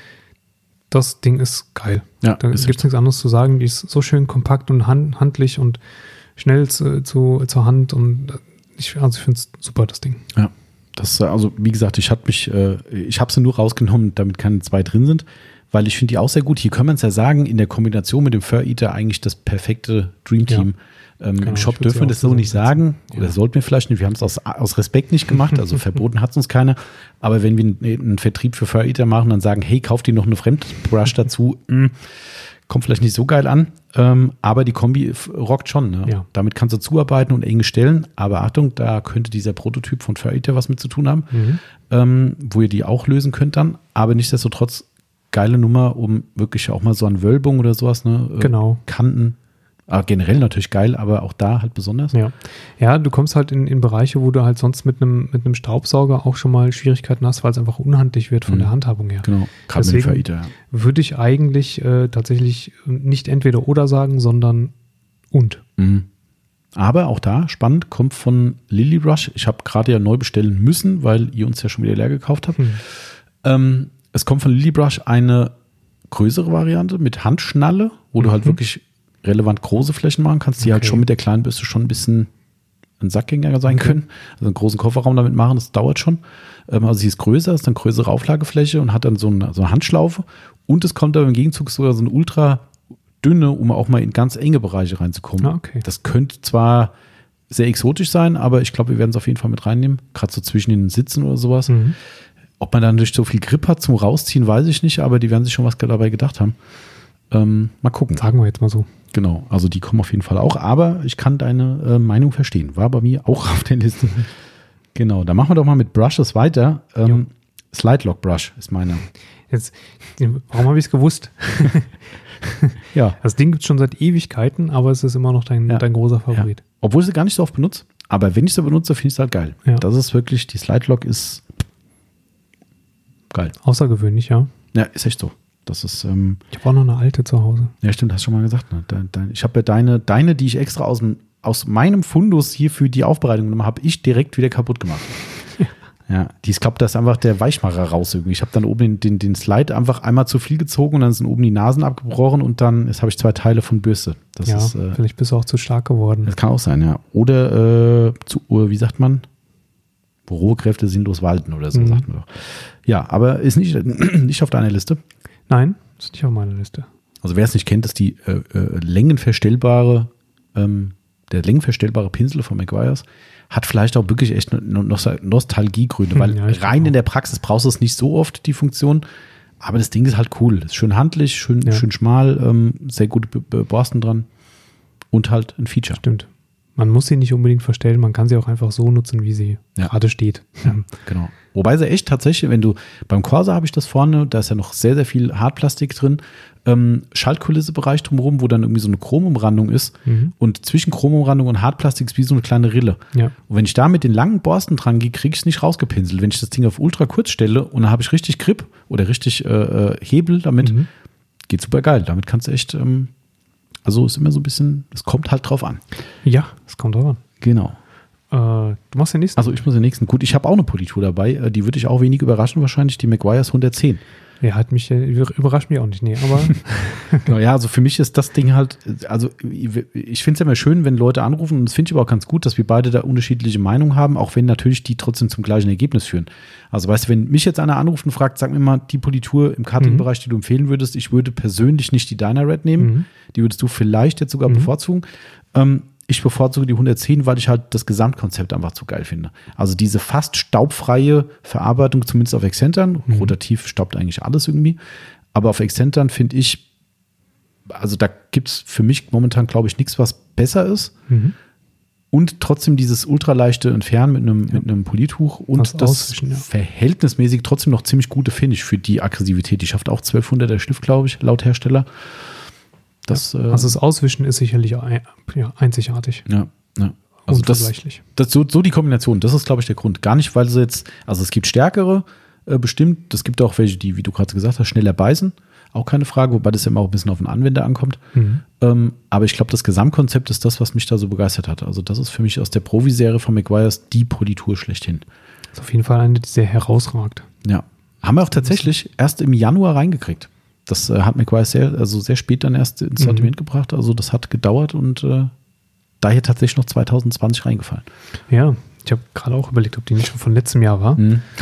Das Ding ist geil. Ja, da gibt es nichts anderes zu sagen. Die ist so schön kompakt und handlich und schnell zur Hand. Und ich finde es super, das Ding. Ja, das also wie gesagt, ich habe sie nur rausgenommen, damit keine 2 drin sind, weil ich finde die auch sehr gut. Hier kann man es ja sagen, in der Kombination mit dem Fur Eater eigentlich das perfekte Dream Team. Im Shop dürfen wir das so nicht sagen, oder sollten wir vielleicht nicht, wir haben es aus Respekt nicht gemacht, also verboten hat es uns keiner, aber wenn wir einen Vertrieb für Fur Eater machen, dann sagen, hey, kauft dir noch eine Fremdbrush dazu, kommt vielleicht nicht so geil an, aber die Kombi rockt schon, ne? Ja. Damit kannst du zuarbeiten und enge stellen, aber Achtung, da könnte dieser Prototyp von Fur Eater was mit zu tun haben, wo ihr die auch lösen könnt dann, aber nichtsdestotrotz geile Nummer, um wirklich auch mal so an Wölbung oder sowas, ne? Genau. Kanten. Generell natürlich geil, aber auch da halt besonders. Ja, du kommst halt in Bereiche, wo du halt sonst mit einem Staubsauger auch schon mal Schwierigkeiten hast, weil es einfach unhandlich wird von der Handhabung her. Genau, deswegen würde ich eigentlich tatsächlich nicht entweder oder sagen, sondern und. Aber auch da, spannend, kommt von Lily Brush. Ich habe gerade ja neu bestellen müssen, weil ihr uns ja schon wieder leer gekauft habt. Es kommt von Lily Brush eine größere Variante mit Handschnalle, wo du halt wirklich relevant große Flächen machen kannst, die halt schon mit der kleinen Bürste schon ein bisschen ein Sackgänger sein können. Also einen großen Kofferraum damit machen, das dauert schon. Also sie ist größer, ist eine größere Auflagefläche und hat dann so eine Handschlaufe. Und es kommt aber im Gegenzug sogar so eine ultra dünne, um auch mal in ganz enge Bereiche reinzukommen. Das könnte zwar sehr exotisch sein, aber ich glaube, wir werden es auf jeden Fall mit reinnehmen. Gerade so zwischen den Sitzen oder sowas. Ob man dann durch so viel Grip hat zum Rausziehen, weiß ich nicht, aber die werden sich schon was dabei gedacht haben. Mal gucken. Sagen wir jetzt mal so. Genau, also die kommen auf jeden Fall auch, aber ich kann deine Meinung verstehen. War bei mir auch auf der Liste. Genau, dann machen wir doch mal mit Brushes weiter. Slide Lock Brush ist meine. Jetzt, warum habe ich es gewusst? Das Ding gibt es schon seit Ewigkeiten, aber es ist immer noch dein großer Favorit. Obwohl ich sie gar nicht so oft benutze, aber wenn ich sie benutze, finde ich es halt geil. Das ist wirklich, die Slide Lock ist geil. Außergewöhnlich, ja. Ja, ist echt so. Das ist, ich habe auch noch eine alte zu Hause. Ja, stimmt, hast du schon mal gesagt. Ne? Ich habe ja deine, die ich extra aus meinem Fundus hier für die Aufbereitung genommen habe, ich direkt wieder kaputt gemacht. Ja, ich glaube, da ist einfach der Weichmacher raus irgendwie. Ich habe dann oben den Slide einfach einmal zu viel gezogen und dann sind oben die Nasen abgebrochen und dann habe ich 2 Teile von Bürste. Das ist, vielleicht bist du auch zu stark geworden. Das kann auch sein, ja. Oder wie sagt man? Rohe Kräfte sinnlos walten oder so, sagt man doch. Ja, aber ist nicht auf deiner Liste. Nein, ist nicht auf meiner Liste. Also wer es nicht kennt, ist die der längenverstellbare Pinsel von Meguiar's. Hat vielleicht auch wirklich echt Nostalgiegründe, weil rein in der Praxis brauchst du es nicht so oft, die Funktion. Aber das Ding ist halt cool. Ist schön handlich, schön schmal, sehr gute Borsten dran und halt ein Feature. Stimmt. Man muss sie nicht unbedingt verstellen, man kann sie auch einfach so nutzen, wie sie gerade steht. Ja, genau. Wobei sie echt tatsächlich, wenn du beim Corsa habe ich das vorne, da ist ja noch sehr, sehr viel Hartplastik drin, Schaltkulissebereich drumherum, wo dann irgendwie so eine Chromumrandung ist und zwischen Chromumrandung und Hartplastik ist wie so eine kleine Rille. Ja. Und wenn ich da mit den langen Borsten dran gehe, kriege ich es nicht rausgepinselt. Wenn ich das Ding auf ultra kurz stelle und dann habe ich richtig Grip oder richtig Hebel damit, geht super geil. Damit kannst du echt, also ist immer so ein bisschen, es kommt halt drauf an. Ja, es kommt drauf an. Genau. Du machst den nächsten? Also ich muss den nächsten. Gut, ich habe auch eine Politur dabei. Die würde ich auch wenig überraschen wahrscheinlich. Die Meguiar's 110. Ja, überrascht mich auch nicht. Nee, aber. Genau, ja, also für mich ist das Ding halt, also ich finde es ja immer schön, wenn Leute anrufen, und das finde ich aber auch ganz gut, dass wir beide da unterschiedliche Meinungen haben, auch wenn natürlich die trotzdem zum gleichen Ergebnis führen. Also weißt du, wenn mich jetzt einer anruft und fragt, sag mir mal die Politur im Cutting-Bereich, die du empfehlen würdest, ich würde persönlich nicht die Dynared nehmen, die würdest du vielleicht jetzt sogar bevorzugen. ich bevorzuge die 110, weil ich halt das Gesamtkonzept einfach zu geil finde. Also diese fast staubfreie Verarbeitung, zumindest auf Exzentern. Rotativ staubt eigentlich alles irgendwie. Aber auf Exzentern finde ich, also da gibt es für mich momentan, glaube ich, nichts, was besser ist. Und trotzdem dieses ultraleichte Entfernen mit einem Poliertuch und das verhältnismäßig trotzdem noch ziemlich gute Finish für die Aggressivität. Die schafft auch 1200er Schliff, glaube ich, laut Hersteller. Also das Auswischen ist sicherlich einzigartig. Ja. Also so die Kombination, das ist, glaube ich, der Grund. Gar nicht, weil sie jetzt, also es gibt stärkere bestimmt, es gibt auch welche, die, wie du gerade gesagt hast, schneller beißen. Auch keine Frage, wobei das ja immer auch ein bisschen auf den Anwender ankommt. Aber ich glaube, das Gesamtkonzept ist das, was mich da so begeistert hat. Also das ist für mich aus der Provi-Serie von Meguiar's die Politur schlechthin. Das ist auf jeden Fall eine, die sehr herausragt. Ja. Haben wir auch tatsächlich erst im Januar reingekriegt. Das hat Meguiar sehr spät dann erst ins Sortiment gebracht. Also das hat gedauert und daher tatsächlich noch 2020 reingefallen. Ja, ich habe gerade auch überlegt, ob die nicht schon von letztem Jahr war.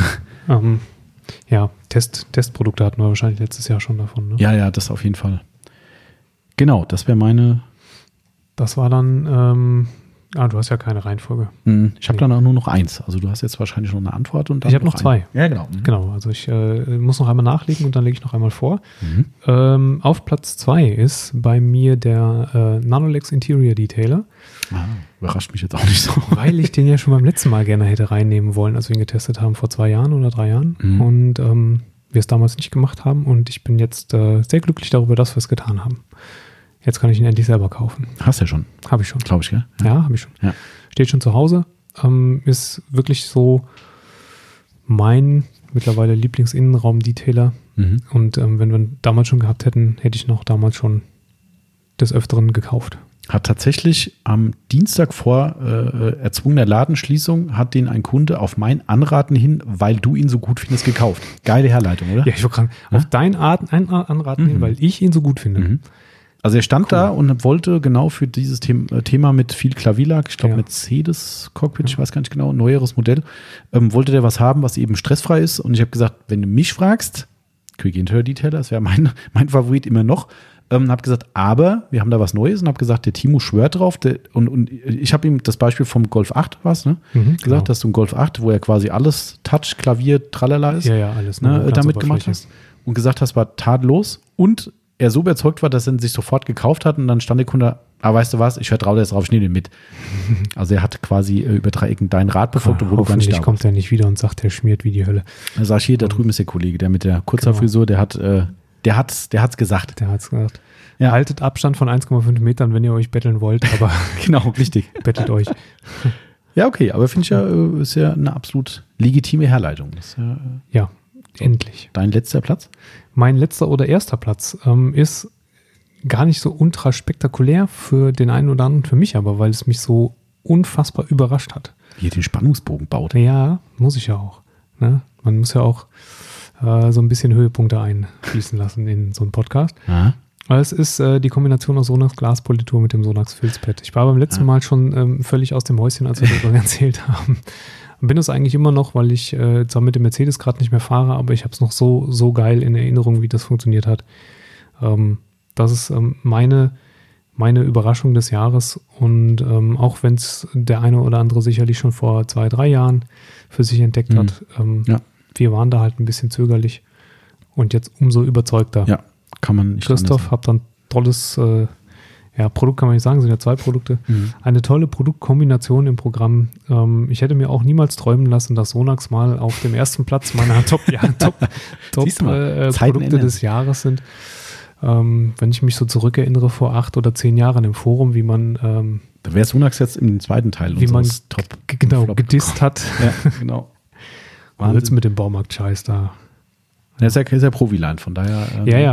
Ja, Testprodukte hatten wir wahrscheinlich letztes Jahr schon davon. Ne? Ja, das auf jeden Fall. Genau, das wäre meine. Das war dann, du hast ja keine Reihenfolge. Ich habe dann auch nur noch eins. Also du hast jetzt wahrscheinlich noch eine Antwort. Und dann ich habe noch zwei. Ja, genau. Genau, also ich muss noch einmal nachlegen und dann lege ich noch einmal vor. Auf Platz 2 ist bei mir der Nanolex Interior Detailer. Überrascht mich jetzt auch nicht so. Weil ich den ja schon beim letzten Mal gerne hätte reinnehmen wollen, als wir ihn getestet haben, vor 2 Jahren oder 3 Jahren. Und wir es damals nicht gemacht haben. Und ich bin jetzt sehr glücklich darüber, dass wir es getan haben. Jetzt kann ich ihn endlich selber kaufen. Hast du ja schon. Habe ich schon. Glaube ich, gell? Ja, habe ich schon. Ja. Steht schon zu Hause. Ist wirklich so mein mittlerweile Lieblingsinnenraum-Detailer. Und wenn wir ihn damals schon gehabt hätten, hätte ich noch damals schon des Öfteren gekauft. Hat tatsächlich am Dienstag vor erzwungener Ladenschließung hat den ein Kunde auf mein Anraten hin, weil du ihn so gut findest, gekauft. Geile Herleitung, oder? Ja, ich war gerade auf dein Anraten hin, weil ich ihn so gut finde. Also er stand da und wollte genau für dieses Thema mit viel Klavierlack, ich glaube Mercedes Cockpit, ich weiß gar nicht genau, ein neueres Modell, wollte der was haben, was eben stressfrei ist. Und ich habe gesagt, wenn du mich fragst, Quick Interior Detailer, das wäre mein Favorit immer noch, habe gesagt, aber wir haben da was Neues und habe gesagt, der Timo schwört drauf. Und ich habe ihm das Beispiel vom Golf 8 gesagt, dass du ein Golf 8, wo ja quasi alles Touch, Klavier, Tralala ist, alles damit gemacht hast und gesagt hast, war tadellos und er so überzeugt war, dass er ihn sich sofort gekauft hat und dann stand der Kunde, weißt du was, ich vertraue dir jetzt drauf, ich nehme den mit. Also er hat quasi über 3 Ecken deinen Rat befolgt, obwohl du gar nicht da warst. Kommt er nicht wieder und sagt, der schmiert wie die Hölle. Da sag ich hier, da drüben ist der Kollege, der mit der Kurzhaarfrisur, der hat's gesagt. Der hat's gesagt. Ja. Haltet Abstand von 1,5 Metern, wenn ihr euch betteln wollt, aber genau, richtig. Bettelt euch. Ja, okay, aber finde ich ist ja eine absolut legitime Herleitung. Das ist ja, endlich. Dein letzter Platz? Mein letzter oder erster Platz ist gar nicht so ultra spektakulär für den einen oder anderen, für mich aber, weil es mich so unfassbar überrascht hat. Wie ihr den Spannungsbogen baut. Ja, muss ich ja auch. Ne? Man muss ja auch so ein bisschen Höhepunkte einfließen lassen in so einen Podcast. Es ist die Kombination aus Sonax Glaspolitur mit dem Sonax Filzpad. Ich war beim letzten Mal schon völlig aus dem Häuschen, als wir darüber erzählt haben. Bin es eigentlich immer noch, weil ich zwar mit dem Mercedes gerade nicht mehr fahre, aber ich habe es noch so geil in Erinnerung, wie das funktioniert hat. Das ist meine Überraschung des Jahres und auch wenn es der eine oder andere sicherlich schon vor 2-3 Jahren für sich entdeckt hat, wir waren da halt ein bisschen zögerlich und jetzt umso überzeugter. Ja, kann man nicht. Christoph, habt dann tolles Produkt kann man nicht sagen, sind ja 2 Produkte. Eine tolle Produktkombination im Programm. Ich hätte mir auch niemals träumen lassen, dass Sonax mal auf dem ersten Platz meiner Top-Produkte des Jahres sind. Wenn ich mich so zurückerinnere, vor 8 oder 10 Jahren im Forum, wie man da wäre Sonax jetzt im zweiten Teil wie man gedisst hat. Ja, genau. Was willst du mit dem Baumarkt-Scheiß da? Er ist ja Profiline, von daher.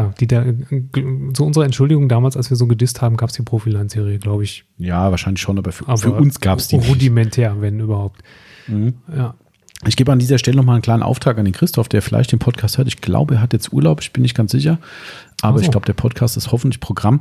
Zu unserer Entschuldigung damals, als wir so gedisst haben, gab es die Profiline-Serie, glaube ich. Ja, wahrscheinlich schon, aber für uns gab es die rudimentär, wenn überhaupt. Ja. Ich gebe an dieser Stelle nochmal einen kleinen Auftrag an den Christoph, der vielleicht den Podcast hört. Ich glaube, er hat jetzt Urlaub, ich bin nicht ganz sicher. Aber ich glaube, der Podcast ist hoffentlich Programm.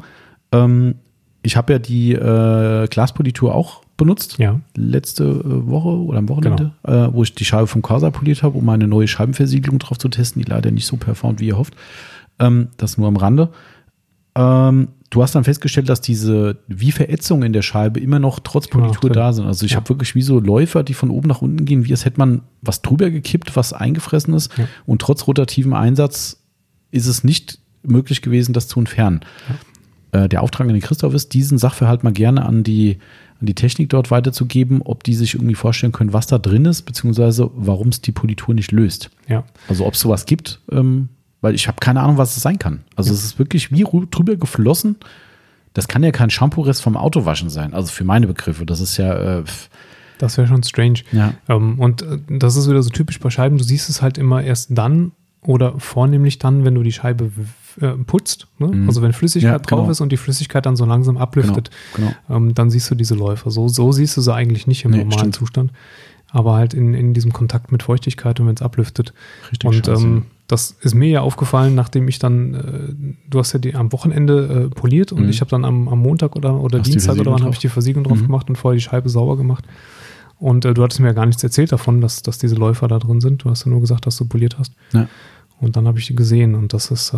Ich habe ja die Glaspolitur auch benutzt, letzte Woche oder am Wochenende, wo ich die Scheibe vom Corsa poliert habe, um eine neue Scheibenversiegelung drauf zu testen, die leider nicht so performt, wie ihr hofft. Das nur am Rande. Du hast dann festgestellt, dass diese wie Verätzungen in der Scheibe immer noch trotz Politur da sind. Also ich habe wirklich wie so Läufer, die von oben nach unten gehen, wie als hätte man was drüber gekippt, was eingefressen ist. Ja. Und trotz rotativem Einsatz ist es nicht möglich gewesen, das zu entfernen. Ja. Der Auftrag an den Christoph ist, diesen Sachverhalt mal gerne an die Technik dort weiterzugeben, ob die sich irgendwie vorstellen können, was da drin ist, beziehungsweise warum es die Politur nicht löst. Ja. Also ob es sowas gibt, weil ich habe keine Ahnung, was es sein kann. Also es ist wirklich wie drüber geflossen. Das kann ja kein Shampoo-Rest vom Autowaschen sein. Also für meine Begriffe. Das ist ja das wäre schon strange. Ja. Und das ist wieder so typisch bei Scheiben. Du siehst es halt immer erst dann oder vornehmlich dann, wenn du die Scheibe putzt. Ne? Mhm. Also wenn Flüssigkeit drauf ist und die Flüssigkeit dann so langsam ablüftet, dann siehst du diese Läufer. So siehst du sie eigentlich nicht im normalen Zustand. Aber halt in diesem Kontakt mit Feuchtigkeit und wenn es ablüftet. Richtig. Und das ist mir ja aufgefallen, nachdem ich dann, du hast ja die am Wochenende poliert und ich habe dann am Montag oder Dienstag oder wann habe ich die Versiegelung drauf gemacht und vorher die Scheibe sauber gemacht. Und du hattest mir ja gar nichts erzählt davon, dass diese Läufer da drin sind. Du hast ja nur gesagt, dass du poliert hast. Ja. Und dann habe ich die gesehen und das ist,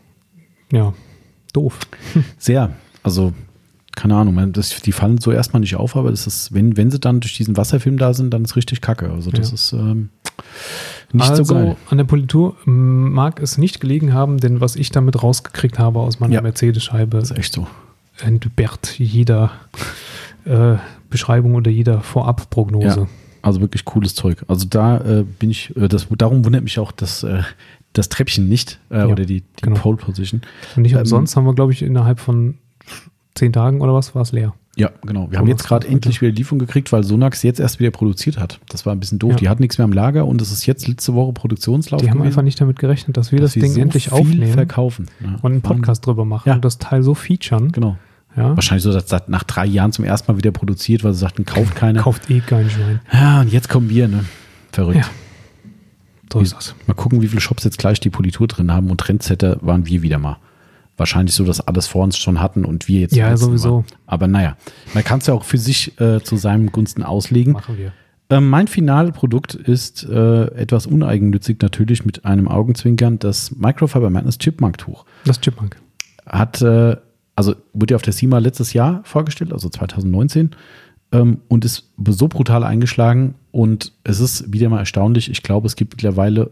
doof. Sehr. Also, keine Ahnung, die fallen so erstmal nicht auf, aber das ist, wenn sie dann durch diesen Wasserfilm da sind, dann ist richtig kacke. Also das ist nicht so geil. An der Politur mag es nicht gelegen haben, denn was ich damit rausgekriegt habe aus meiner Mercedes-Scheibe, ist echt so. Entbehrt jeder Beschreibung oder jeder Vorabprognose. Ja, also wirklich cooles Zeug. Also da bin ich, darum wundert mich auch das Treppchen nicht oder die Pole Position. Und nicht umsonst haben wir, glaube ich, innerhalb von 10 Tagen oder was war es leer. Ja, genau. Wir haben jetzt gerade endlich wieder Lieferung gekriegt, weil Sonax jetzt erst wieder produziert hat. Das war ein bisschen doof. Ja. Die hatten nichts mehr im Lager und es ist jetzt letzte Woche Produktionslauf. Die haben einfach nicht damit gerechnet, dass wir das Ding so endlich aufnehmen, verkaufen und einen Podcast drüber machen und das Teil so featuren. Genau. Ja. Wahrscheinlich so, dass das nach 3 Jahren zum ersten Mal wieder produziert, weil sie sagten, kauft keiner. Kauft kein Schwein. Ja, und jetzt kommen wir, ne? Verrückt. Ja. So ist das. Mal gucken, wie viele Shops jetzt gleich die Politur drin haben und Trendsetter waren wir wieder mal. Wahrscheinlich so, dass alles vor uns schon hatten und wir jetzt. Ja, sowieso. Mal. Aber naja, man kann es ja auch für sich zu seinem Gunsten auslegen. Machen wir. Mein Finalprodukt ist etwas uneigennützig natürlich mit einem Augenzwinkern, das Microfiber Madness Chipmunk Tuch. Das Chipmunk. Wurde ja auf der SEMA letztes Jahr vorgestellt, also 2019, und ist so brutal eingeschlagen und es ist wieder mal erstaunlich. Ich glaube, es gibt mittlerweile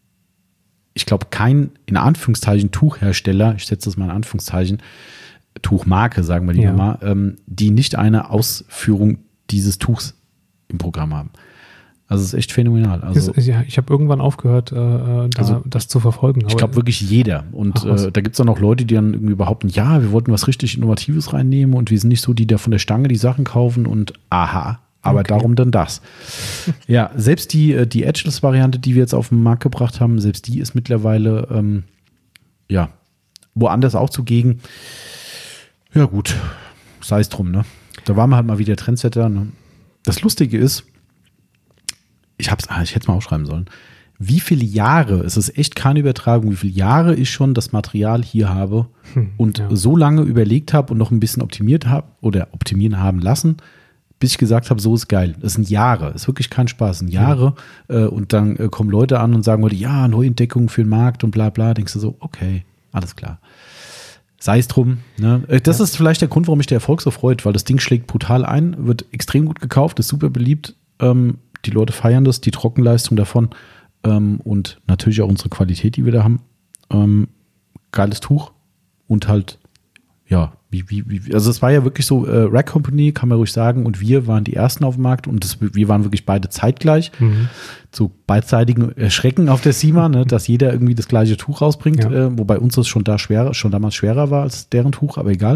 kein, in Anführungszeichen, Tuchhersteller, ich setze das mal in Anführungszeichen, Tuchmarke, sagen wir lieber mal, die nicht eine Ausführung dieses Tuchs im Programm haben. Also es ist echt phänomenal. Also, ich habe irgendwann aufgehört, das zu verfolgen. Ich glaube wirklich jeder. Und da gibt es dann auch Leute, die dann irgendwie behaupten, ja, wir wollten was richtig Innovatives reinnehmen und wir sind nicht so, die da von der Stange die Sachen kaufen und aber darum dann das. Ja, selbst die Edgeless-Variante, die wir jetzt auf den Markt gebracht haben, selbst die ist mittlerweile woanders auch zugegen. Ja gut, sei es drum, ne? Da waren wir halt mal wieder Trendsetter. Ne? Das Lustige ist, ich hätte es mal aufschreiben sollen, wie viele Jahre, es ist echt keine Übertragung, wie viele Jahre ich schon das Material hier habe und so lange überlegt habe und noch ein bisschen optimiert habe oder optimieren haben lassen, bis ich gesagt habe, so ist geil. Das sind Jahre, ist wirklich kein Spaß, das sind Jahre. Und dann kommen Leute an und sagen, ja, Neuentdeckung für den Markt und bla bla. Denkst du so, okay, alles klar. Sei es drum. Ne? Das ist vielleicht der Grund, warum mich der Erfolg so freut, weil das Ding schlägt brutal ein, wird extrem gut gekauft, ist super beliebt. Die Leute feiern das, die Trockenleistung davon und natürlich auch unsere Qualität, die wir da haben. Geiles Tuch und halt, also es war ja wirklich so, Rack Company, kann man ruhig sagen, und wir waren die Ersten auf dem Markt und wir waren wirklich beide zeitgleich. Zu beidseitigen Schrecken auf der SEMA, ne, dass jeder irgendwie das gleiche Tuch rausbringt, wobei uns das schon damals schwerer war als deren Tuch, aber egal.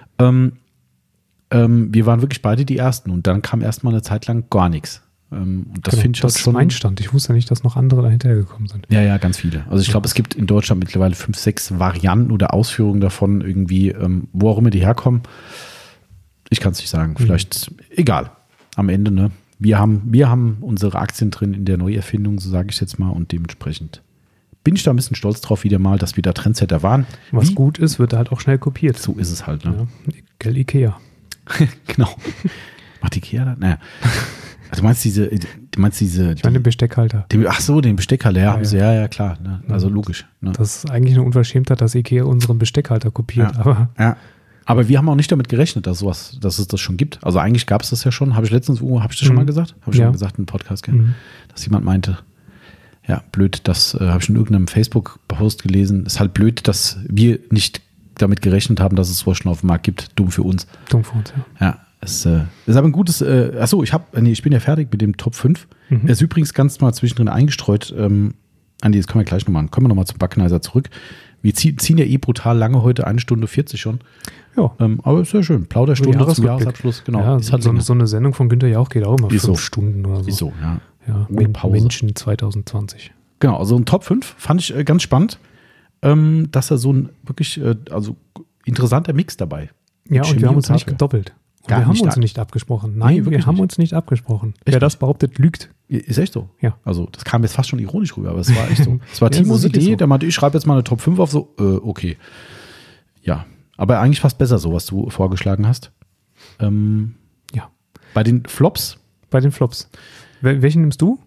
Wir waren wirklich beide die Ersten und dann kam erstmal eine Zeit lang gar nichts. Und das finde ich halt schon. Das ist mein Stand. Ich wusste nicht, dass noch andere dahinter gekommen sind. Ja, ganz viele. Also ich glaube, es gibt in Deutschland mittlerweile 5, 6 Varianten oder Ausführungen davon irgendwie, wo auch immer die herkommen. Ich kann es nicht sagen. Vielleicht, egal. Am Ende, ne? Wir haben unsere Aktien drin in der Neuerfindung, so sage ich jetzt mal, und dementsprechend bin ich da ein bisschen stolz drauf wieder mal, dass wir da Trendsetter waren. Was gut ist, wird halt auch schnell kopiert. So ist es halt, ne? Ja. Gell, Ikea. Genau. Macht Ikea da? Naja. Also Du meinst diese... Ich meine den Besteckhalter. Ach so, den Besteckhalter, ja, haben sie, ja. ja, klar. Ne? Also logisch. Ne? Das ist eigentlich eine Unverschämtheit, dass Ikea unseren Besteckhalter kopiert. Ja. Aber wir haben auch nicht damit gerechnet, dass es das schon gibt. Also eigentlich gab es das ja schon. Habe ich letztens, habe ich das schon mal gesagt? Habe ich schon mal gesagt in einem Podcast, dass jemand meinte, ja, blöd, das habe ich in irgendeinem Facebook-Post gelesen. Ist halt blöd, dass wir nicht damit gerechnet haben, dass es sowas schon auf dem Markt gibt. Dumm für uns. Dumm für uns, ja. Ja, es ist aber ein gutes, achso, ich bin ja fertig mit dem Top 5. Er ist übrigens ganz mal zwischendrin eingestreut. Andi, jetzt kommen wir gleich nochmal zum Backneiser zurück. Wir ziehen ja brutal lange heute, 1 Stunde 40 schon. Ja. Aber ist ja schön. Plauderstunde zum Jahresabschluss. Genau. Ja, ist halt so eine Sendung von Günther Jauch geht auch immer 5 Stunden oder so. Ist so, ja. Ja, ohne Pause. Menschen 2020. Genau, also ein Top 5 fand ich ganz spannend, dass er so ein wirklich interessanter Mix dabei. Ja, und wir haben uns nicht gedoppelt. Wir haben uns nicht abgesprochen. Nein, wir haben uns nicht abgesprochen. Wer das behauptet, lügt. Ist echt so. Ja. Also das kam jetzt fast schon ironisch rüber, aber es war echt so. Es war Timos Idee, so. Der meinte, ich schreibe jetzt mal eine Top 5 auf, so, okay. Ja, aber eigentlich fast besser so, was du vorgeschlagen hast. Ja. Bei den Flops. Welchen nimmst du?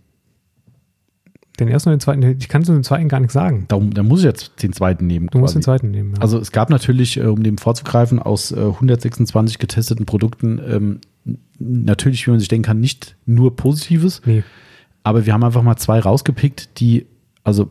Den ersten oder den zweiten? Ich kann zu dem zweiten gar nichts sagen. Da muss ich jetzt den zweiten nehmen. Du musst den zweiten nehmen, ja. Also es gab natürlich, um dem vorzugreifen, aus 126 getesteten Produkten, natürlich, wie man sich denken kann, nicht nur Positives. Nee. Aber wir haben einfach mal 2 rausgepickt, die, also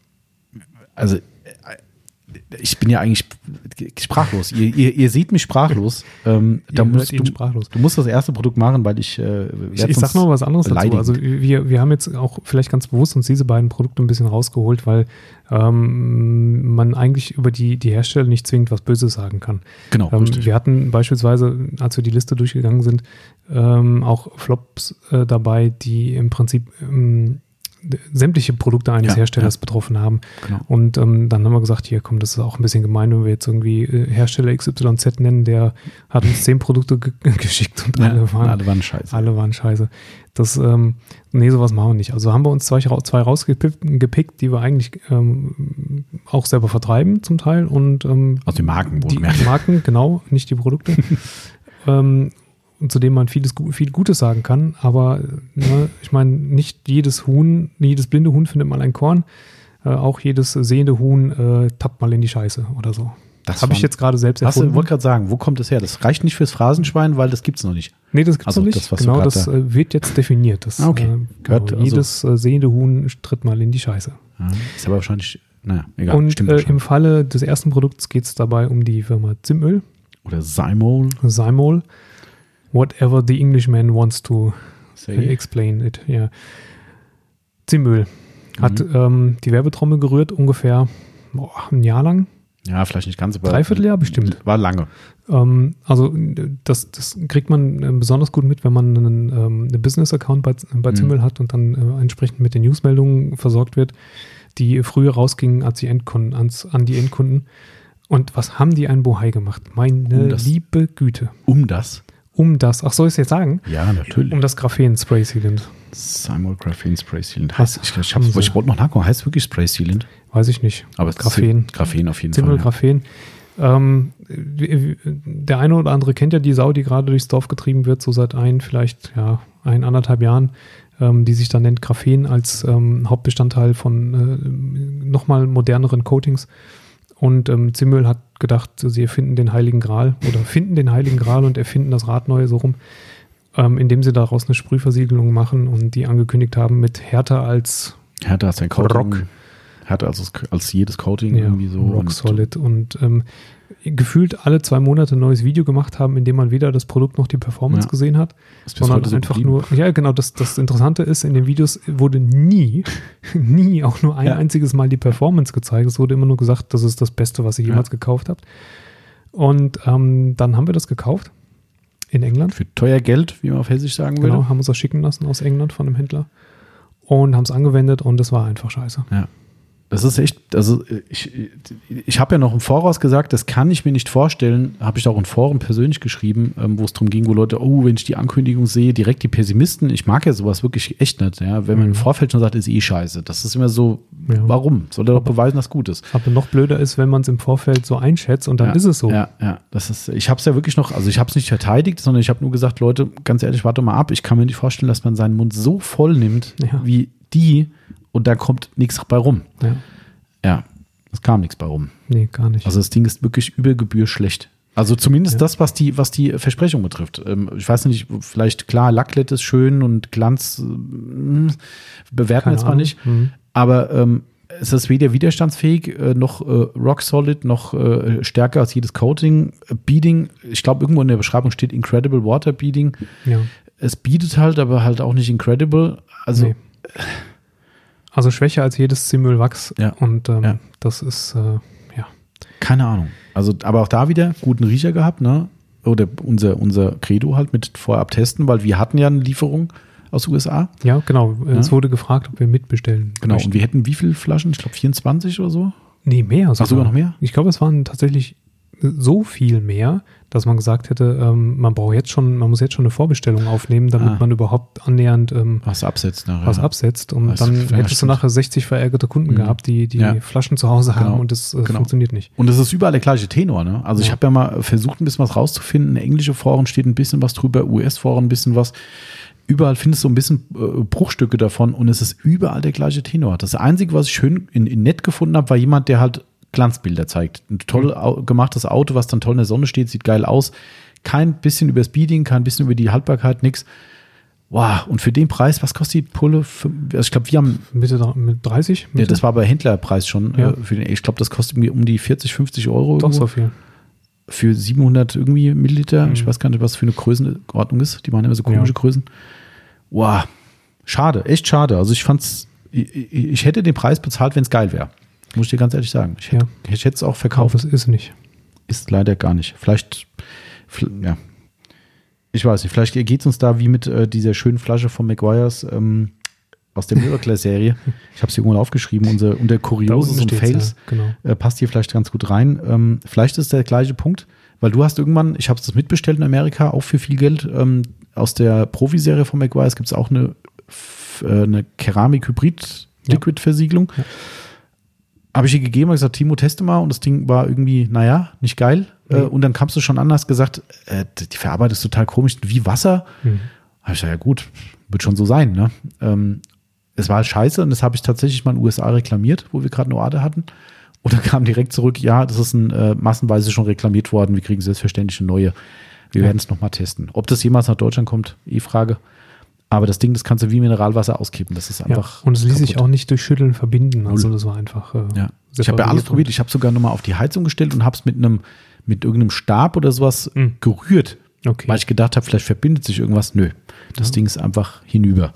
ich bin ja eigentlich sprachlos. Ihr seht mich sprachlos. Du musst das erste Produkt machen, weil ich sag noch was anderes dazu. Also wir haben jetzt auch vielleicht ganz bewusst uns diese beiden Produkte ein bisschen rausgeholt, weil man eigentlich über die Hersteller nicht zwingend was Böses sagen kann. Genau. Wir hatten beispielsweise, als wir die Liste durchgegangen sind, auch Flops dabei, die im Prinzip sämtliche Produkte eines Herstellers betroffen haben. Genau. Und dann haben wir gesagt, hier komm, das ist auch ein bisschen gemein, wenn wir jetzt irgendwie Hersteller XYZ nennen, der hat uns 10 Produkte geschickt und alle waren scheiße. Alle waren scheiße. Das, sowas machen wir nicht. Also haben wir uns 2 rausgepickt, die wir eigentlich auch selber vertreiben zum Teil. Und aus den Marken die Marken, genau, nicht die Produkte. Und zu dem man viel Gutes sagen kann, aber ich meine, nicht jedes blinde Huhn findet mal ein Korn, auch jedes sehende Huhn tappt mal in die Scheiße oder so. Das habe ich jetzt gerade selbst erfunden. Ich wollte gerade sagen, wo kommt das her? Das reicht nicht fürs Phrasenschwein, weil das gibt es noch nicht. Nee, das gibt es noch nicht. Das wird jetzt definiert. Das, jedes sehende Huhn tritt mal in die Scheiße. Ist aber wahrscheinlich, egal. Und im Falle des ersten Produkts geht es dabei um die Firma Zimöl. Oder Zymol. Whatever the Englishman wants to explain it. Yeah. Zimöl hat die Werbetrommel gerührt, ungefähr ein Jahr lang. Ja, vielleicht nicht ganz, aber 3/4 Jahr bestimmt. War lange. Also das kriegt man besonders gut mit, wenn man einen Business-Account bei Zimöl hat und dann entsprechend mit den Newsmeldungen versorgt wird, die früher rausgingen als an die Endkunden. Und was haben die einen Bohai gemacht? Meine liebe Güte. Ach, soll ich es jetzt sagen? Ja, natürlich. Um das Graphen-Spray Sealant. Zymol Graphen Spray Sealant. Ich wollte noch nachgucken, heißt es wirklich Spray Sealant? Weiß ich nicht. Aber Graphen auf jeden Fall. Zimöl Graphen. Der eine oder andere kennt ja die Sau, die gerade durchs Dorf getrieben wird, so seit 1,5 Jahren, die sich dann nennt Graphen als Hauptbestandteil von nochmal moderneren Coatings. Und Zimöl hat gedacht, sie erfinden den Heiligen Gral und erfinden das Rad neu so rum, indem sie daraus eine Sprühversiegelung machen und die angekündigt haben mit härter als ein Coating. Rock. Härter als jedes Coating irgendwie so. Rock Solid. Und gefühlt alle 2 Monate ein neues Video gemacht haben, in dem man weder das Produkt noch die Performance gesehen hat, sondern einfach nur, das Interessante ist, in den Videos wurde nie auch nur ein einziges Mal die Performance gezeigt. Es wurde immer nur gesagt, das ist das Beste, was ihr jemals gekauft habt. Und dann haben wir das gekauft in England. Für teuer Geld, wie man auf Hessisch sagen würde. Genau, haben uns das schicken lassen aus England von einem Händler und haben es angewendet und es war einfach scheiße. Ja. Das ist echt, also ich habe ja noch im Voraus gesagt, das kann ich mir nicht vorstellen, habe ich auch in Foren persönlich geschrieben, wo es darum ging, wo Leute, wenn ich die Ankündigung sehe, direkt die Pessimisten, ich mag ja sowas wirklich echt nicht, ja, wenn man im Vorfeld schon sagt, ist eh scheiße, das ist immer so, warum? Soll der doch beweisen, dass es gut ist. Aber noch blöder ist, wenn man es im Vorfeld so einschätzt und dann ist es so. Ja, das ist, ich habe es ja wirklich noch, also ich habe es nicht verteidigt, sondern ich habe nur gesagt, Leute, ganz ehrlich, warte mal ab, ich kann mir nicht vorstellen, dass man seinen Mund so voll nimmt, wie die, und da kommt nichts bei rum. Ja, es kam nichts bei rum. Nee, gar nicht. Also das Ding ist wirklich über Gebühr schlecht. Also zumindest das, was die Versprechung betrifft. Ich weiß nicht, vielleicht klar, Lacklet ist schön und Glanz bewerten wir jetzt mal nicht. Aber es ist weder widerstandsfähig, noch rock solid, noch stärker als jedes Coating. Beading, ich glaube, irgendwo in der Beschreibung steht Incredible Water Beading. Ja. Es bietet halt, aber halt auch nicht incredible. Also Also schwächer als jedes Simulwachs. Ja. Und das ist, keine Ahnung. Also, aber auch da wieder guten Riecher gehabt, ne? Oder unser Credo halt mit vorab testen, weil wir hatten ja eine Lieferung aus USA. Ja, genau. Es wurde gefragt, ob wir mitbestellen. Genau. möchten. Und wir hätten wie viele Flaschen? Ich glaube 24 oder so. Nee, mehr. Sogar noch mehr? Ich glaube, es waren tatsächlich so viel mehr, dass man gesagt hätte, man muss jetzt schon eine Vorbestellung aufnehmen, damit man überhaupt annähernd was absetzt. Was absetzt. Und dann hättest du nachher 60 verärgerte Kunden gehabt, die Flaschen zu Hause haben und das funktioniert nicht. Und es ist überall der gleiche Tenor. Ne? Also ich habe ja mal versucht, ein bisschen was rauszufinden. Englische Foren steht ein bisschen was drüber, US-Foren ein bisschen was. Überall findest du ein bisschen Bruchstücke davon und es ist überall der gleiche Tenor. Das Einzige, was ich schön in nett gefunden habe, war jemand, der halt Glanzbilder zeigt. Ein toll gemachtes Auto, was dann toll in der Sonne steht, sieht geil aus. Kein bisschen über Speeding, kein bisschen über die Haltbarkeit, nix. Wow, und für den Preis, was kostet die Pulle? Also ich glaube, wir haben mit 30? Ja, das war bei Händlerpreis schon. Ja. Ich glaube, das kostet irgendwie um die 40, 50 Euro. Doch so viel. Für 700 irgendwie Milliliter. Ich weiß gar nicht, was für eine Größenordnung ist. Die machen immer so komische Größen. Wow, schade, echt schade. Also ich hätte den Preis bezahlt, wenn es geil wäre. Muss ich dir ganz ehrlich sagen. Ich hätte es auch verkauft. Aber es ist nicht. Ist leider gar nicht. Vielleicht, ich weiß nicht, vielleicht geht es uns da wie mit dieser schönen Flasche von Maguires aus der Miracle-Serie. Ich habe es hier irgendwo aufgeschrieben, unter Kurioses und Fails. Ja, genau. Passt hier vielleicht ganz gut rein. Vielleicht ist der gleiche Punkt, weil du hast irgendwann, ich habe es mitbestellt in Amerika, auch für viel Geld, aus der Profi-Serie von Maguires gibt es auch eine Keramik-Hybrid-Liquid-Versiegelung. Ja. Habe ich ihr gegeben und gesagt, Timo, teste mal. Und das Ding war irgendwie, nicht geil. Und dann kamst du schon an, hast gesagt, die Verarbeitung ist total komisch, wie Wasser. Habe ich gesagt, ja gut, wird schon so sein. Ne? Es war halt scheiße und das habe ich tatsächlich mal in den USA reklamiert, wo wir gerade eine Order hatten. Und dann kam direkt zurück, ja, das ist massenweise schon reklamiert worden. Wir kriegen selbstverständlich eine neue. Wir werden es nochmal testen. Ob das jemals nach Deutschland kommt, Frage. Aber das Ding, das kannst du wie Mineralwasser auskippen. Das ist einfach. Und es ließ sich auch nicht durch Schütteln verbinden. Also das war einfach. Ich habe ja alles probiert. Ich habe sogar nochmal auf die Heizung gestellt und habe es mit irgendeinem Stab oder sowas gerührt. Okay. Weil ich gedacht habe, vielleicht verbindet sich irgendwas. Nö. Das Ding ist einfach hinüber.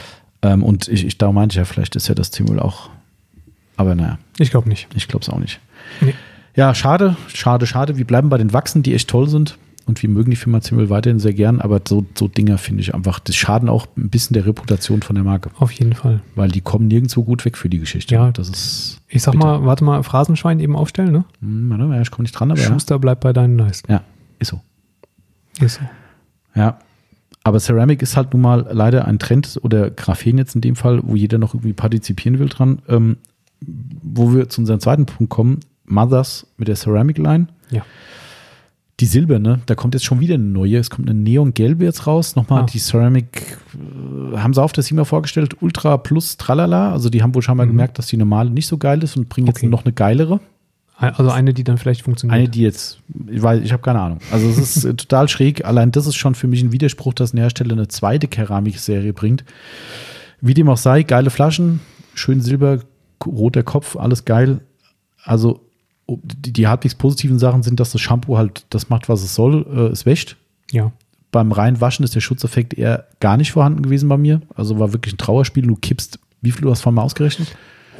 Und da meinte ich ja, vielleicht ist ja das Thema auch. Aber naja. Ich glaube nicht. Ich glaube es auch nicht. Nee. Ja, schade. Wir bleiben bei den Wachsen, die echt toll sind. Und wir mögen die Firma Zimmel weiterhin sehr gern, aber so Dinger finde ich einfach, das schaden auch ein bisschen der Reputation von der Marke. Auf jeden Fall. Weil die kommen nirgendwo gut weg für die Geschichte. Ja, das ist. Ich sag mal, warte mal, Phrasenschwein eben aufstellen, ne? Ja, ich komme nicht dran, aber. Schuster bleibt bei deinen Leisten. Ja, ist so. Ist so. Ja. Aber Ceramic ist halt nun mal leider ein Trend oder Graphen jetzt in dem Fall, wo jeder noch irgendwie partizipieren will dran. Wo wir zu unserem zweiten Punkt kommen, Mothers mit der Ceramic Line. Ja. Die silberne, da kommt jetzt schon wieder eine neue. Es kommt eine Neongelbe jetzt raus. Nochmal die Ceramic, haben sie auf der SEMA vorgestellt, Ultra Plus Tralala. Also die haben wohl schon mal gemerkt, dass die normale nicht so geil ist und bringen jetzt noch eine geilere. Also eine, die dann vielleicht funktioniert. Eine, die jetzt, ich habe keine Ahnung. Also es ist total schräg. Allein das ist schon für mich ein Widerspruch, dass ein Hersteller eine zweite Keramikserie bringt. Wie dem auch sei, geile Flaschen, schön silber, roter Kopf, alles geil. Also die halbwegs positiven Sachen sind, dass das Shampoo halt das macht, was es soll. Es wäscht. Ja. Beim Reinwaschen ist der Schutzeffekt eher gar nicht vorhanden gewesen bei mir. Also war wirklich ein Trauerspiel. Du kippst, wie viel du hast vorhin mal ausgerechnet?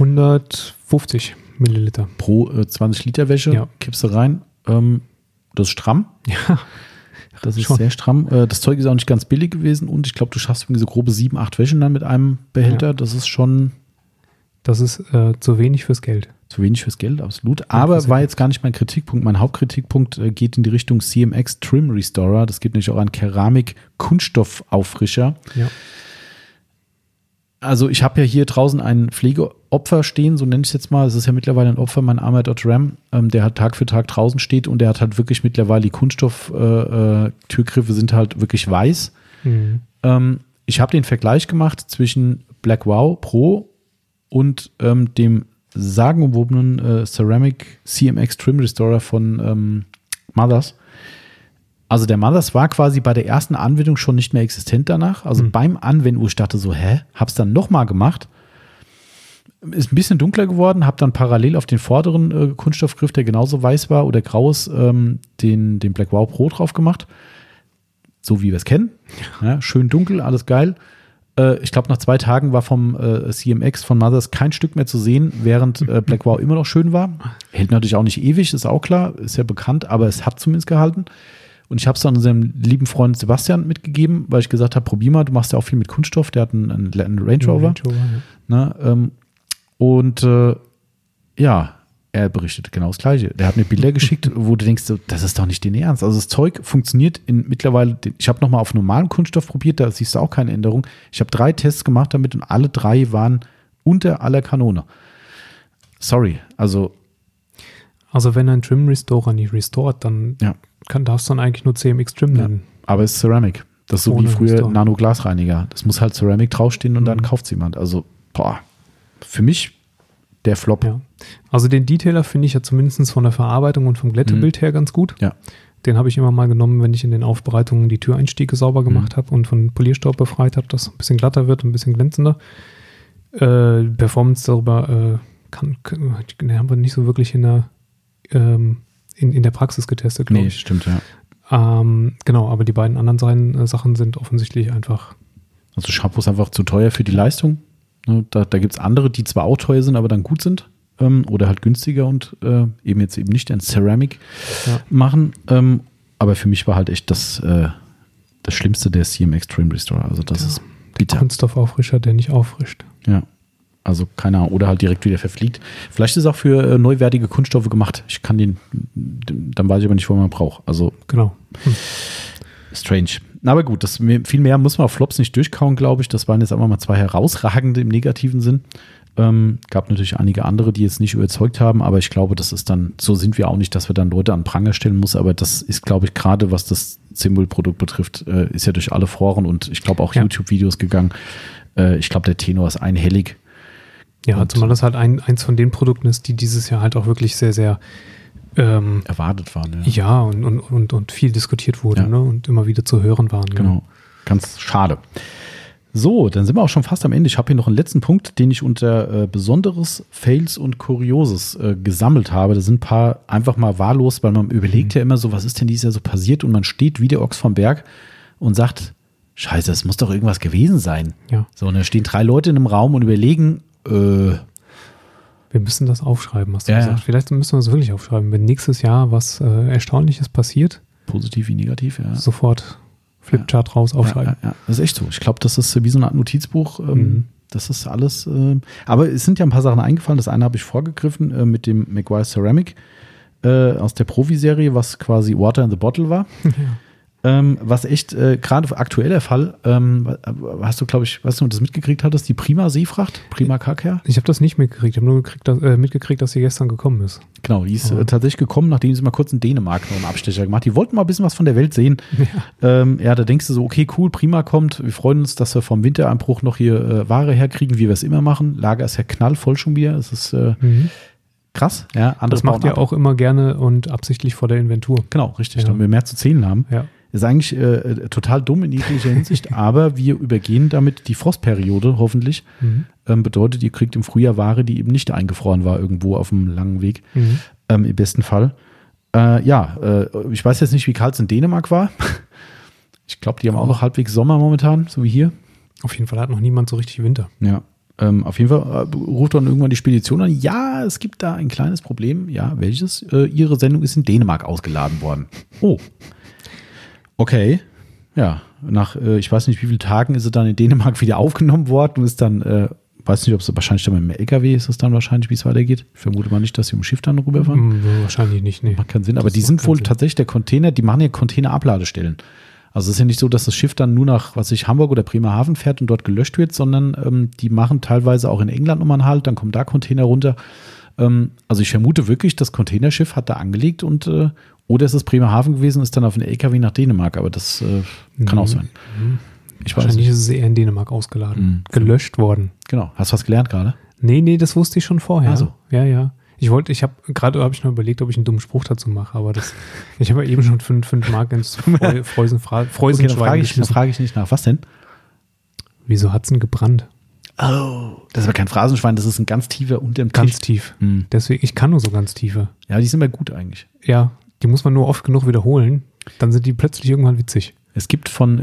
150 Milliliter. Pro 20 Liter Wäsche kippst du rein. Das ist stramm. Ja. Das ist sehr stramm. Das Zeug ist auch nicht ganz billig gewesen und ich glaube, du schaffst irgendwie so grobe 7, 8 Wäschen dann mit einem Behälter. Ja. Das ist schon Das ist zu wenig fürs Geld. Zu wenig fürs Geld, absolut. Aber war jetzt gar nicht mein Kritikpunkt. Mein Hauptkritikpunkt geht in die Richtung CMX Trim Restorer. Das geht nämlich auch an Keramik-Kunststoffauffrischer. Ja. Also ich habe ja hier draußen einen Pflegeopfer stehen, so nenne ich es jetzt mal. Es ist ja mittlerweile ein Opfer, mein armer Dodge Ram, der halt Tag für Tag draußen steht und der hat halt wirklich mittlerweile die Kunststoff-Türgriffe sind halt wirklich weiß. Mhm. Ich habe den Vergleich gemacht zwischen Black Wow Pro und dem sagenumwobenen Ceramic CMX Trim Restorer von Mothers. Also der Mothers war quasi bei der ersten Anwendung schon nicht mehr existent danach. Also beim Anwenden, wo ich dachte so, hab's dann nochmal gemacht. Ist ein bisschen dunkler geworden, habe dann parallel auf den vorderen Kunststoffgriff, der genauso weiß war oder graues, den Black Wow Pro drauf gemacht. So wie wir es kennen. Ja, schön dunkel, alles geil. Ich glaube, nach 2 Tagen war vom CMX von Mothers kein Stück mehr zu sehen, während Black Wow immer noch schön war. Hält natürlich auch nicht ewig, ist auch klar, ist ja bekannt, aber es hat zumindest gehalten. Und ich habe es dann unserem lieben Freund Sebastian mitgegeben, weil ich gesagt habe, probier mal, du machst ja auch viel mit Kunststoff, der hat einen Range Rover. Ja. Er berichtet genau das Gleiche. Der hat mir Bilder geschickt, wo du denkst, das ist doch nicht den Ernst. Also das Zeug funktioniert mittlerweile, ich habe nochmal auf normalen Kunststoff probiert, da siehst du auch keine Änderung. Ich habe 3 Tests gemacht damit und alle 3 waren unter aller Kanone. Sorry, also wenn ein Trim Restorer nicht restored, dann darfst du dann eigentlich nur CMX Trim nennen. Aber es ist Ceramic. Das ist so wie früher Nano-Glasreiniger. Das muss halt Ceramic draufstehen und dann kauft es jemand. Also, für mich der Flop. Ja. Also den Detailer finde ich ja zumindest von der Verarbeitung und vom Glättebild her ganz gut. Ja. Den habe ich immer mal genommen, wenn ich in den Aufbereitungen die Türeinstiege sauber gemacht habe und von Polierstaub befreit habe, dass es ein bisschen glatter wird und ein bisschen glänzender. Performance darüber haben wir nicht so wirklich in der Praxis getestet, glaube ich. Nee, stimmt, ja. Genau, aber die beiden anderen Sachen sind offensichtlich einfach. Also Shampoo ist einfach zu teuer für die Leistung. Da gibt es andere, die zwar auch teuer sind, aber dann gut sind oder halt günstiger und eben nicht ein Ceramic machen. Aber für mich war halt echt das Schlimmste der CMX Trim Restorer. Also das ist bitter. Kunststoffauffrischer, der nicht auffrischt. Ja, also keine Ahnung. Oder halt direkt wieder verfliegt. Vielleicht ist es auch für neuwertige Kunststoffe gemacht. Ich kann dann weiß ich aber nicht, wo man braucht. Also genau. Strange. Aber gut, viel mehr muss man auf Flops nicht durchkauen, glaube ich. Das waren jetzt einfach mal 2 herausragende im negativen Sinn. Gab natürlich einige andere, die jetzt nicht überzeugt haben, aber ich glaube, das ist dann, so sind wir auch nicht, dass wir dann Leute an Pranger stellen müssen, aber das ist, glaube ich, gerade was das Symbol-Produkt betrifft, ist ja durch alle Foren und ich glaube auch YouTube-Videos gegangen. Ich glaube, der Tenor ist einhellig. Ja, zumal das halt eins von den Produkten ist, die dieses Jahr halt auch wirklich sehr, sehr erwartet waren. Ja, und viel diskutiert wurde, ne? Und immer wieder zu hören waren. Genau, ganz schade. So, dann sind wir auch schon fast am Ende. Ich habe hier noch einen letzten Punkt, den ich unter Besonderes, Fails und Kurioses gesammelt habe. Da sind ein paar einfach mal wahllos, weil man überlegt ja immer so, was ist denn dieses Jahr so passiert? Und man steht wie der Ochs vom Berg und sagt, Scheiße, es muss doch irgendwas gewesen sein. Ja. So, und dann stehen 3 Leute in einem Raum und überlegen, wir müssen das aufschreiben, hast du gesagt. Ja. Vielleicht müssen wir es wirklich aufschreiben. Wenn nächstes Jahr was Erstaunliches passiert. Positiv wie negativ, ja. Sofort Flipchart raus, aufschreiben. Ja, das ist echt so. Ich glaube, das ist wie so eine Art Notizbuch. Das ist alles. Aber es sind ja ein paar Sachen eingefallen. Das eine habe ich vorgegriffen mit dem Meguiar Ceramic aus der Profi-Serie, was quasi Water in the Bottle war. Ja. Was echt gerade aktueller Fall, hast du, glaube ich, weißt du, das mitgekriegt hattest, die Prima Seefracht, Prima Car-Care? Ich habe das nicht mitgekriegt, ich habe nur mitgekriegt, dass sie gestern gekommen ist. Genau, die ist tatsächlich gekommen, nachdem sie mal kurz in Dänemark noch einen Abstecher gemacht. Die wollten mal ein bisschen was von der Welt sehen. Ja, da denkst du so, okay, cool, Prima kommt, wir freuen uns, dass wir vom Wintereinbruch noch hier Ware herkriegen, wie wir es immer machen. Lager ist ja knallvoll schon wieder, es ist krass. Ja, das macht ihr auch immer gerne und absichtlich vor der Inventur. Genau, richtig, damit wir mehr zu zählen haben. Ja. Ist eigentlich total dumm in jeglicher Hinsicht, aber wir übergehen damit die Frostperiode hoffentlich. Bedeutet, ihr kriegt im Frühjahr Ware, die eben nicht eingefroren war irgendwo auf einem langen Weg, im besten Fall. Ich weiß jetzt nicht, wie kalt es in Dänemark war. Ich glaube, die haben auch noch halbwegs Sommer momentan, so wie hier. Auf jeden Fall hat noch niemand so richtig Winter. Ja, auf jeden Fall ruft dann irgendwann die Spedition an. Ja, es gibt da ein kleines Problem. Ja, welches? Ihre Sendung ist in Dänemark ausgeladen worden. Oh. Okay, ja, nach ich weiß nicht wie vielen Tagen ist sie dann in Dänemark wieder aufgenommen worden und ist dann weiß nicht, ob es wahrscheinlich dann mit dem LKW ist es dann wahrscheinlich, wie es weitergeht. Ich vermute mal nicht, dass sie um Schiff dann rüberfahren. Wahrscheinlich nicht, nee. Macht keinen Sinn, aber die sind wohl tatsächlich der Container, die machen ja Container-Abladestellen. Also es ist ja nicht so, dass das Schiff dann nur nach, Hamburg oder Bremerhaven fährt und dort gelöscht wird, sondern die machen teilweise auch in England nochmal einen Halt, dann kommen da Container runter. Also ich vermute wirklich, das Containerschiff hat da angelegt und oder es ist Bremerhaven gewesen, ist dann auf einen LKW nach Dänemark, aber das kann auch sein. Wahrscheinlich ist es eher in Dänemark ausgeladen. Gelöscht worden. Genau. Hast du was gelernt gerade? Nee, das wusste ich schon vorher. Also. Ja. Ich habe noch überlegt, ob ich einen dummen Spruch dazu mache, aber ich habe ja eben schon 5 Mark ins Phrasenschwein dann frage ich nicht nach. Was denn? Wieso hat's denn gebrannt? Oh, das ist aber kein Phrasenschwein, das ist ein ganz tiefer unter dem Tisch. Ganz tief. Deswegen, ich kann nur so ganz tiefe. Ja, die sind aber gut eigentlich. Ja, die muss man nur oft genug wiederholen, dann sind die plötzlich irgendwann witzig. Es gibt von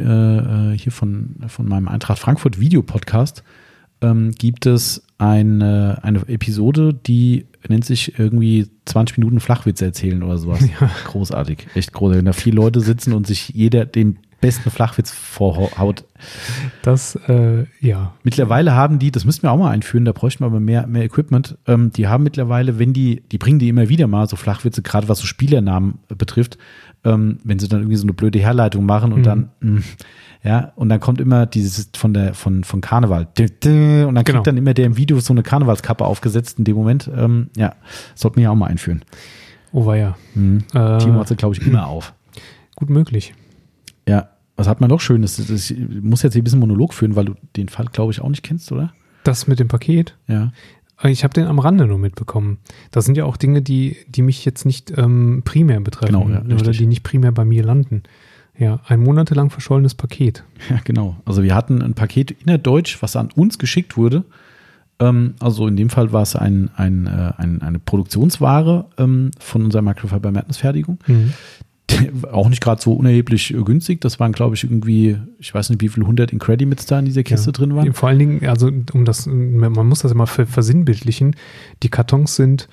meinem Eintracht Frankfurt Videopodcast gibt es eine Episode, die nennt sich irgendwie 20 Minuten Flachwitze erzählen oder sowas. Ja. Großartig, echt großartig. Wenn da 4 Leute sitzen und sich jeder den besten Flachwitz vorhaut. Das, ja. Mittlerweile haben die, das müssten wir auch mal einführen, da bräuchten wir aber mehr Equipment. Die haben mittlerweile, wenn die bringen die immer wieder mal so Flachwitze, gerade was so Spielernamen betrifft, wenn sie dann irgendwie so eine blöde Herleitung machen und dann und dann kommt immer dieses von Karneval und dann kriegt dann immer der im Video so eine Karnevalskappe aufgesetzt in dem Moment. Sollten wir ja auch mal einführen. Oh weia. Timo hat sie, glaube ich, immer auf. Gut möglich. Ja, was hat man noch Schönes? Ich muss jetzt hier ein bisschen Monolog führen, weil du den Fall, glaube ich, auch nicht kennst, oder? Das mit dem Paket? Ja. Ich habe den am Rande nur mitbekommen. Das sind ja auch Dinge, die mich jetzt nicht primär betreffen, oder die nicht primär bei mir landen. Ja, ein monatelang verschollenes Paket. Ja, genau. Also wir hatten ein Paket innerdeutsch, was an uns geschickt wurde. Also in dem Fall war es eine Produktionsware von unserer Microfiber Madness Fertigung. Auch nicht gerade so unerheblich günstig. Das waren, glaube ich, irgendwie, ich weiß nicht, wie viel 100 Incredimits da in dieser Kiste drin waren. Vor allen Dingen, also man muss das immer versinnbildlichen. Die Kartons sind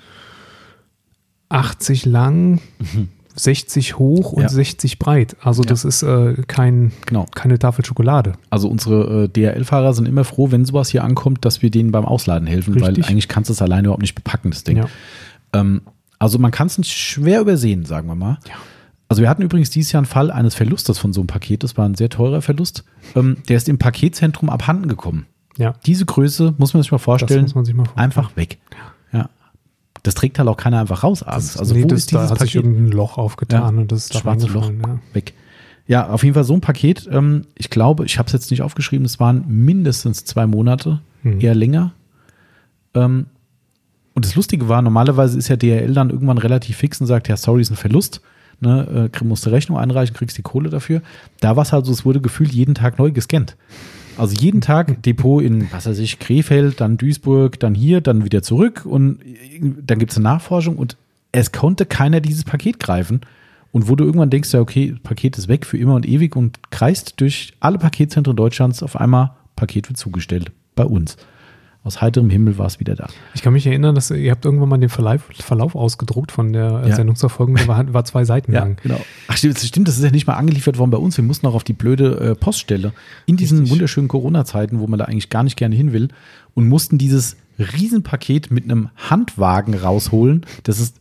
80 lang, 60 hoch und 60 breit. Also das ist keine Tafel Schokolade. Also unsere DHL-Fahrer sind immer froh, wenn sowas hier ankommt, dass wir denen beim Ausladen helfen, Richtig. Weil eigentlich kannst du es alleine überhaupt nicht bepacken, das Ding. Ja. Also man kann es nicht schwer übersehen, sagen wir mal. Ja. Also wir hatten übrigens dieses Jahr einen Fall eines Verlustes von so einem Paket. Das war ein sehr teurer Verlust. Der ist im Paketzentrum abhanden gekommen. Ja. Diese Größe, muss man sich mal vorstellen, einfach weg. Ja. Das trägt halt auch keiner einfach raus abends. Also wo ist dieses Paket? Sich irgendein Loch aufgetan und das ist das schwarze Loch weg. Ja, auf jeden Fall so ein Paket. Ich glaube, ich habe es jetzt nicht aufgeschrieben, es waren mindestens 2 Monate, eher länger. Und das Lustige war, normalerweise ist ja DHL dann irgendwann relativ fix und sagt, ja, sorry, ist ein Verlust. Ne, musst du Rechnung einreichen, kriegst die Kohle dafür. Da war es halt so, es wurde gefühlt jeden Tag neu gescannt. Also jeden Tag Depot in, was weiß ich, Krefeld, dann Duisburg, dann hier, dann wieder zurück und dann gibt es eine Nachforschung und es konnte keiner dieses Paket greifen. Und wo du irgendwann denkst, ja okay, Paket ist weg für immer und ewig und kreist durch alle Paketzentren Deutschlands, auf einmal Paket wird zugestellt. Bei uns. Aus heiterem Himmel war es wieder da. Ich kann mich erinnern, dass ihr habt irgendwann mal den Verlauf ausgedruckt von der Sendungsverfolgung, der war 2 Seiten lang. Genau. Ach stimmt, das ist ja nicht mal angeliefert worden bei uns. Wir mussten auch auf die blöde Poststelle in diesen wunderschönen Corona-Zeiten, wo man da eigentlich gar nicht gerne hin will und mussten dieses Riesenpaket mit einem Handwagen rausholen. Das ist,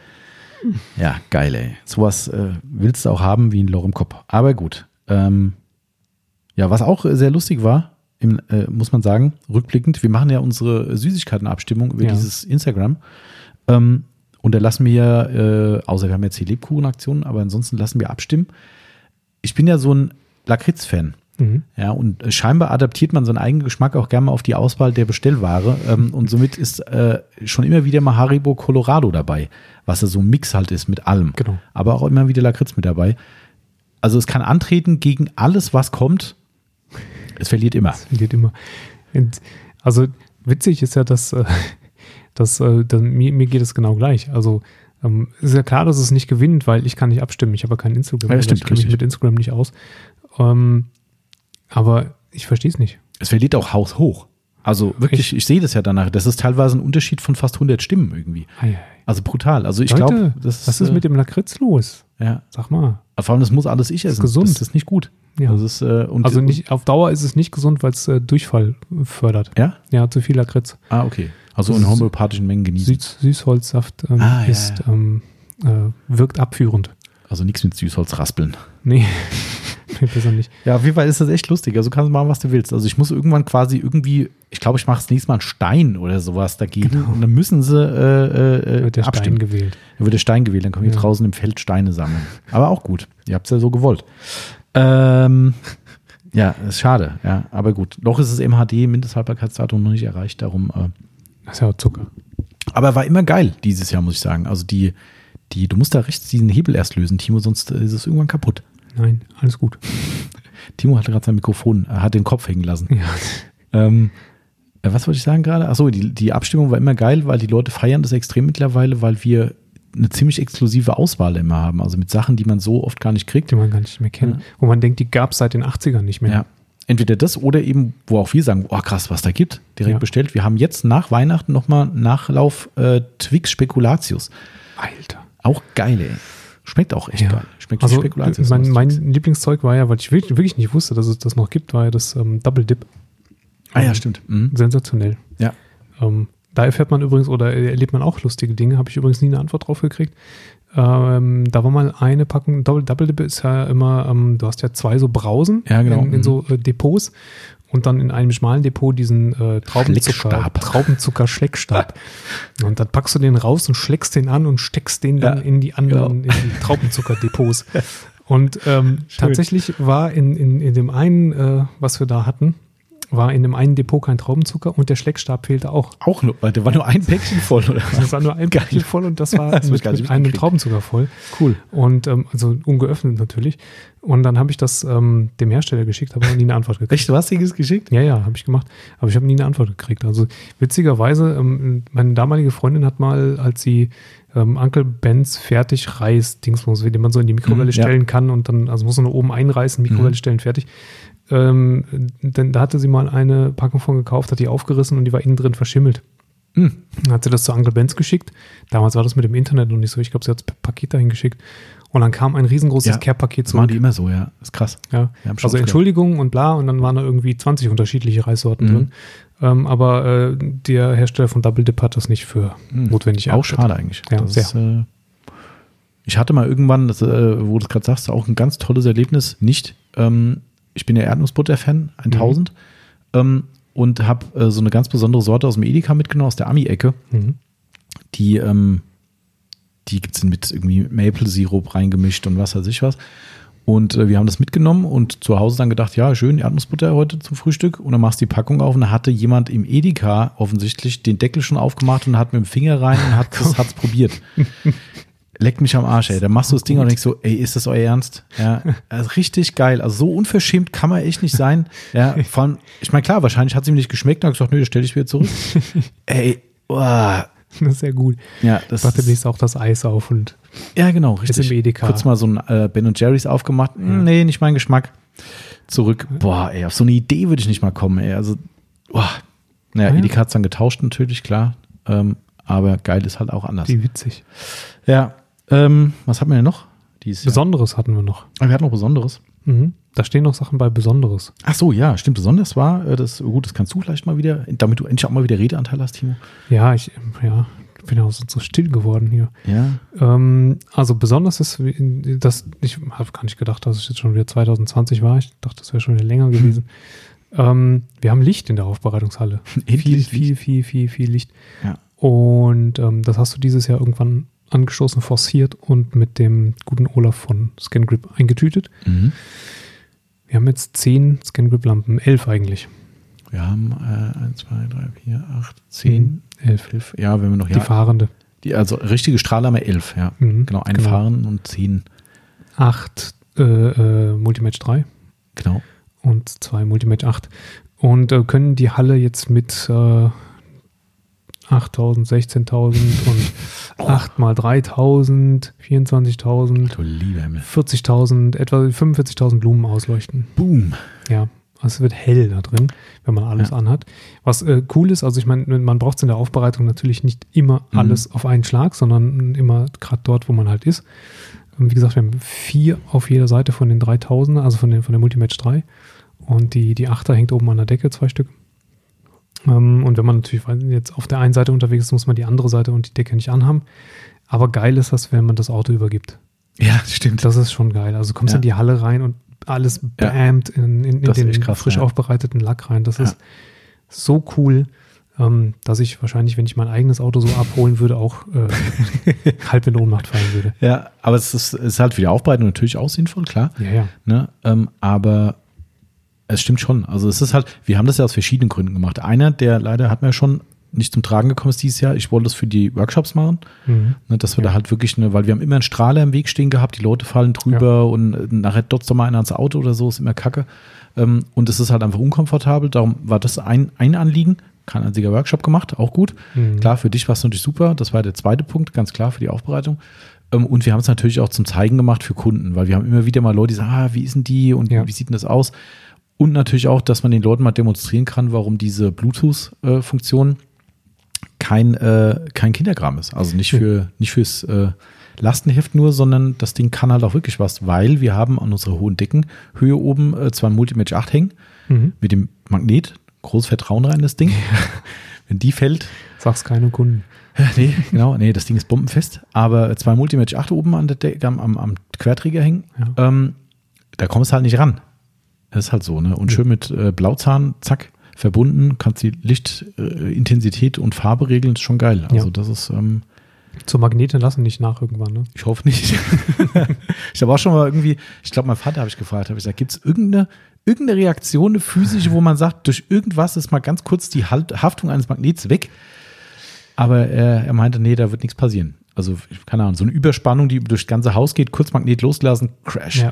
ja, geil, ey. Sowas willst du auch haben wie ein Loch im Kopf. Aber gut. Was auch sehr lustig war, muss man sagen, rückblickend, wir machen ja unsere Süßigkeitenabstimmung über dieses Instagram und da lassen wir, außer wir haben jetzt die Lebkuchenaktion, aber ansonsten lassen wir abstimmen. Ich bin ja so ein Lakritz-Fan. Ja, und scheinbar adaptiert man seinen eigenen Geschmack auch gerne mal auf die Auswahl der Bestellware und somit ist schon immer wieder mal Haribo Colorado dabei, was ja so ein Mix halt ist mit allem, aber auch immer wieder Lakritz mit dabei. Also es kann antreten gegen alles, was kommt. Es verliert immer. Und also witzig ist ja, dass mir geht es genau gleich. Also ist ja klar, dass es nicht gewinnt, weil ich kann nicht abstimmen. Ich habe ja kein Instagram. Ja, stimmt, ich kenne mich mit Instagram nicht aus. Aber ich verstehe es nicht. Es verliert auch haushoch. Also wirklich, ich sehe das ja danach. Das ist teilweise ein Unterschied von fast 100 Stimmen irgendwie. Also brutal. Also ich glaube, was ist mit dem Lakritz los? Ja. Sag mal. Vor allem, das muss alles ich essen. Das ist gesund. Das ist nicht gut. Ja. Das ist, also nicht, auf Dauer ist es nicht gesund, weil es Durchfall fördert. Ja? Ja, zu viel Lakritz. Ah, okay. Also in homöopathischen Mengen genießen. Süßholzsaft wirkt abführend. Also nichts mit Süßholz raspeln. Nee, besser nicht. Ja, auf jeden Fall ist das echt lustig. Also kannst du machen, was du willst. Also ich muss irgendwann ich glaube, ich mache das nächste Mal einen Stein oder sowas dagegen. Genau. Und dann müssen sie wird der abstimmen. Stein gewählt. Dann wird der Stein gewählt. Dann können wir draußen im Feld Steine sammeln. Aber auch gut. Ihr habt es ja so gewollt. Ja, ist schade. Ja, aber gut. Noch ist es MHD, Mindesthaltbarkeitsdatum, noch nicht erreicht. Darum. Das ist ja auch Zucker. Aber war immer geil dieses Jahr, muss ich sagen. Also du musst da rechts diesen Hebel erst lösen, Timo, sonst ist es irgendwann kaputt. Nein, alles gut. Timo hatte gerade sein Mikrofon, hat den Kopf hängen lassen. Ja. Was wollte ich sagen gerade? Achso, die Abstimmung war immer geil, weil die Leute feiern das extrem mittlerweile, weil wir eine ziemlich exklusive Auswahl immer haben. Also mit Sachen, die man so oft gar nicht kriegt. Die man gar nicht mehr kennt. Ja. Wo man denkt, die gab es seit den 80ern nicht mehr. Ja. Entweder das oder eben, wo auch wir sagen, oh krass, was da gibt, direkt bestellt. Wir haben jetzt nach Weihnachten nochmal Nachlauf Twix Spekulatius. Alter. Auch geil, ey. Schmeckt auch echt geil. Schmeckt also Spekulatius. Mein Lieblingszeug war ja, weil ich wirklich nicht wusste, dass es das noch gibt, war ja das Double Dip. Ah ja, stimmt. Mhm. Sensationell. Ja. Da erfährt man übrigens oder erlebt man auch lustige Dinge. Habe ich übrigens nie eine Antwort drauf gekriegt. Da war mal eine Packung, Double Dip ist ja immer, du hast ja 2 so Brausen in so Depots und dann in einem schmalen Depot diesen Traubenzucker-Schleckstab. Und dann packst du den raus und schlägst den an und steckst den dann in die anderen, in die Traubenzucker-Depots. Und tatsächlich war in dem einen, was wir da hatten, war in dem einen Depot kein Traubenzucker und der Schleckstab fehlte auch. Auch nur, weil da war nur ein Päckchen voll, oder? Das war nur ein Päckchen voll und das war mit einem Traubenzucker voll. Cool. Und also ungeöffnet natürlich. Und dann habe ich das dem Hersteller geschickt, habe aber nie eine Antwort gekriegt. Echt, du hast dir das geschickt? Ja, habe ich gemacht. Aber ich habe nie eine Antwort gekriegt. Also witzigerweise, meine damalige Freundin hat mal, als sie Uncle Ben's Fertig-Reis-Dingsbums, den man so in die Mikrowelle stellen kann und dann, also muss man nur oben einreißen, Mikrowelle stellen, fertig. Denn da hatte sie mal eine Packung von gekauft, hat die aufgerissen und die war innen drin verschimmelt. Dann hat sie das zu Uncle Ben's geschickt. Damals war das mit dem Internet noch nicht so. Ich glaube, sie hat das Paket dahin geschickt. Und dann kam ein riesengroßes Care-Paket zurück. Das machen die immer so, ja. Das ist krass. Ja. Also Entschuldigung und bla. Und dann waren da irgendwie 20 unterschiedliche Reissorten drin. Aber der Hersteller von Double Dip hat das nicht für notwendig erachtet. Auch schade eigentlich. Ja, das ist, ich hatte mal irgendwann, wo du es gerade sagst, auch ein ganz tolles Erlebnis. Ich bin ja Erdnussbutter-Fan, 1000. Und habe so eine ganz besondere Sorte aus dem Edeka mitgenommen, aus der Ami-Ecke. Die gibt es mit irgendwie Maple-Sirup reingemischt und was weiß ich was. Und wir haben das mitgenommen und zu Hause dann gedacht, ja, schön, Erdnussbutter heute zum Frühstück. Und dann machst du die Packung auf und da hatte jemand im Edeka offensichtlich den Deckel schon aufgemacht und hat mit dem Finger rein und hat es probiert. Leckt mich am Arsch, ey. Da machst du das Ding und denkst so, ey, ist das euer Ernst? Ja, also richtig geil. Also so unverschämt kann man echt nicht sein. Ja, vor allem, ich meine, klar, wahrscheinlich hat es ihm nicht geschmeckt und hat gesagt, nö, das stelle ich wieder zurück. Ey, das ist sehr gut. Ja, das macht demnächst auch das Eis auf und ja, genau, richtig. Ist im Edeka. Kurz mal so ein Ben & Jerry's aufgemacht. Nee, nicht mein Geschmack. Zurück. Boah, ey, auf so eine Idee würde ich nicht mal kommen, ey. Also, Edeka hat es dann getauscht natürlich, klar. Aber geil ist halt auch anders. Wie witzig. Ja, was hatten wir denn noch? Besonderes hatten wir noch. Wir hatten noch Besonderes. Da stehen noch Sachen bei Besonderes. Ach so, ja, stimmt. Besonders war das kannst du vielleicht mal wieder, damit du endlich auch mal wieder Redeanteil hast, Timo. Ja, ich bin ja auch so still geworden hier. Ja. Also besonders ist, ich habe gar nicht gedacht, dass es jetzt schon wieder 2020 war. Ich dachte, das wäre schon wieder länger gewesen. Wir haben Licht in der Aufbereitungshalle. Viel Licht. Ja. Und das hast du dieses Jahr irgendwann angestoßen, forciert und mit dem guten Olaf von ScanGrip eingetütet. Wir haben jetzt 10 ScanGrip-Lampen, 11 eigentlich. Wir haben 1, 2, 3, 4, 8, 10, 11. Ja, wenn wir noch die fahrende. Also richtige Strahllampe 11, ja. Genau, eine fahrende und 10. 8 Multimatch 3. Genau. Und 2 Multimatch 8. Und können die Halle jetzt mit 8.000, 16.000 und 8 mal 3.000, 24.000, 40.000, etwa 45.000 Blumen ausleuchten. Boom. Ja, also es wird hell da drin, wenn man alles anhat. Was cool ist, also ich meine, man braucht es in der Aufbereitung natürlich nicht immer alles auf einen Schlag, sondern immer gerade dort, wo man halt ist. Wie gesagt, wir haben 4 auf jeder Seite von den 3000er, also von der Multimatch 3. Und die 8er hängt oben an der Decke, 2 Stück. Und wenn man natürlich jetzt auf der einen Seite unterwegs ist, muss man die andere Seite und die Decke nicht anhaben. Aber geil ist das, wenn man das Auto übergibt. Ja, stimmt. Das ist schon geil. Also du kommst in die Halle rein und alles bämt in den krass, frisch aufbereiteten Lack rein. Das ist so cool, dass ich wahrscheinlich, wenn ich mein eigenes Auto so abholen würde, auch halb in Ohnmacht fallen würde. Ja, aber es ist halt für die Aufbereitung natürlich auch sinnvoll, klar. Ja. Ne? Aber es stimmt schon. Also es ist halt, wir haben das ja aus verschiedenen Gründen gemacht. Einer, der leider hat mir schon nicht zum Tragen gekommen ist dieses Jahr, ich wollte das für die Workshops machen, dass wir da halt wirklich, weil wir haben immer einen Strahler im Weg stehen gehabt, die Leute fallen drüber und nachher dotzt doch mal einer ans Auto oder so, ist immer kacke. Und es ist halt einfach unkomfortabel, darum war das ein Anliegen, kein einziger Workshop gemacht, auch gut. Klar, für dich war es natürlich super, das war der zweite Punkt, ganz klar für die Aufbereitung. Und wir haben es natürlich auch zum Zeigen gemacht für Kunden, weil wir haben immer wieder mal Leute, die sagen, wie ist denn die und wie sieht denn das aus? Und natürlich auch, dass man den Leuten mal demonstrieren kann, warum diese Bluetooth-Funktion kein Kinderkram ist. Also nicht fürs Lastenheft nur, sondern das Ding kann halt auch wirklich was, weil wir haben an unserer hohen Deckenhöhe oben zwar ein Multimatch 8 hängen mit dem Magnet, groß Vertrauen rein, das Ding. Wenn die fällt. Sag's keinem Kunden. Nee, genau, das Ding ist bombenfest, aber 2 Multimatch 8 oben an der Decke, am Querträger hängen, da kommst du halt nicht ran. Das ist halt so, ne? Und schön mit Blauzahn, zack, verbunden, kannst die Lichtintensität und Farbe regeln, ist schon geil. Also das ist zur Magnete lassen nicht nach irgendwann, ne? Ich hoffe nicht. Ich habe auch schon mal irgendwie, ich glaube, mein Vater habe ich gefragt, habe ich gesagt, gibt es irgendeine Reaktion, eine physische, wo man sagt, durch irgendwas ist mal ganz kurz die Haftung eines Magnets weg. Aber er meinte, nee, da wird nichts passieren. Also, keine Ahnung, so eine Überspannung, die durchs ganze Haus geht, kurz Magnet loslassen, Crash. Ja.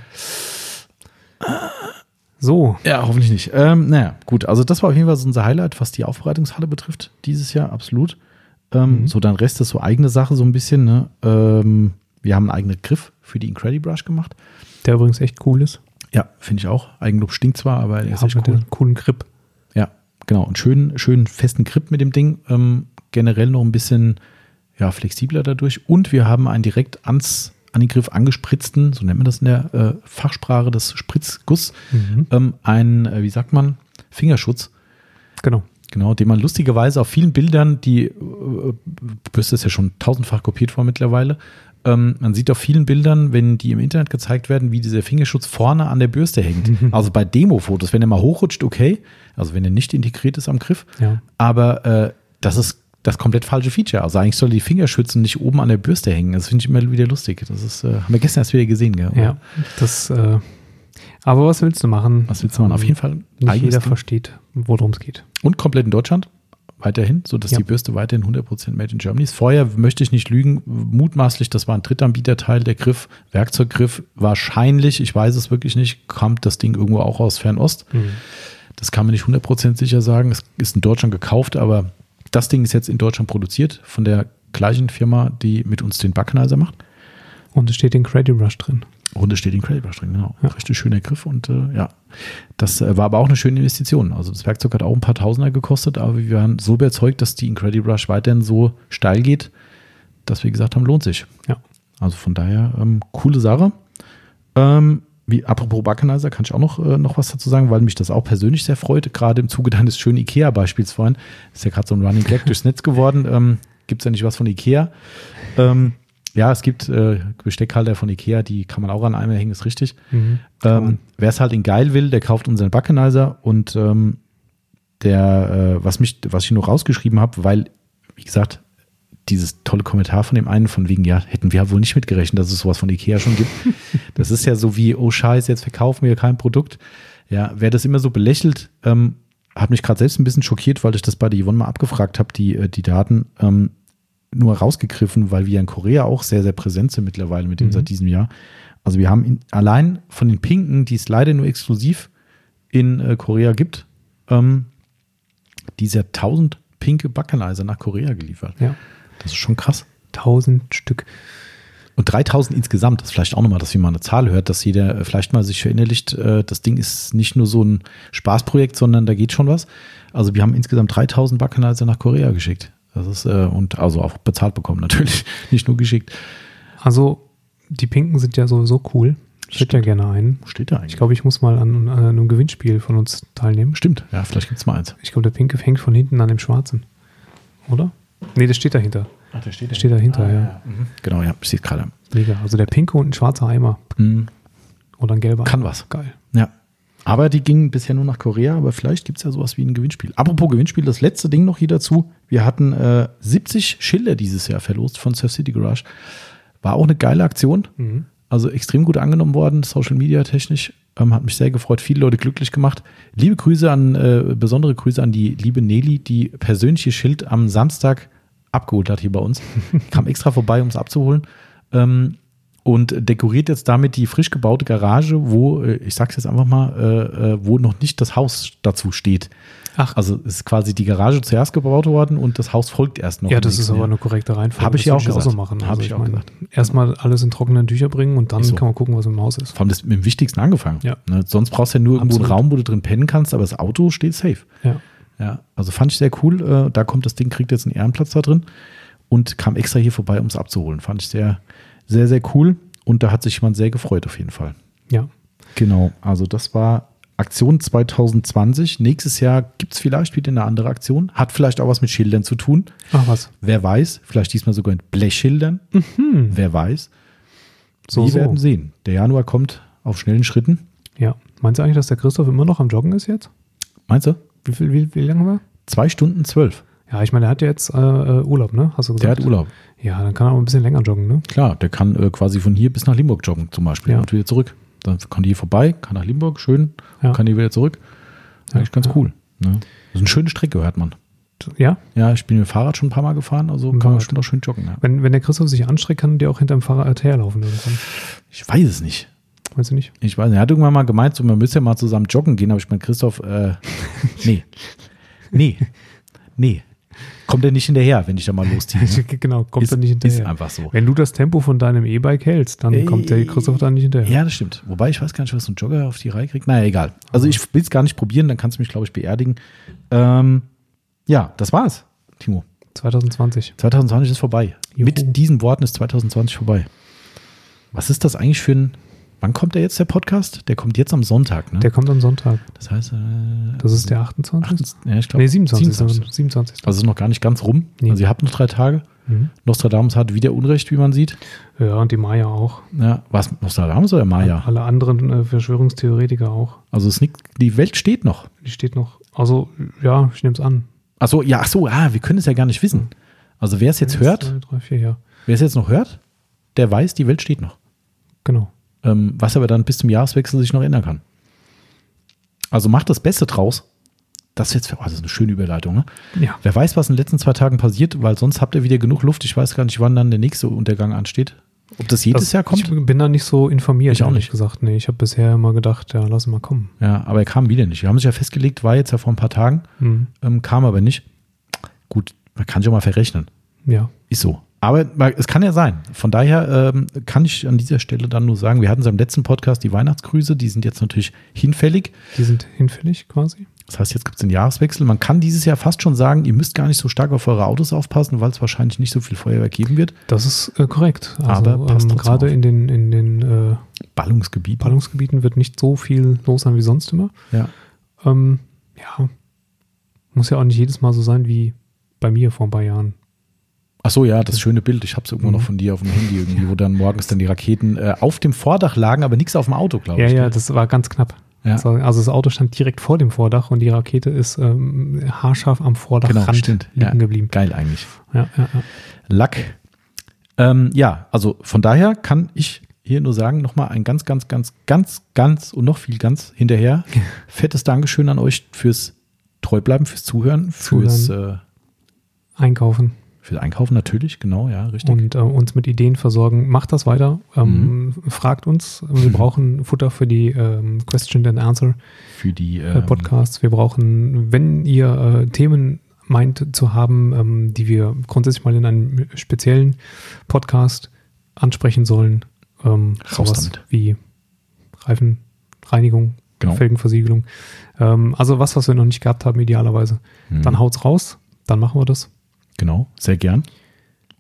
So. Ja, hoffentlich nicht. Naja, gut. Also das war auf jeden Fall so unser Highlight, was die Aufbereitungshalle betrifft, dieses Jahr, absolut. So, dann Rest ist so eigene Sache, so ein bisschen. Ne? Wir haben einen eigenen Griff für die Incredibrush gemacht. Der übrigens echt cool ist. Ja, finde ich auch. Eigenlob stinkt zwar, aber der ist echt cool. Einen coolen Grip. Ja, genau. Und schön festen Grip mit dem Ding. Generell noch ein bisschen flexibler dadurch. Und wir haben einen direkt an den Griff angespritzten, so nennt man das in der Fachsprache, das Spritzguss, wie sagt man, Fingerschutz. Genau, den man lustigerweise auf vielen Bildern, die Bürste ist ja schon 1000-fach kopiert worden mittlerweile, man sieht auf vielen Bildern, wenn die im Internet gezeigt werden, wie dieser Fingerschutz vorne an der Bürste hängt. Also bei Demo-Fotos, wenn er mal hochrutscht, okay, also wenn er nicht integriert ist am Griff, aber das ist das komplett falsche Feature. Also eigentlich soll die Fingerschützen nicht oben an der Bürste hängen. Das finde ich immer wieder lustig. Das ist, haben wir gestern erst wieder gesehen. Gell? Ja, aber was willst du machen? Was willst du machen? Auf jeden Fall. Nicht jeder versteht, worum es geht. Und komplett in Deutschland weiterhin, sodass die Bürste weiterhin 100% Made in Germany ist. Vorher, möchte ich nicht lügen, mutmaßlich, das war ein Drittanbieterteil, der Griff, Werkzeuggriff. Wahrscheinlich, ich weiß es wirklich nicht, kam das Ding irgendwo auch aus Fernost. Das kann man nicht 100% sicher sagen. Es ist in Deutschland gekauft, aber das Ding ist jetzt in Deutschland produziert von der gleichen Firma, die mit uns den Backenizer macht. Und es steht Incredibrush drin. Genau. Ja. Richtig schöner Griff und das war aber auch eine schöne Investition. Also das Werkzeug hat auch ein paar Tausender gekostet, aber wir waren so überzeugt, dass die Incredibrush weiterhin so steil geht, dass wir gesagt haben, lohnt sich. Ja. Also von daher, coole Sache. Apropos Backenizer, kann ich auch noch was dazu sagen, weil mich das auch persönlich sehr freut, gerade im Zuge deines schönen Ikea-Beispiels vorhin. Ist ja gerade so ein Running Gag durchs Netz geworden. Gibt es ja nicht was von Ikea? Ja, es gibt Besteckhalter von Ikea, die kann man auch an Eimer hängen, ist richtig. Wer es halt in geil will, der kauft unseren Backenizer und was ich noch rausgeschrieben habe, weil, wie gesagt, dieses tolle Kommentar von dem einen, von wegen, ja, hätten wir wohl nicht mitgerechnet, dass es sowas von Ikea schon gibt. Das ist ja so wie, oh Scheiße, jetzt verkaufen wir kein Produkt. Ja, wer das immer so belächelt, hat mich gerade selbst ein bisschen schockiert, weil ich das bei der Yvonne mal abgefragt habe, die Daten nur rausgegriffen, weil wir in Korea auch sehr, sehr präsent sind mittlerweile mit dem seit diesem Jahr. Also wir haben allein von den Pinken, die es leider nur exklusiv in Korea gibt, dieser 1000 pinke Backenizer nach Korea geliefert. Ja. Das ist schon krass. 1000 Stück. Und 3000 insgesamt, das ist vielleicht auch nochmal, dass ihr mal eine Zahl hört, dass jeder vielleicht mal sich verinnerlicht, das Ding ist nicht nur so ein Spaßprojekt, sondern da geht schon was. Also wir haben insgesamt 3000 Backenizer nach Korea geschickt. Das ist, und also auch bezahlt bekommen natürlich, nicht nur geschickt. Also Die Pinken sind ja sowieso cool. Ich hätte ja gerne einen. Wo steht der eigentlich? Ich glaube, ich muss mal an einem Gewinnspiel von uns teilnehmen. Stimmt, ja, vielleicht gibt es mal eins. Ich glaube, der Pinke hängt von hinten an dem Schwarzen. Oder? Nee, der steht dahinter. Ach, der steht dahinter, ja. Mhm. Genau, ja, ich sehe es gerade. Mega. Also der Pinke und ein schwarzer Eimer. Mhm. Oder ein gelber Kann Eimer. was. Geil. Ja. Aber die gingen bisher nur nach Korea, aber vielleicht gibt es ja sowas wie ein Gewinnspiel. Apropos Gewinnspiel, das letzte Ding noch hier dazu. Wir hatten 70 Schilder dieses Jahr verlost von Surf City Garage. War auch eine geile Aktion. Mhm. Also extrem gut angenommen worden, Social Media technisch. Hat mich sehr gefreut, viele Leute glücklich gemacht. Besondere Grüße an die liebe Nelly, die persönliche Schild am Samstag abgeholt hat hier bei uns. Kam extra vorbei, um es abzuholen. Und dekoriert jetzt damit die frisch gebaute Garage, wo, ich sag's jetzt einfach mal, wo noch nicht das Haus dazu steht. Ach. Also ist quasi die Garage zuerst gebaut worden und das Haus folgt erst noch. Ja, das ist aber eine korrekte Reihenfolge. Habe ich ja auch gesagt. so machen. Habe ich auch gesagt. Erstmal alles in trockenen Tücher bringen und dann so. kann man gucken, was im Haus ist. Vor allem das mit dem Wichtigsten angefangen. Ja. Ne? Sonst brauchst du ja nur irgendwo Absolut. einen Raum, wo du drin pennen kannst, aber das Auto steht safe. Ja. Ja, also fand ich sehr cool. Da kommt das Ding, kriegt jetzt einen Ehrenplatz da drin und kam extra hier vorbei, um es abzuholen. Fand ich sehr, sehr, sehr cool. Und da hat sich jemand sehr gefreut auf jeden Fall. Ja. Genau, also das war Aktion 2020. Nächstes Jahr gibt es vielleicht wieder eine andere Aktion. Hat vielleicht auch was mit Schildern zu tun. Ach was. Wer weiß, vielleicht diesmal sogar mit Blechschildern. Mhm. Wer weiß. So. Wir werden sehen. Der Januar kommt auf schnellen Schritten. Ja. Meinst du eigentlich, dass der Christoph immer noch am Joggen ist jetzt? Meinst du? Wie lange war? 2 Stunden 12. Ja, ich meine, der hat ja jetzt Urlaub, ne? Hast du gesagt? Der hat Urlaub. Ja, dann kann er auch ein bisschen länger joggen, ne? Klar, der kann quasi von hier bis nach Limburg joggen zum Beispiel Ja. und wieder zurück. Dann kann die hier vorbei, kann nach Limburg, schön, Ja. kann hier wieder zurück. Eigentlich ganz Ja. cool. Ne? Das ist eine schöne Strecke, hört man. Ja? Ja, ich bin mit dem Fahrrad schon ein paar Mal gefahren, also Mit kann man Fahrrad. schon auch schön joggen. Ja. Wenn der Christoph sich anstreckt, kann der auch hinterm Fahrrad herlaufen irgendwann. Ich weiß es nicht. Weißt du nicht? Ich weiß nicht. Er hat irgendwann mal gemeint, so, man müsste ja mal zusammen joggen gehen, aber ich meine, Christoph, nee. Kommt er nicht hinterher, wenn ich da mal losziehe. Ne? Genau, kommt er nicht hinterher. Ist einfach so. Wenn du das Tempo von deinem E-Bike hältst, dann kommt der Christoph da nicht hinterher. Ja, das stimmt. Wobei, ich weiß gar nicht, was so ein Jogger auf die Reihe kriegt. Naja, egal. Also ich will es gar nicht probieren, dann kannst du mich, glaube ich, beerdigen. Ja, das war's, Timo. 2020. 2020 ist vorbei. Juhu. Mit diesen Worten ist 2020 vorbei. Was ist das eigentlich für ein... Wann kommt der jetzt, der Podcast? Der kommt jetzt am Sonntag, ne? Der kommt am Sonntag. Das heißt... Das ist der 28. Ja, ich glaube... Nee, 27. 27. Also ist noch gar nicht ganz rum. Nee. Also ihr habt noch 3 Tage. Mhm. Nostradamus hat wieder Unrecht, wie man sieht. Ja, und die Maya auch. Ja, was? Nostradamus oder Maya? Alle anderen Verschwörungstheoretiker auch. Also die Welt steht noch. Die steht noch. Also, ja, ich nehme es an. Achso, wir können es ja gar nicht wissen. Also wer es jetzt 1, hört, 2, 3, 4, ja. wer es jetzt noch hört, der weiß, die Welt steht noch. Genau. Was aber dann bis zum Jahreswechsel sich noch ändern kann. Also macht das Beste draus. Das ist jetzt das ist eine schöne Überleitung. Ne? Ja. Wer weiß, was in den letzten 2 Tagen passiert, weil sonst habt ihr wieder genug Luft. Ich weiß gar nicht, wann dann der nächste Untergang ansteht. Ob das jedes Jahr kommt? Ich bin da nicht so informiert, Ich auch ehrlich nicht. gesagt. Nee, ich habe bisher immer gedacht, ja, lass mal kommen. Ja, aber er kam wieder nicht. Wir haben sich ja festgelegt, war jetzt ja vor ein paar Tagen, kam aber nicht. Gut, man kann sich auch mal verrechnen. Ja. Ist so. Aber es kann ja sein. Von daher kann ich an dieser Stelle dann nur sagen, wir hatten es im letzten Podcast, die Weihnachtsgrüße, die sind jetzt natürlich hinfällig. Die sind hinfällig quasi. Das heißt, jetzt gibt es den Jahreswechsel. Man kann dieses Jahr fast schon sagen, ihr müsst gar nicht so stark auf eure Autos aufpassen, weil es wahrscheinlich nicht so viel Feuerwerk geben wird. Das ist korrekt. Also, Aber passt trotzdem gerade auf. in den Ballungsgebiet. Ballungsgebieten wird nicht so viel los sein wie sonst immer. Ja. Ja, muss ja auch nicht jedes Mal so sein wie bei mir vor ein paar Jahren. Ach so, ja, das schöne Bild. Ich habe es irgendwo noch von dir auf dem Handy irgendwie, wo dann morgens dann die Raketen auf dem Vordach lagen, aber nichts auf dem Auto, glaube ich. Ja, das war ganz knapp. Ja. Also das Auto stand direkt vor dem Vordach und die Rakete ist haarscharf am Vordachrand liegen geblieben. Geil eigentlich. Ja. Lack. Ja, also von daher kann ich hier nur sagen, nochmal ein ganz und noch viel ganz hinterher fettes Dankeschön an euch fürs Treubleiben, fürs Zuhören, fürs Einkaufen. Fürs Einkaufen natürlich, genau, ja, richtig. Und uns mit Ideen versorgen. Macht das weiter. Fragt uns. Wir brauchen Futter für die Question and Answer für die Podcasts. Wir brauchen, wenn ihr Themen meint zu haben, die wir grundsätzlich mal in einem speziellen Podcast ansprechen sollen, sowas damit. wie Reifenreinigung, Genau. Felgenversiegelung. Also was wir noch nicht gehabt haben, idealerweise. Dann haut's raus, dann machen wir das. Genau, sehr gern.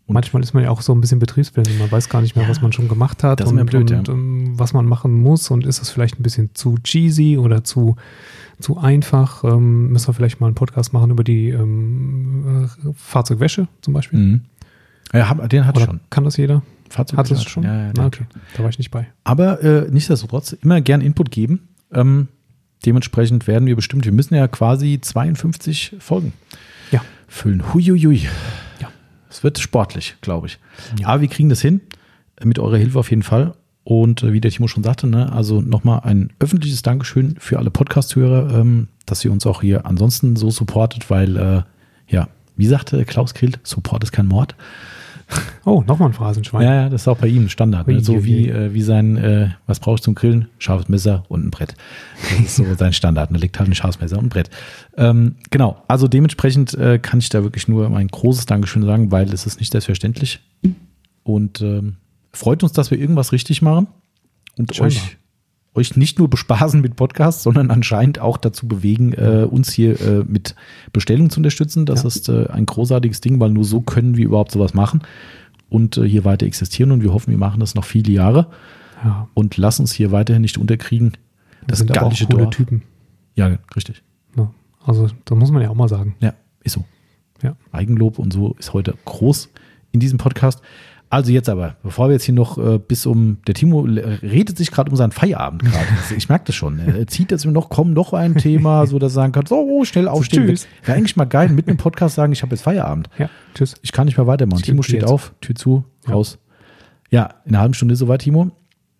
Und manchmal ist man ja auch so ein bisschen betriebsblind und man weiß gar nicht mehr, was man schon gemacht hat das ist mir blöd, und was man machen muss und ist das vielleicht ein bisschen zu cheesy oder zu einfach. Müssen wir vielleicht mal einen Podcast machen über die Fahrzeugwäsche zum Beispiel. Mhm. Ja, den hat schon. Kann das jeder? Fahrzeugwäsche hat das schon? Ja, okay, da war ich nicht bei. Aber nichtsdestotrotz immer gern Input geben. Dementsprechend werden wir bestimmt, wir müssen ja quasi 52 Folgen füllen. Huiuiui. Ja. Es wird sportlich, glaube ich. Ja. Aber wir kriegen das hin, mit eurer Hilfe auf jeden Fall. Und wie der Timo schon sagte, ne, also nochmal ein öffentliches Dankeschön für alle Podcast-Hörer, dass ihr uns auch hier ansonsten so supportet, weil, wie sagte Klaus Grill, Support ist kein Mord. Oh, nochmal ein Phrasenschwein. Ja, das ist auch bei ihm Standard. Ne? So wie sein, was brauchst du zum Grillen? Scharfes Messer und ein Brett. Das ist so sein Standard. Da liegt halt ein scharfes Messer und ein Brett. Genau, also dementsprechend kann ich da wirklich nur ein großes Dankeschön sagen, weil es ist nicht selbstverständlich. Und freut uns, dass wir irgendwas richtig machen und euch nicht nur bespaßen mit Podcasts, sondern anscheinend auch dazu bewegen, uns hier mit Bestellungen zu unterstützen. Das ist ein großartiges Ding, weil nur so können wir überhaupt sowas machen und hier weiter existieren. Und wir hoffen, wir machen das noch viele Jahre und lassen uns hier weiterhin nicht unterkriegen. Das sind aber auch coole Typen. Ja, richtig. Ja, also da muss man ja auch mal sagen. Ja, ist so. Ja. Eigenlob und so ist heute groß in diesem Podcast. Also jetzt aber, bevor wir jetzt hier noch der Timo redet sich gerade um seinen Feierabend gerade. Ich merke das schon. Er zieht jetzt noch ein Thema, so dass er sagen kann, so schnell aufstehen. Tschüss. Wäre eigentlich mal geil, mitten im Podcast sagen, ich habe jetzt Feierabend. Ja, tschüss. Ich kann nicht mehr weitermachen. Timo steht auf, Tür zu, raus. Ja, in einer halben Stunde ist soweit, Timo.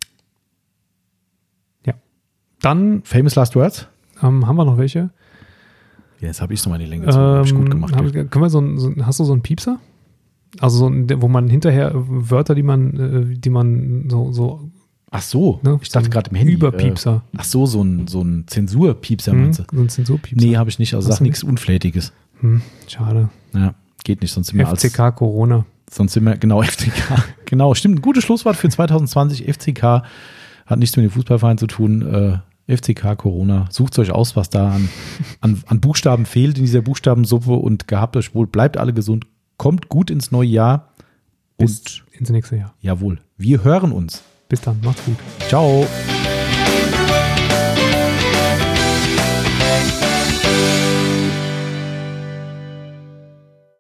Ja. Dann Famous Last Words. haben wir noch welche? Ja, jetzt habe ich es nochmal in die Länge gezogen. Hab ich gut gemacht. Hast du so einen Piepser? Also wo man hinterher Wörter, die man so Ach so, ne? Ich dachte gerade im Handy. Überpiepser. Ach so, so ein Zensurpiepser meinst du? So ein Zensurpiepser. Nee, habe ich nicht. Also sag nichts Unflätiges. Schade. Ja, geht nicht, sonst sind wir FCK Corona. Sonst sind wir, genau, FCK. Genau, stimmt. Ein gutes Schlusswort für 2020. FCK hat nichts mit dem Fußballverein zu tun. FCK Corona. Sucht euch aus, was da an Buchstaben fehlt in dieser Buchstabensuppe und gehabt euch wohl. Bleibt alle gesund. Kommt gut ins neue Jahr. Bis ins nächste Jahr. Jawohl. Wir hören uns. Bis dann. Macht's gut. Ciao.